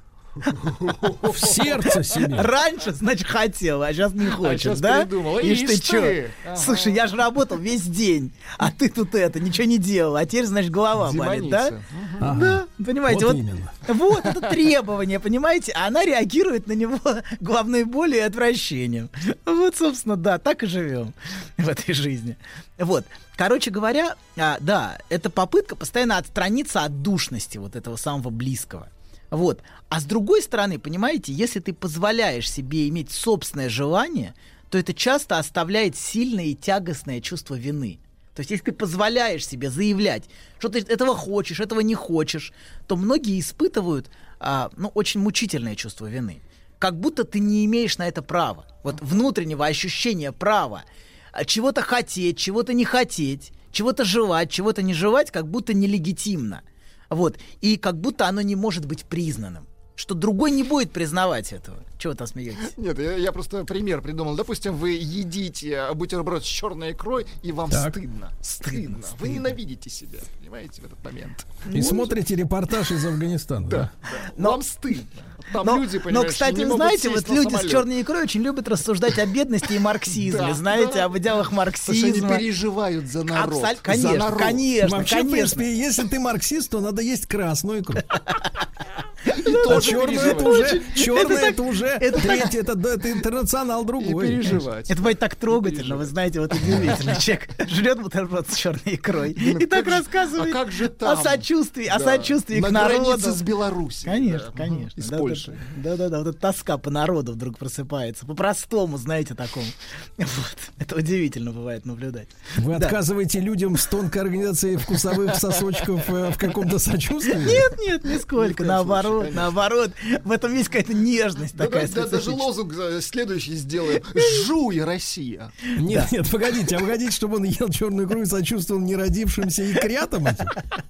В сердце себе. Раньше, значит, хотел, а сейчас не хочет, а сейчас да? Придумал. И ты что? Ага. Слушай, я же работал весь день, а ты тут это, ничего не делал, а теперь, значит, голова Демоница. болит, да? Ага. Да, понимаете, вот, вот, вот это требование, понимаете, а она реагирует на него головной болью и отвращением. Вот, собственно, да, так и живем в этой жизни. Вот, короче говоря, а, да, это попытка постоянно отстраниться от душности вот этого самого близкого. Вот. А с другой стороны, понимаете, если ты позволяешь себе иметь собственное желание, то это часто оставляет сильное и тягостное чувство вины. То есть, если ты позволяешь себе заявлять, что ты этого хочешь, этого не хочешь, то многие испытывают а, ну, очень мучительное чувство вины. Как будто ты не имеешь на это права. Вот внутреннего ощущения права чего-то хотеть, чего-то не хотеть, чего-то желать, чего-то не желать, как будто нелегитимно. Вот. И как будто оно не может быть признанным. Что другой не будет признавать этого. Чего вы там смеетесь? Нет, я, я просто пример придумал. Допустим, вы едите бутерброд с черной икрой, и вам так. стыдно. Стыдно. Стыдно. Вы ненавидите себя, понимаете, в этот момент. И вот. Смотрите репортаж из Афганистана. Да, да. Но, вам стыдно. Там но, люди, но, кстати, вы знаете, вот люди самолет. с черной икрой очень любят рассуждать о бедности и марксизме, знаете, об идеалах марксизма. Потому что они переживают за народ. Абсолютно, конечно, конечно, Вообще, конечно. в принципе, если ты марксист, то надо есть красную икру. А черная это уже, черная это уже, третье, это, это интернационал другой. И переживать. Это бывает так трогательно, вы знаете, вот удивительно. Человек жрет бутерброд с черной икрой и так рассказывает о сочувствии, о сочувствии к народу. На границе с Беларусью. Конечно, конечно. И с Польшей. Да-да-да, вот эта тоска по народу вдруг просыпается. По-простому, знаете, такому. Вот. Это удивительно бывает наблюдать. Вы отказываете людям с тонкой организацией вкусовых сосочков в каком-то сочувствии? Нет, нет, нисколько. Наоборот. Наоборот, в этом есть какая-то нежность да, такая. Да, даже лозунг следующий сделаем. Жуй, Россия. Нет, да. нет, погодите, а вы хотите, чтобы он ел черную икру и сочувствовал неродившимся икрятам этим?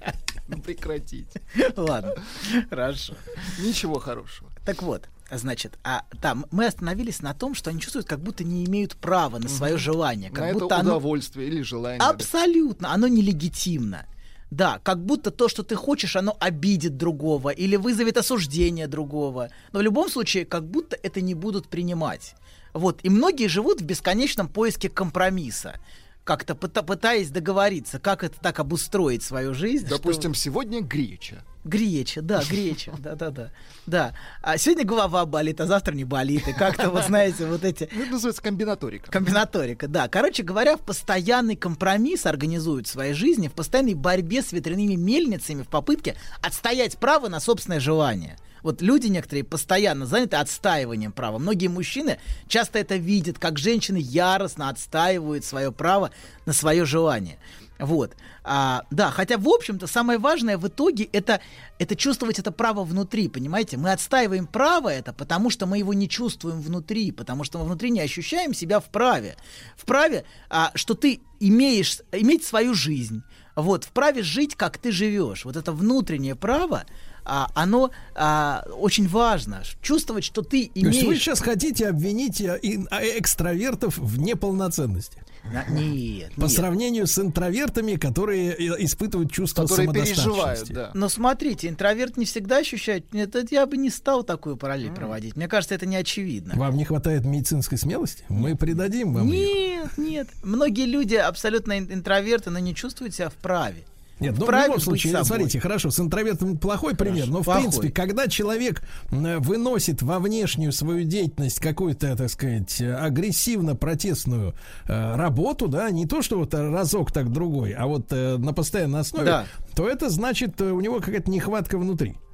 Ну, прекратите. Ладно, хорошо. Ничего хорошего. Так вот, значит, а там мы остановились на том, что они чувствуют, как будто не имеют права на свое угу. желание. Как на будто это оно... удовольствие или желание. Абсолютно, оно нелегитимно. Да, как будто то, что ты хочешь, оно обидит другого или вызовет осуждение другого. Но в любом случае, как будто это не будут принимать. Вот. И многие живут в бесконечном поиске компромисса, как-то пытаясь договориться, как это так обустроить свою жизнь. Допустим, что... сегодня греча. Греча, да, греча, да-да-да. Да. А сегодня голова болит, а завтра не болит. И как-то, вот знаете, вот эти... Это называется комбинаторика. Комбинаторика, да. Короче говоря, в постоянный компромисс организуют в своей жизни, в постоянной борьбе с ветряными мельницами в попытке отстоять право на собственное желание. Вот люди некоторые постоянно заняты отстаиванием права. Многие мужчины часто это видят, как женщины яростно отстаивают свое право на свое желание. Вот. А, да, хотя, в общем-то, самое важное в итоге это, это чувствовать это право внутри, понимаете? Мы отстаиваем право это, потому что мы его не чувствуем внутри, потому что мы внутри не ощущаем себя в праве. В праве, а, что ты имеешь, иметь свою жизнь, вот, в праве жить, как ты живешь. Вот это внутреннее право, а, оно а, очень важно. Чувствовать, что ты имеешь... То есть вы сейчас хотите обвинить экстравертов в неполноценности? Нет, По нет. сравнению с интровертами, которые испытывают чувство которые самодостаточности. Переживают, да. Но смотрите, интроверт не всегда ощущает. Это я бы не стал такую параллель mm. проводить. Мне кажется, это не очевидно. Вам не хватает медицинской смелости? Мы придадим вам. Нет, ее. нет. Многие люди абсолютно интроверты, но не чувствуют себя вправе. Нет, ну в любом случае, смотрите, хорошо, с интровертом плохой хорошо, пример, но в плохой. принципе, когда человек выносит во внешнюю свою деятельность какую-то, так сказать, агрессивно-протестную э, работу, да, не то, что вот разок так другой, а вот э, на постоянной основе, да. то это значит, у него какая-то нехватка внутри.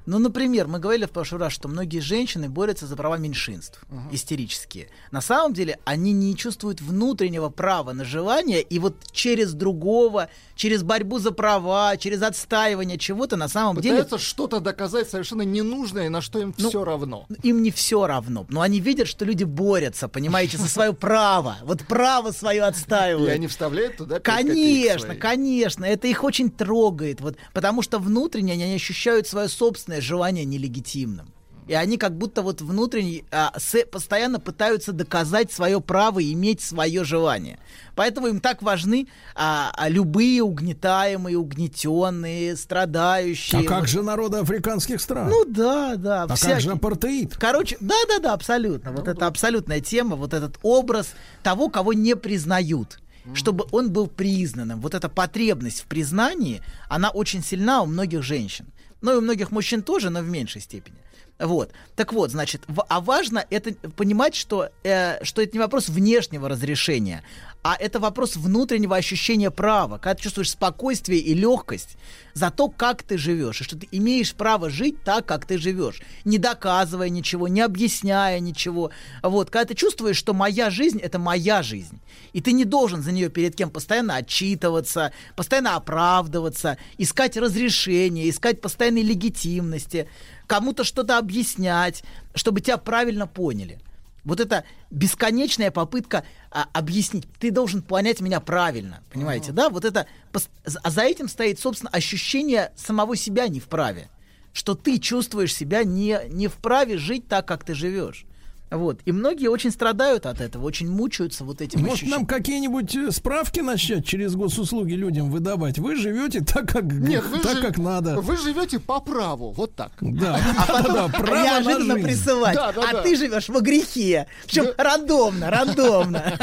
Ну, например, мы говорили в прошлый раз, что многие женщины борются за права меньшинств, uh-huh. истерические. На самом деле они не чувствуют внутреннего права на желание, и вот через другого, через борьбу за права, через отстаивание чего-то на самом Пытаются деле... Пытаются что-то доказать совершенно ненужное, на что им ну, все равно. Им не все равно, но они видят, что люди борются, понимаете, за свое право. Вот право свое отстаивают. И они вставляют туда пять Конечно, копеек конечно, это их очень трогает, вот, потому что внутренне они ощущают свое собственное желание нелегитимным. И они как будто вот внутренне а, с, постоянно пытаются доказать свое право иметь свое желание. Поэтому им так важны а, а, любые угнетаемые, угнетенные, страдающие. А как же народы африканских стран? Ну да, да. А всякие. Как же апартеид? Короче, да-да-да, абсолютно. Ну, вот да. Это абсолютная тема, вот этот образ того, кого не признают. Чтобы он был признанным. Вот эта потребность в признании, она очень сильна у многих женщин. Ну и у многих мужчин тоже, но в меньшей степени. Вот. Так вот, значит, в, а важно это понимать, что, э, что это не вопрос внешнего разрешения, а это вопрос внутреннего ощущения права, когда ты чувствуешь спокойствие и легкость за то, как ты живешь, и что ты имеешь право жить так, как ты живешь, не доказывая ничего, не объясняя ничего. Вот. Когда ты чувствуешь, что моя жизнь — это моя жизнь, и ты не должен за нее перед кем постоянно отчитываться, постоянно оправдываться, искать разрешения, искать постоянной легитимности, кому-то что-то объяснять, чтобы тебя правильно поняли. Вот это бесконечная попытка а, объяснить. Ты должен понять меня правильно, понимаете, uh-huh. да? Вот это, а за этим стоит, собственно, ощущение самого себя не вправе, что ты чувствуешь себя не, не вправе жить так, как ты живешь. Вот. И многие очень страдают от этого, очень мучаются вот этим Может, ощущением. нам какие-нибудь справки начать через госуслуги людям выдавать? Вы живете так, как, Нет, вы так, жив... как надо. Вы живете по праву, вот так. Да, а потом неожиданно присылать. Да, да, а да. ты живешь во грехе. Причем да. рандомно, рандомно.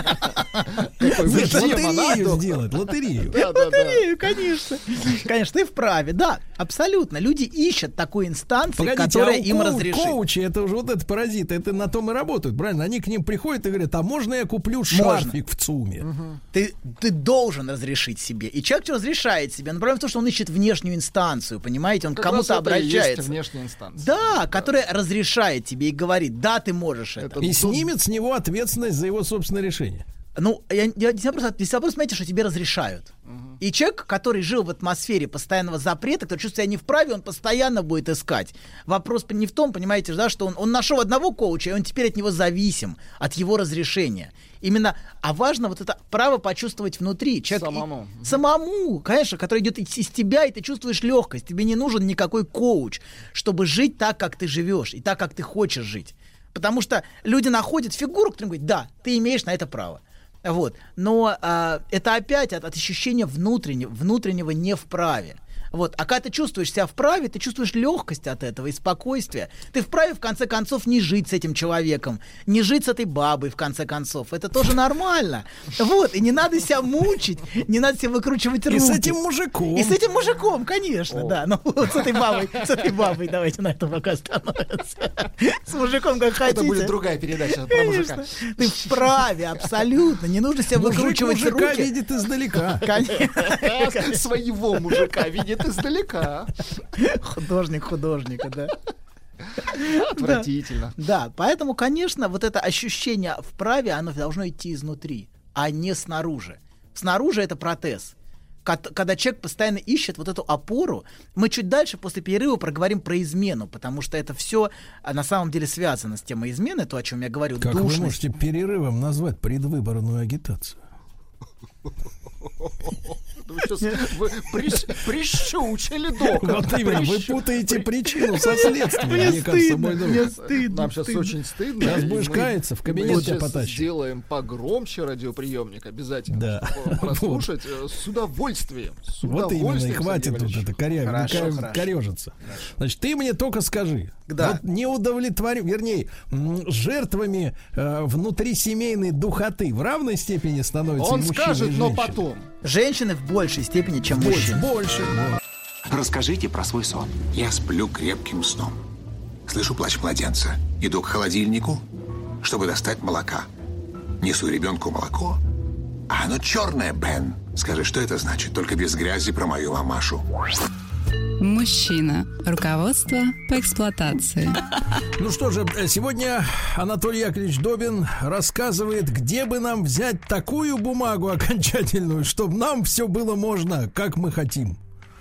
Лотерею сделать, лотерею. Лотерею, конечно. Конечно, ты вправе, да, абсолютно. Люди ищут такой инстанции, которая им разрешит. Коучи, это уже вот этот паразит, это на том и работают, правильно? Они к ним приходят и говорят, а можно я куплю шарфик в ЦУМе? Угу. Ты, ты должен разрешить себе. И человек разрешает себе. Но проблема в том, что он ищет внешнюю инстанцию, понимаете? Он как к кому-то обращается. Есть внешняя инстанция. Да, да, которая разрешает тебе и говорит, да, ты можешь это. И снимет с него ответственность за его собственное решение. Ну, я, я, здесь вопрос, здесь вопрос, понимаете, что тебе разрешают. Uh-huh. И человек, который жил в атмосфере постоянного запрета, который чувствует себя не вправе, он постоянно будет искать. Вопрос не в том, понимаете, да, что он, он нашел одного коуча, и он теперь от него зависим, от его разрешения. Именно, а важно вот это право почувствовать внутри. Человек, самому. И, самому, конечно, который идет из, из тебя, и ты чувствуешь легкость. Тебе не нужен никакой коуч, чтобы жить так, как ты живешь, и так, как ты хочешь жить. Потому что люди находят фигуру, которая говорит, да, ты имеешь на это право. Вот. Но а, это опять от, от ощущения внутреннего, внутреннего не вправе. Вот. А когда ты чувствуешь себя вправе, ты чувствуешь легкость от этого и спокойствие. Ты вправе, в конце концов, не жить с этим человеком, не жить с этой бабой, в конце концов. Это тоже нормально. Вот. И не надо себя мучить, не надо себя выкручивать руки. И с этим мужиком. И с этим мужиком, конечно, О. да. Ну вот с этой бабой, с этой бабой давайте на этом пока остановимся. С мужиком как хотите. Это будет другая передача про мужика. Ты вправе, абсолютно. Не нужно себя Мужик выкручивать руки. Мужика видит издалека. Своего мужика видит издалека. Художник художника, да. Отвратительно. Да. да, поэтому, конечно, вот это ощущение вправе, оно должно идти изнутри, а не снаружи. Снаружи это протез. Когда человек постоянно ищет вот эту опору, мы чуть дальше после перерыва проговорим про измену, потому что это все на самом деле связано с темой измены, то, о чем я говорю. Как душность. Вы можете перерывом назвать предвыборную агитацию? Вы прищучили доктор. Вот именно, вы путаете причину со следствием. Мне кажется, мой друг. Мне стыдно. Нам сейчас очень стыдно. Сейчас будешь каяться, в кабинет тебя потащим. Сделаем погромче радиоприемник обязательно, чтобы прослушать с удовольствием. Вот именно, и хватит тут это корежиться. Значит, ты мне только скажи, вот не удовлетворю, вернее, жертвами внутрисемейной духоты в равной степени становятся мужчины и женщины? Он скажет, но потом. Женщины в большей степени, чем мужчины. Больше. Расскажите про свой сон. Я сплю крепким сном. Слышу плач младенца. Иду к холодильнику, чтобы достать молока. Несу ребенку молоко. А оно черное, Бен. Скажи, что это значит? Только без грязи про мою мамашу. Мужчина. Руководство по эксплуатации. Ну что же, сегодня Анатолий Яковлевич Добин рассказывает, где бы нам взять такую бумагу окончательную, чтобы нам все было можно, как мы хотим.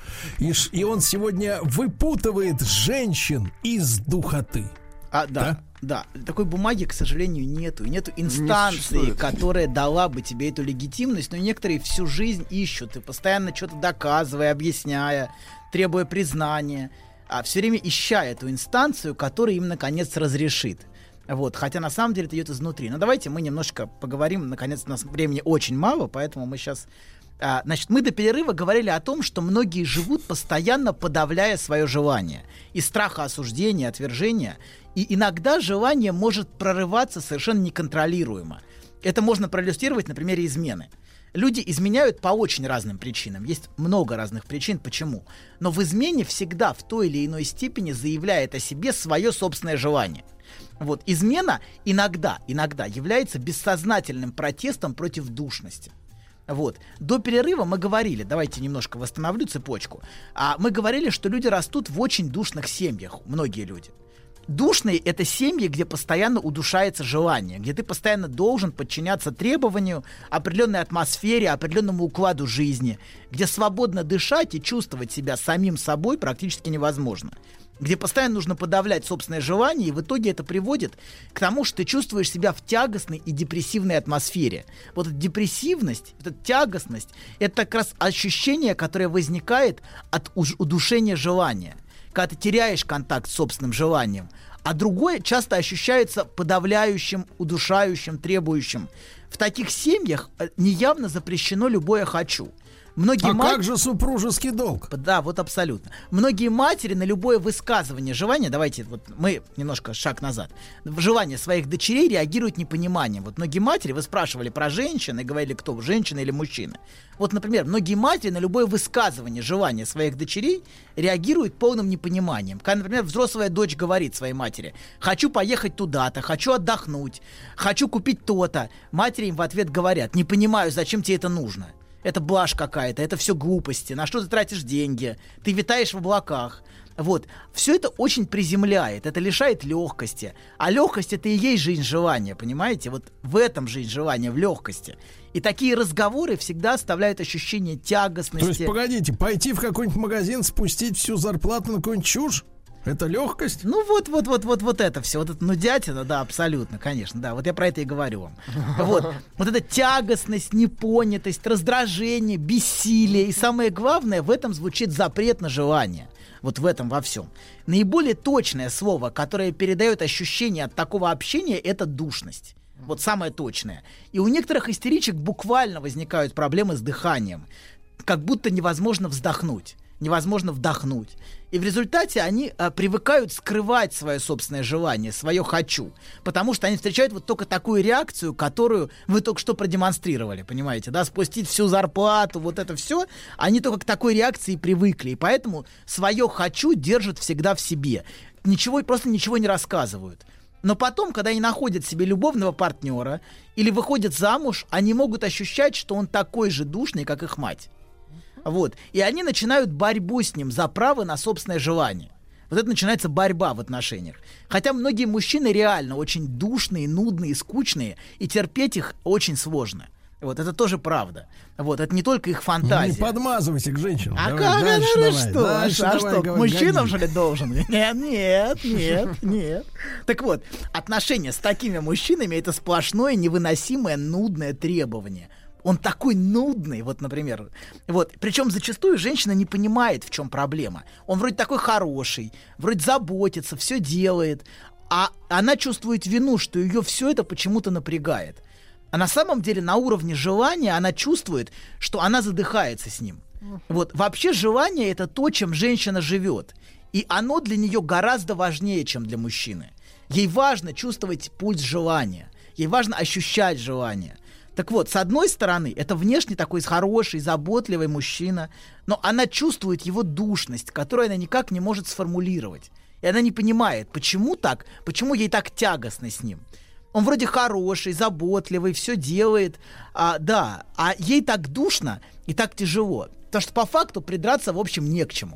И, ш- и он сегодня выпутывает женщин из духоты. А, да, да, да. Такой бумаги, к сожалению, нету. Нету инстанции, которая дала бы тебе эту легитимность. Но некоторые всю жизнь ищут, и постоянно что-то доказывая, объясняя, требуя признания, а все время ища эту инстанцию, которая им наконец разрешит. Вот, хотя на самом деле это идет изнутри. Но давайте мы немножко поговорим. Наконец, у нас времени очень мало, поэтому мы сейчас... А, значит, мы до перерыва говорили о том, что многие живут, постоянно подавляя свое желание. Из страха осуждения, отвержения. И иногда желание может прорываться совершенно неконтролируемо. Это можно проиллюстрировать на примере измены. Люди изменяют по очень разным причинам. Есть много разных причин, почему. Но в измене всегда в той или иной степени заявляет о себе свое собственное желание. Вот. Измена иногда, иногда является бессознательным протестом против душности. Вот. До перерыва мы говорили, давайте немножко восстановлю цепочку, а мы говорили, что люди растут в очень душных семьях, многие люди. Душные — это семьи, где постоянно удушается желание, где ты постоянно должен подчиняться требованию, определенной атмосфере, определенному укладу жизни, где свободно дышать и чувствовать себя самим собой практически невозможно, где постоянно нужно подавлять собственное желание, и в итоге это приводит к тому, что ты чувствуешь себя в тягостной и депрессивной атмосфере. Вот эта депрессивность, эта тягостность — это как раз ощущение, которое возникает от удушения желания, когда ты теряешь контакт с собственным желанием, а другое часто ощущается подавляющим, удушающим, требующим. В таких семьях неявно запрещено любое «хочу». Многие а мат... как же супружеский долг? Да, вот абсолютно. Многие матери на любое высказывание желания, давайте вот мы немножко шаг назад, в желание своих дочерей реагируют непониманием. Вот многие матери, вы спрашивали про женщин и говорили, кто, женщина или мужчина. Вот, например, многие матери на любое высказывание желания своих дочерей реагируют полным непониманием. Когда, например, взрослая дочь говорит своей матери: «Хочу поехать туда-то, хочу отдохнуть, хочу купить то-то». Матери им в ответ говорят: «Не понимаю, зачем тебе это нужно. Это блажь какая-то, это все глупости, на что ты тратишь деньги, ты витаешь в облаках». Вот. Все это очень приземляет, это лишает легкости. А легкость — это и есть жизнь желания, понимаете? Вот в этом жизнь желания, в легкости. И такие разговоры всегда оставляют ощущение тягостности. То есть, погодите, пойти в какой-нибудь магазин, спустить всю зарплату на какую-нибудь чушь? Это легкость? Ну вот, вот, вот, вот, вот это все, вот это нудятина, да, абсолютно, конечно, да, вот я про это и говорю вам. Вот, вот эта тягостность, непонятость, раздражение, бессилие, и самое главное, в этом звучит запрет на желание. Вот в этом во всем. Наиболее точное слово, которое передает ощущение от такого общения, это душность. Вот самое точное. И у некоторых истеричек буквально возникают проблемы с дыханием. Как будто невозможно вздохнуть. Невозможно вдохнуть. И в результате они а, привыкают скрывать свое собственное желание, свое «хочу». Потому что они встречают вот только такую реакцию, которую вы только что продемонстрировали, понимаете, да? Спустить всю зарплату, вот это все. Они только к такой реакции привыкли. И поэтому свое «хочу» держат всегда в себе. Ничего, просто ничего не рассказывают. Но потом, когда они находят себе любовного партнера или выходят замуж, они могут ощущать, что он такой же душный, как их мать. Вот. И они начинают борьбу с ним за право на собственное желание. Вот это начинается борьба в отношениях. Хотя многие мужчины реально очень душные, нудные, скучные, и терпеть их очень сложно. Вот, это тоже правда. Вот, это не только их фантазия. Не подмазывайся к женщинам. А давай, как дальше, это, давай, что? дальше, а давай, что, говори, мужчинам, гони. что ли, должен? Нет, нет, нет, нет. Так вот, отношения с такими мужчинами — это сплошное, невыносимое, нудное требование. Он такой нудный, вот, например. Вот. Причем зачастую женщина не понимает, в чем проблема. Он вроде такой хороший, вроде заботится, все делает, а она чувствует вину, что ее все это почему-то напрягает. А на самом деле на уровне желания она чувствует, что она задыхается с ним. Вот. Вообще желание — это то, чем женщина живет. И оно для нее гораздо важнее, чем для мужчины. Ей важно чувствовать пульс желания. Ей важно ощущать желание. Так вот, с одной стороны, это внешне такой хороший, заботливый мужчина, но она чувствует его душность, которую она никак не может сформулировать. И она не понимает, почему так, почему ей так тягостно с ним. Он вроде хороший, заботливый, все делает, а, да, а ей так душно и так тяжело. Потому что по факту придраться, в общем, не к чему.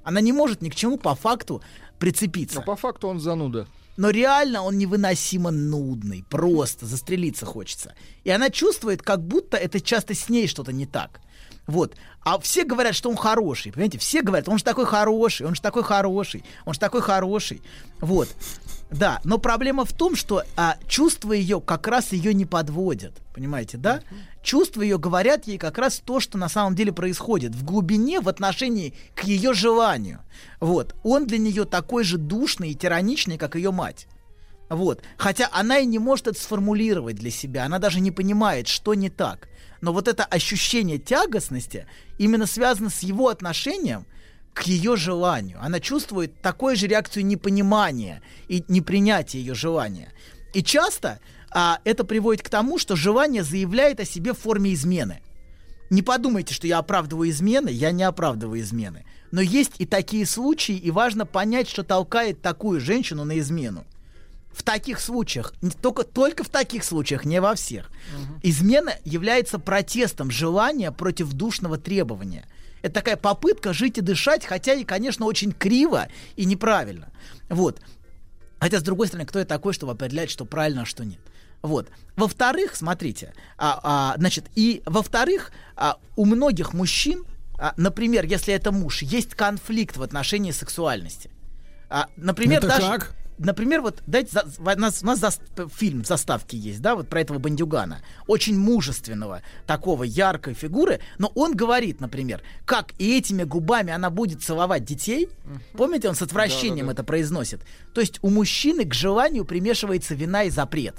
Она не может ни к чему по факту прицепиться. Но по факту он зануда. Но реально он невыносимо нудный, просто застрелиться хочется. И она чувствует, как будто это часто с ней что-то не так. Вот. А все говорят, что он хороший, понимаете? Все говорят, он же такой хороший, он же такой хороший, он же такой хороший. Вот. Да, но проблема в том, что а, чувства ее как раз ее не подводят, понимаете, да? Чувства ее говорят ей как раз то, что на самом деле происходит в глубине в отношении к ее желанию. Вот. Он для нее такой же душный и тираничный, как ее мать. Вот. Хотя она и не может это сформулировать для себя, она даже не понимает, что не так. Но вот это ощущение тягостности именно связано с его отношением к ее желанию. Она чувствует такую же реакцию непонимания и непринятия ее желания. И часто а, это приводит к тому, что желание заявляет о себе в форме измены. Не подумайте, что я оправдываю измены, я не оправдываю измены. Но есть и такие случаи, и важно понять, что толкает такую женщину на измену. В таких случаях, только, только в таких случаях, не во всех, uh-huh. измена является протестом желания против душного требования. Это такая попытка жить и дышать, хотя и, конечно, очень криво и неправильно. Вот. Хотя, с другой стороны, кто я такой, чтобы определять, что правильно, а что нет. Вот. Во-вторых, смотрите, а, а, значит, и во-вторых, а, у многих мужчин, а, например, если это муж, есть конфликт в отношении сексуальности. А, например, это даже... как? Например, вот дайте, за, у нас, у нас за, фильм в заставке есть, да, вот про этого бандюгана, очень мужественного, такого яркой фигуры, но он говорит, например, как и этими губами она будет целовать детей, uh-huh. помните, он с отвращением да, да, да. это произносит. То есть у мужчины к желанию примешивается вина и запрет.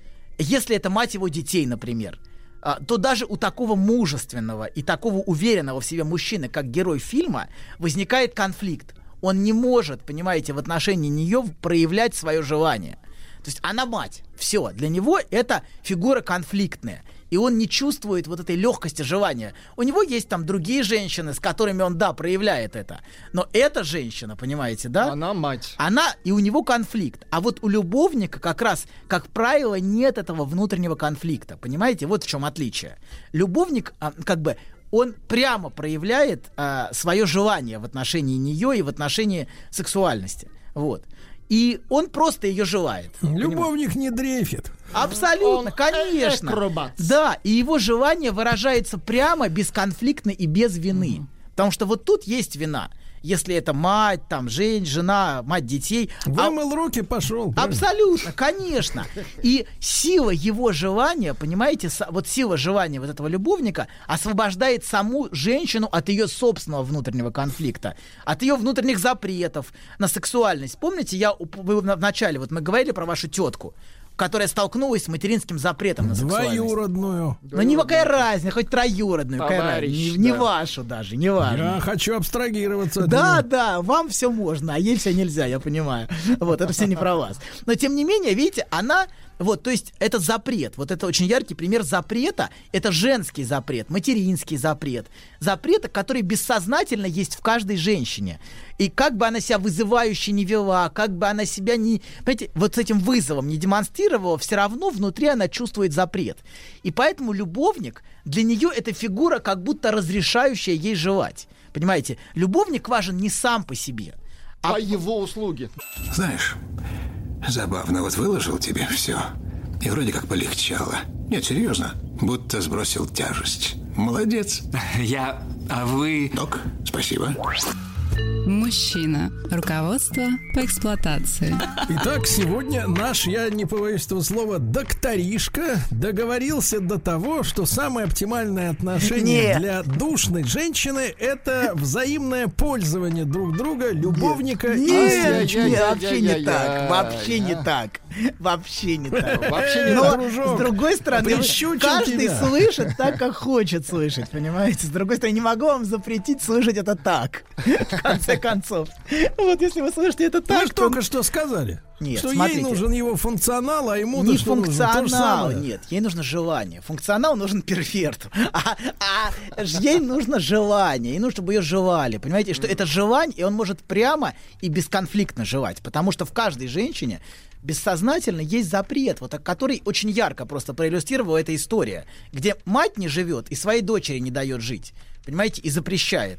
Если это мать его детей, например, то даже у такого мужественного и такого уверенного в себе мужчины, как герой фильма, возникает конфликт. Он не может, понимаете, в отношении нее проявлять свое желание. То есть она мать. Все. Для него это фигура конфликтная. И он не чувствует вот этой легкости желания. У него есть там другие женщины, с которыми он, да, проявляет это. Но эта женщина, понимаете, да? Она мать. Она, и у него конфликт. А вот у любовника как раз, как правило, нет этого внутреннего конфликта. Понимаете? Вот в чем отличие. Любовник, как бы, он прямо проявляет а, свое желание в отношении нее и в отношении сексуальности. Вот. И он просто ее желает. Любовник понимаете? Не дрейфит. Абсолютно, он конечно. Акробат. Да, и его желание выражается прямо, бесконфликтно и без вины. Mm-hmm. Потому что вот тут есть вина. Если это мать, там, жень, жена, мать детей. Вымыл а... руки, пошел. Абсолютно, конечно. И сила его желания, понимаете, вот сила желания вот этого любовника освобождает саму женщину от ее собственного внутреннего конфликта, от ее внутренних запретов на сексуальность. Помните, я в начале, вот мы говорили про вашу тетку, которая столкнулась с материнским запретом на сексуальность. Двоюродную. Ну, никакая разница, хоть троюродную. Товарищ, не, да. не вашу даже, не важно. Я хочу абстрагироваться от Да, нее. да, вам все можно, а ей все нельзя, я понимаю. Вот, это все не про вас. Но, тем не менее, видите, она... Вот, то есть это запрет. Вот это очень яркий пример запрета. Это женский запрет, материнский запрет. Запрета, который бессознательно есть в каждой женщине. И как бы она себя вызывающе не вела, как бы она себя не... Понимаете, вот с этим вызовом не демонстрировала, все равно внутри она чувствует запрет. И поэтому любовник, для нее это фигура, как будто разрешающая ей желать. Понимаете, любовник важен не сам по себе, а, а его услуги. Знаешь... Забавно, вот выложил тебе все, и вроде как полегчало. Нет, серьезно, будто сбросил тяжесть. Молодец. Я... А вы... Док, спасибо. Мужчина. Руководство по эксплуатации. Итак, сегодня наш, я не побоюсь этого слова, докторишка договорился до того, что самое оптимальное отношение Нет. для душной женщины — это взаимное пользование друг друга, любовника. Нет, и... нет, нет, вообще не так. Вообще не так. Вообще не так. Вообще не Но, так. с другой стороны, каждый слышит так, как хочет слышать, понимаете? С другой стороны, не могу вам запретить слышать это так. В конце концов. Вот если вы слышите это так... Вы же только что сказали. Нет, что смотрите. Ей нужен его функционал, а ему не что функционал, нужно? Нет, ей нужно желание. Функционал нужен перфекту. А, а ей нужно желание. Ей нужно, чтобы ее желали. Понимаете, что это желание, и он может прямо и бесконфликтно желать. Потому что в каждой женщине бессознательно есть запрет, вот, который очень ярко просто проиллюстрировала эта история, где мать не живет и своей дочери не дает жить. Понимаете, и запрещает.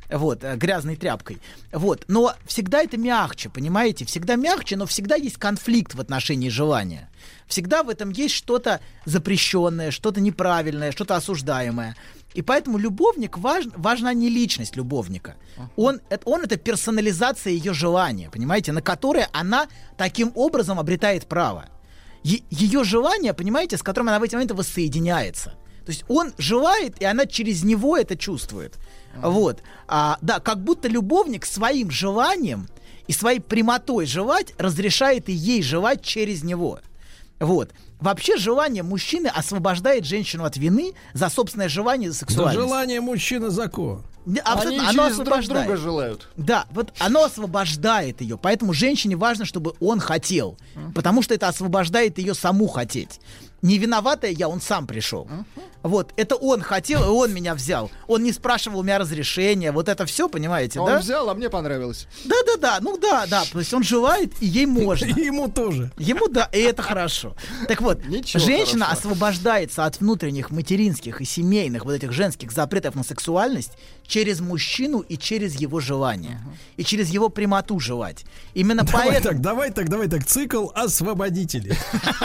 вот, э, грязной тряпкой. Вот. Но всегда это мягче, понимаете? Всегда мягче, но всегда есть конфликт в отношении желания. Всегда в этом есть что-то запрещенное, что-то неправильное, что-то осуждаемое. И поэтому любовник важ, важна не личность любовника. Он, это, он это персонализация ее желания, понимаете, на которое она таким образом обретает право. Е- ее желание, понимаете, с которым она в эти моменты воссоединяется. То есть он желает, и она через него это чувствует. Uh-huh. Вот. А, да, как будто любовник своим желанием и своей прямотой желать разрешает и ей желать через него. Вот. Вообще желание мужчины освобождает женщину от вины за собственное желание, за сексуальность. Да, желание мужчины закон. Они оно через друг друга желают. Да, вот оно освобождает ее. Поэтому женщине важно, чтобы он хотел. Uh-huh. Потому что это освобождает ее саму хотеть. Не виноватая я, он сам пришел. Uh-huh. Вот, это он хотел, и он меня взял. Он не спрашивал у меня разрешения. Вот это все, понимаете, он да? Он взял, а мне понравилось. Да-да-да, ну да, да. То есть он желает, и ей можно. И ему тоже. Ему, да, и это хорошо. Так вот, Ничего женщина хорошо. освобождается от внутренних материнских и семейных вот этих женских запретов на сексуальность через мужчину и через его желание. Uh-huh. И через его прямоту желать. Именно давай поэтому... так, давай так, давай так. Цикл освободителей.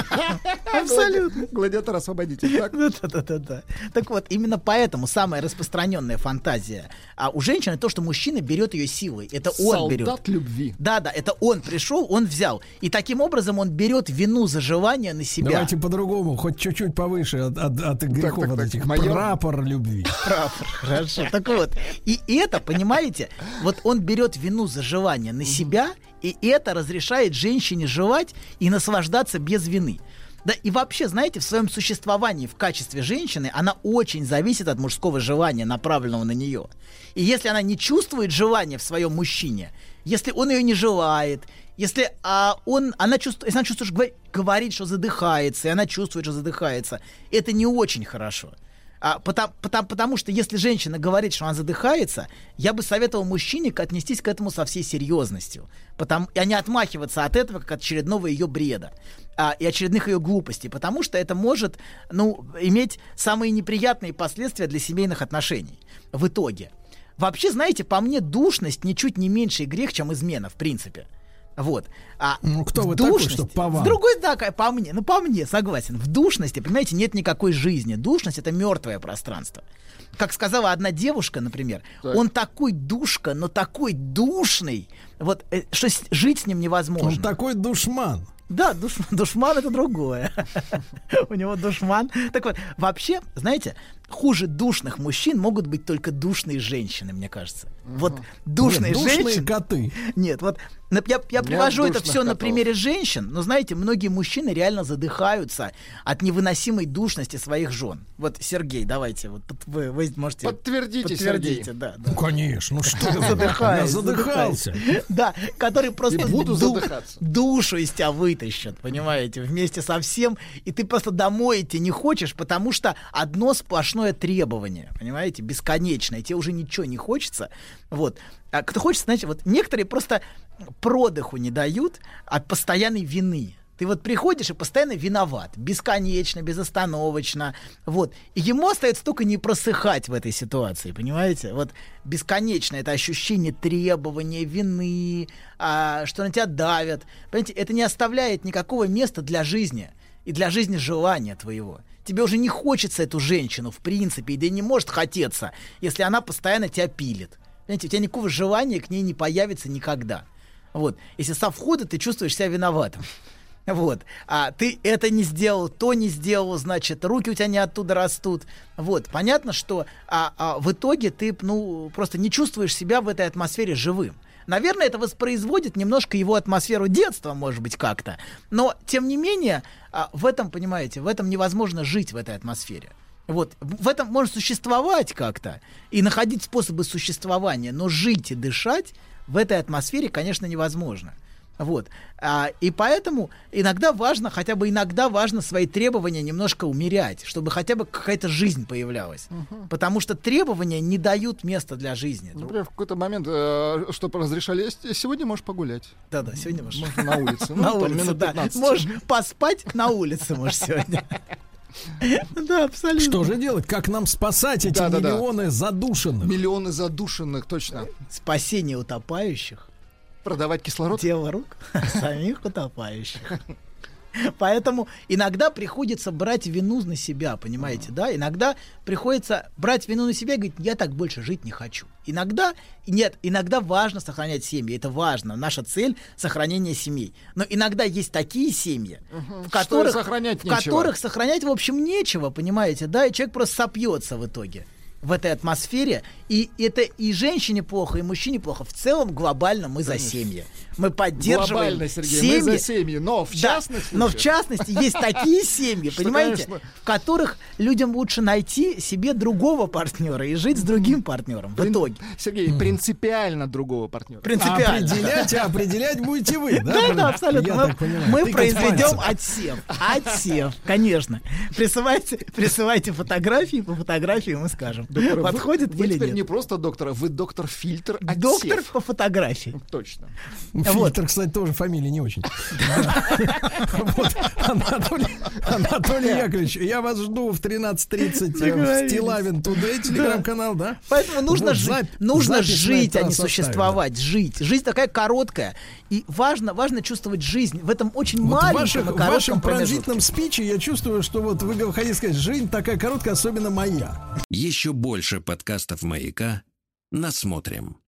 Абсолютно. Гладиатор-освободитель. Да-да-да. Так вот, именно поэтому самая распространенная фантазия а у женщины то, что мужчина берет ее силой. Это он берет. Солдат любви. Да-да, это он пришел, он взял. И таким образом он берет вину за желание на себя. Давайте по-другому, хоть чуть-чуть повыше от, от, от грехов так, так, этих. майор... Прапор любви. Прапор, хорошо. Так вот, и это, понимаете, вот он берет вину за желание на себя, и это разрешает женщине желать и наслаждаться без вины. Да, и вообще, знаете, в своем существовании в качестве женщины она очень зависит от мужского желания, направленного на нее. И если она не чувствует желания в своем мужчине, если он ее не желает, если а, он, она чувствует, если она чувствует, что говорит, говорит, что задыхается, и она чувствует, что задыхается, это не очень хорошо. А, потому, потому, потому что если женщина говорит, что она задыхается, я бы советовал мужчине отнестись к этому со всей серьезностью, потому, а не отмахиваться от этого, как от очередного ее бреда а, и очередных ее глупостей, потому что это может, ну, иметь самые неприятные последствия для семейных отношений в итоге. Вообще, знаете, по мне душность ничуть не меньший грех, чем измена, в принципе. Вот. А ну, кто вы душности, такой, что по вам? С другой, да, по мне, ну, по мне, согласен. В душности, понимаете, нет никакой жизни. Душность — это мертвое пространство. Как сказала одна девушка, например, так. Он такой душка, но такой душный, вот, э, что с- жить с ним невозможно. Он такой душман. Да, душ, душман — это другое. У него душман. Так вот, вообще, знаете, хуже душных мужчин могут быть только душные женщины, мне кажется. Вот душные женщины... Душные коты. Нет, вот я, я привожу это все на примере женщин, но, знаете, многие мужчины реально задыхаются от невыносимой душности своих жен. Вот, Сергей, давайте, вот вы, вы можете... Подтвердите, подтвердите, Сергей. Да, да. Ну, конечно, ну что я задыхался. Да, который просто буду задыхаться. душу из тебя вытащат, понимаете, вместе со всем, и ты просто домой идти не хочешь, потому что одно сплошное требование, понимаете, бесконечное, тебе уже ничего не хочется, вот. А кто хочет, знаете, вот некоторые просто продыху не дают от постоянной вины. Ты вот приходишь и постоянно виноват, бесконечно, безостановочно, вот. И ему остается только не просыхать в этой ситуации, понимаете? Вот бесконечно это ощущение требования, вины, а, что на тебя давят. Понимаете, это не оставляет никакого места для жизни и для жизни желания твоего. Тебе уже не хочется эту женщину, в принципе, да и не может хотеться, если она постоянно тебя пилит. Понимаете, у тебя никакого желания к ней не появится никогда. Вот. Если со входа ты чувствуешь себя виноватым. Вот. А ты это не сделал, то не сделал, значит, руки у тебя не оттуда растут. Вот. Понятно, что а, а, в итоге ты, ну, просто не чувствуешь себя в этой атмосфере живым. Наверное, это воспроизводит немножко его атмосферу детства, может быть, как-то. Но, тем не менее, а, в этом, понимаете, в этом невозможно жить, в этой атмосфере. Вот. В этом можно существовать как-то и находить способы существования, но жить и дышать в этой атмосфере, конечно, невозможно. Вот. А, и поэтому иногда важно, хотя бы иногда важно свои требования немножко умерять, чтобы хотя бы какая-то жизнь появлялась. Угу. Потому что требования не дают места для жизни. Например, в какой-то момент, э, чтобы разрешали, сегодня можешь погулять. Да-да, сегодня можешь. Можно на улице. На улице, да. Можешь поспать на улице, можешь сегодня. Да, абсолютно. Что же делать? Как нам спасать эти Да, да, да. миллионы задушенных? Миллионы задушенных, точно. Спасение утопающих. Продавать кислород? Дело рук самих утопающих. Поэтому иногда приходится брать вину на себя, понимаете, да? Иногда приходится брать вину на себя и говорить, я так больше жить не хочу. Иногда, нет, иногда важно сохранять семьи, это важно. Наша цель — сохранение семей. Но иногда есть такие семьи, Угу. в которых, сохранять в нечего. которых сохранять, в общем, нечего, понимаете, да? И человек просто сопьется в итоге в этой атмосфере, и это и женщине плохо, и мужчине плохо. В целом, глобально мы за семьи. Мы поддерживаем Глобально, Сергей, семьи. мы за семьи, но в Да, частности... но в частности есть такие семьи, Что, понимаете, конечно, в которых людям лучше найти себе другого партнера и жить с другим партнером в Прин- итоге. Сергей, принципиально другого партнера. Принципиально. Определять, а определять будете вы, да? Да, да, абсолютно. Я Мы, так понимаю. мы Тыкать произведем пальцем. отсев. Отсев, конечно. Присылайте, присылайте фотографии, по фотографии мы скажем, Доктор, вы- подходит вы или теперь нет. не просто доктор, вы доктор-фильтр отсев. Доктор по фотографии. Точно. Фильтр, кстати, тоже фамилия не очень. Вот, Анатолий Анатолий Яковлевич, я вас жду в тринадцать тридцать в Стилавин Тудэй, телеграм-канал, да? Поэтому нужно, Вот жить, зап- нужно запись мы жить, это а не составим, существовать. Жить. Жизнь такая короткая. И важно, важно чувствовать жизнь в этом очень Вот в маленьком ваших- и в коротком вашем промежутке. пронзительном спиче я чувствую, что вот вы хотите сказать, жизнь такая короткая, особенно моя. Еще больше подкастов «Маяка» насмотрим.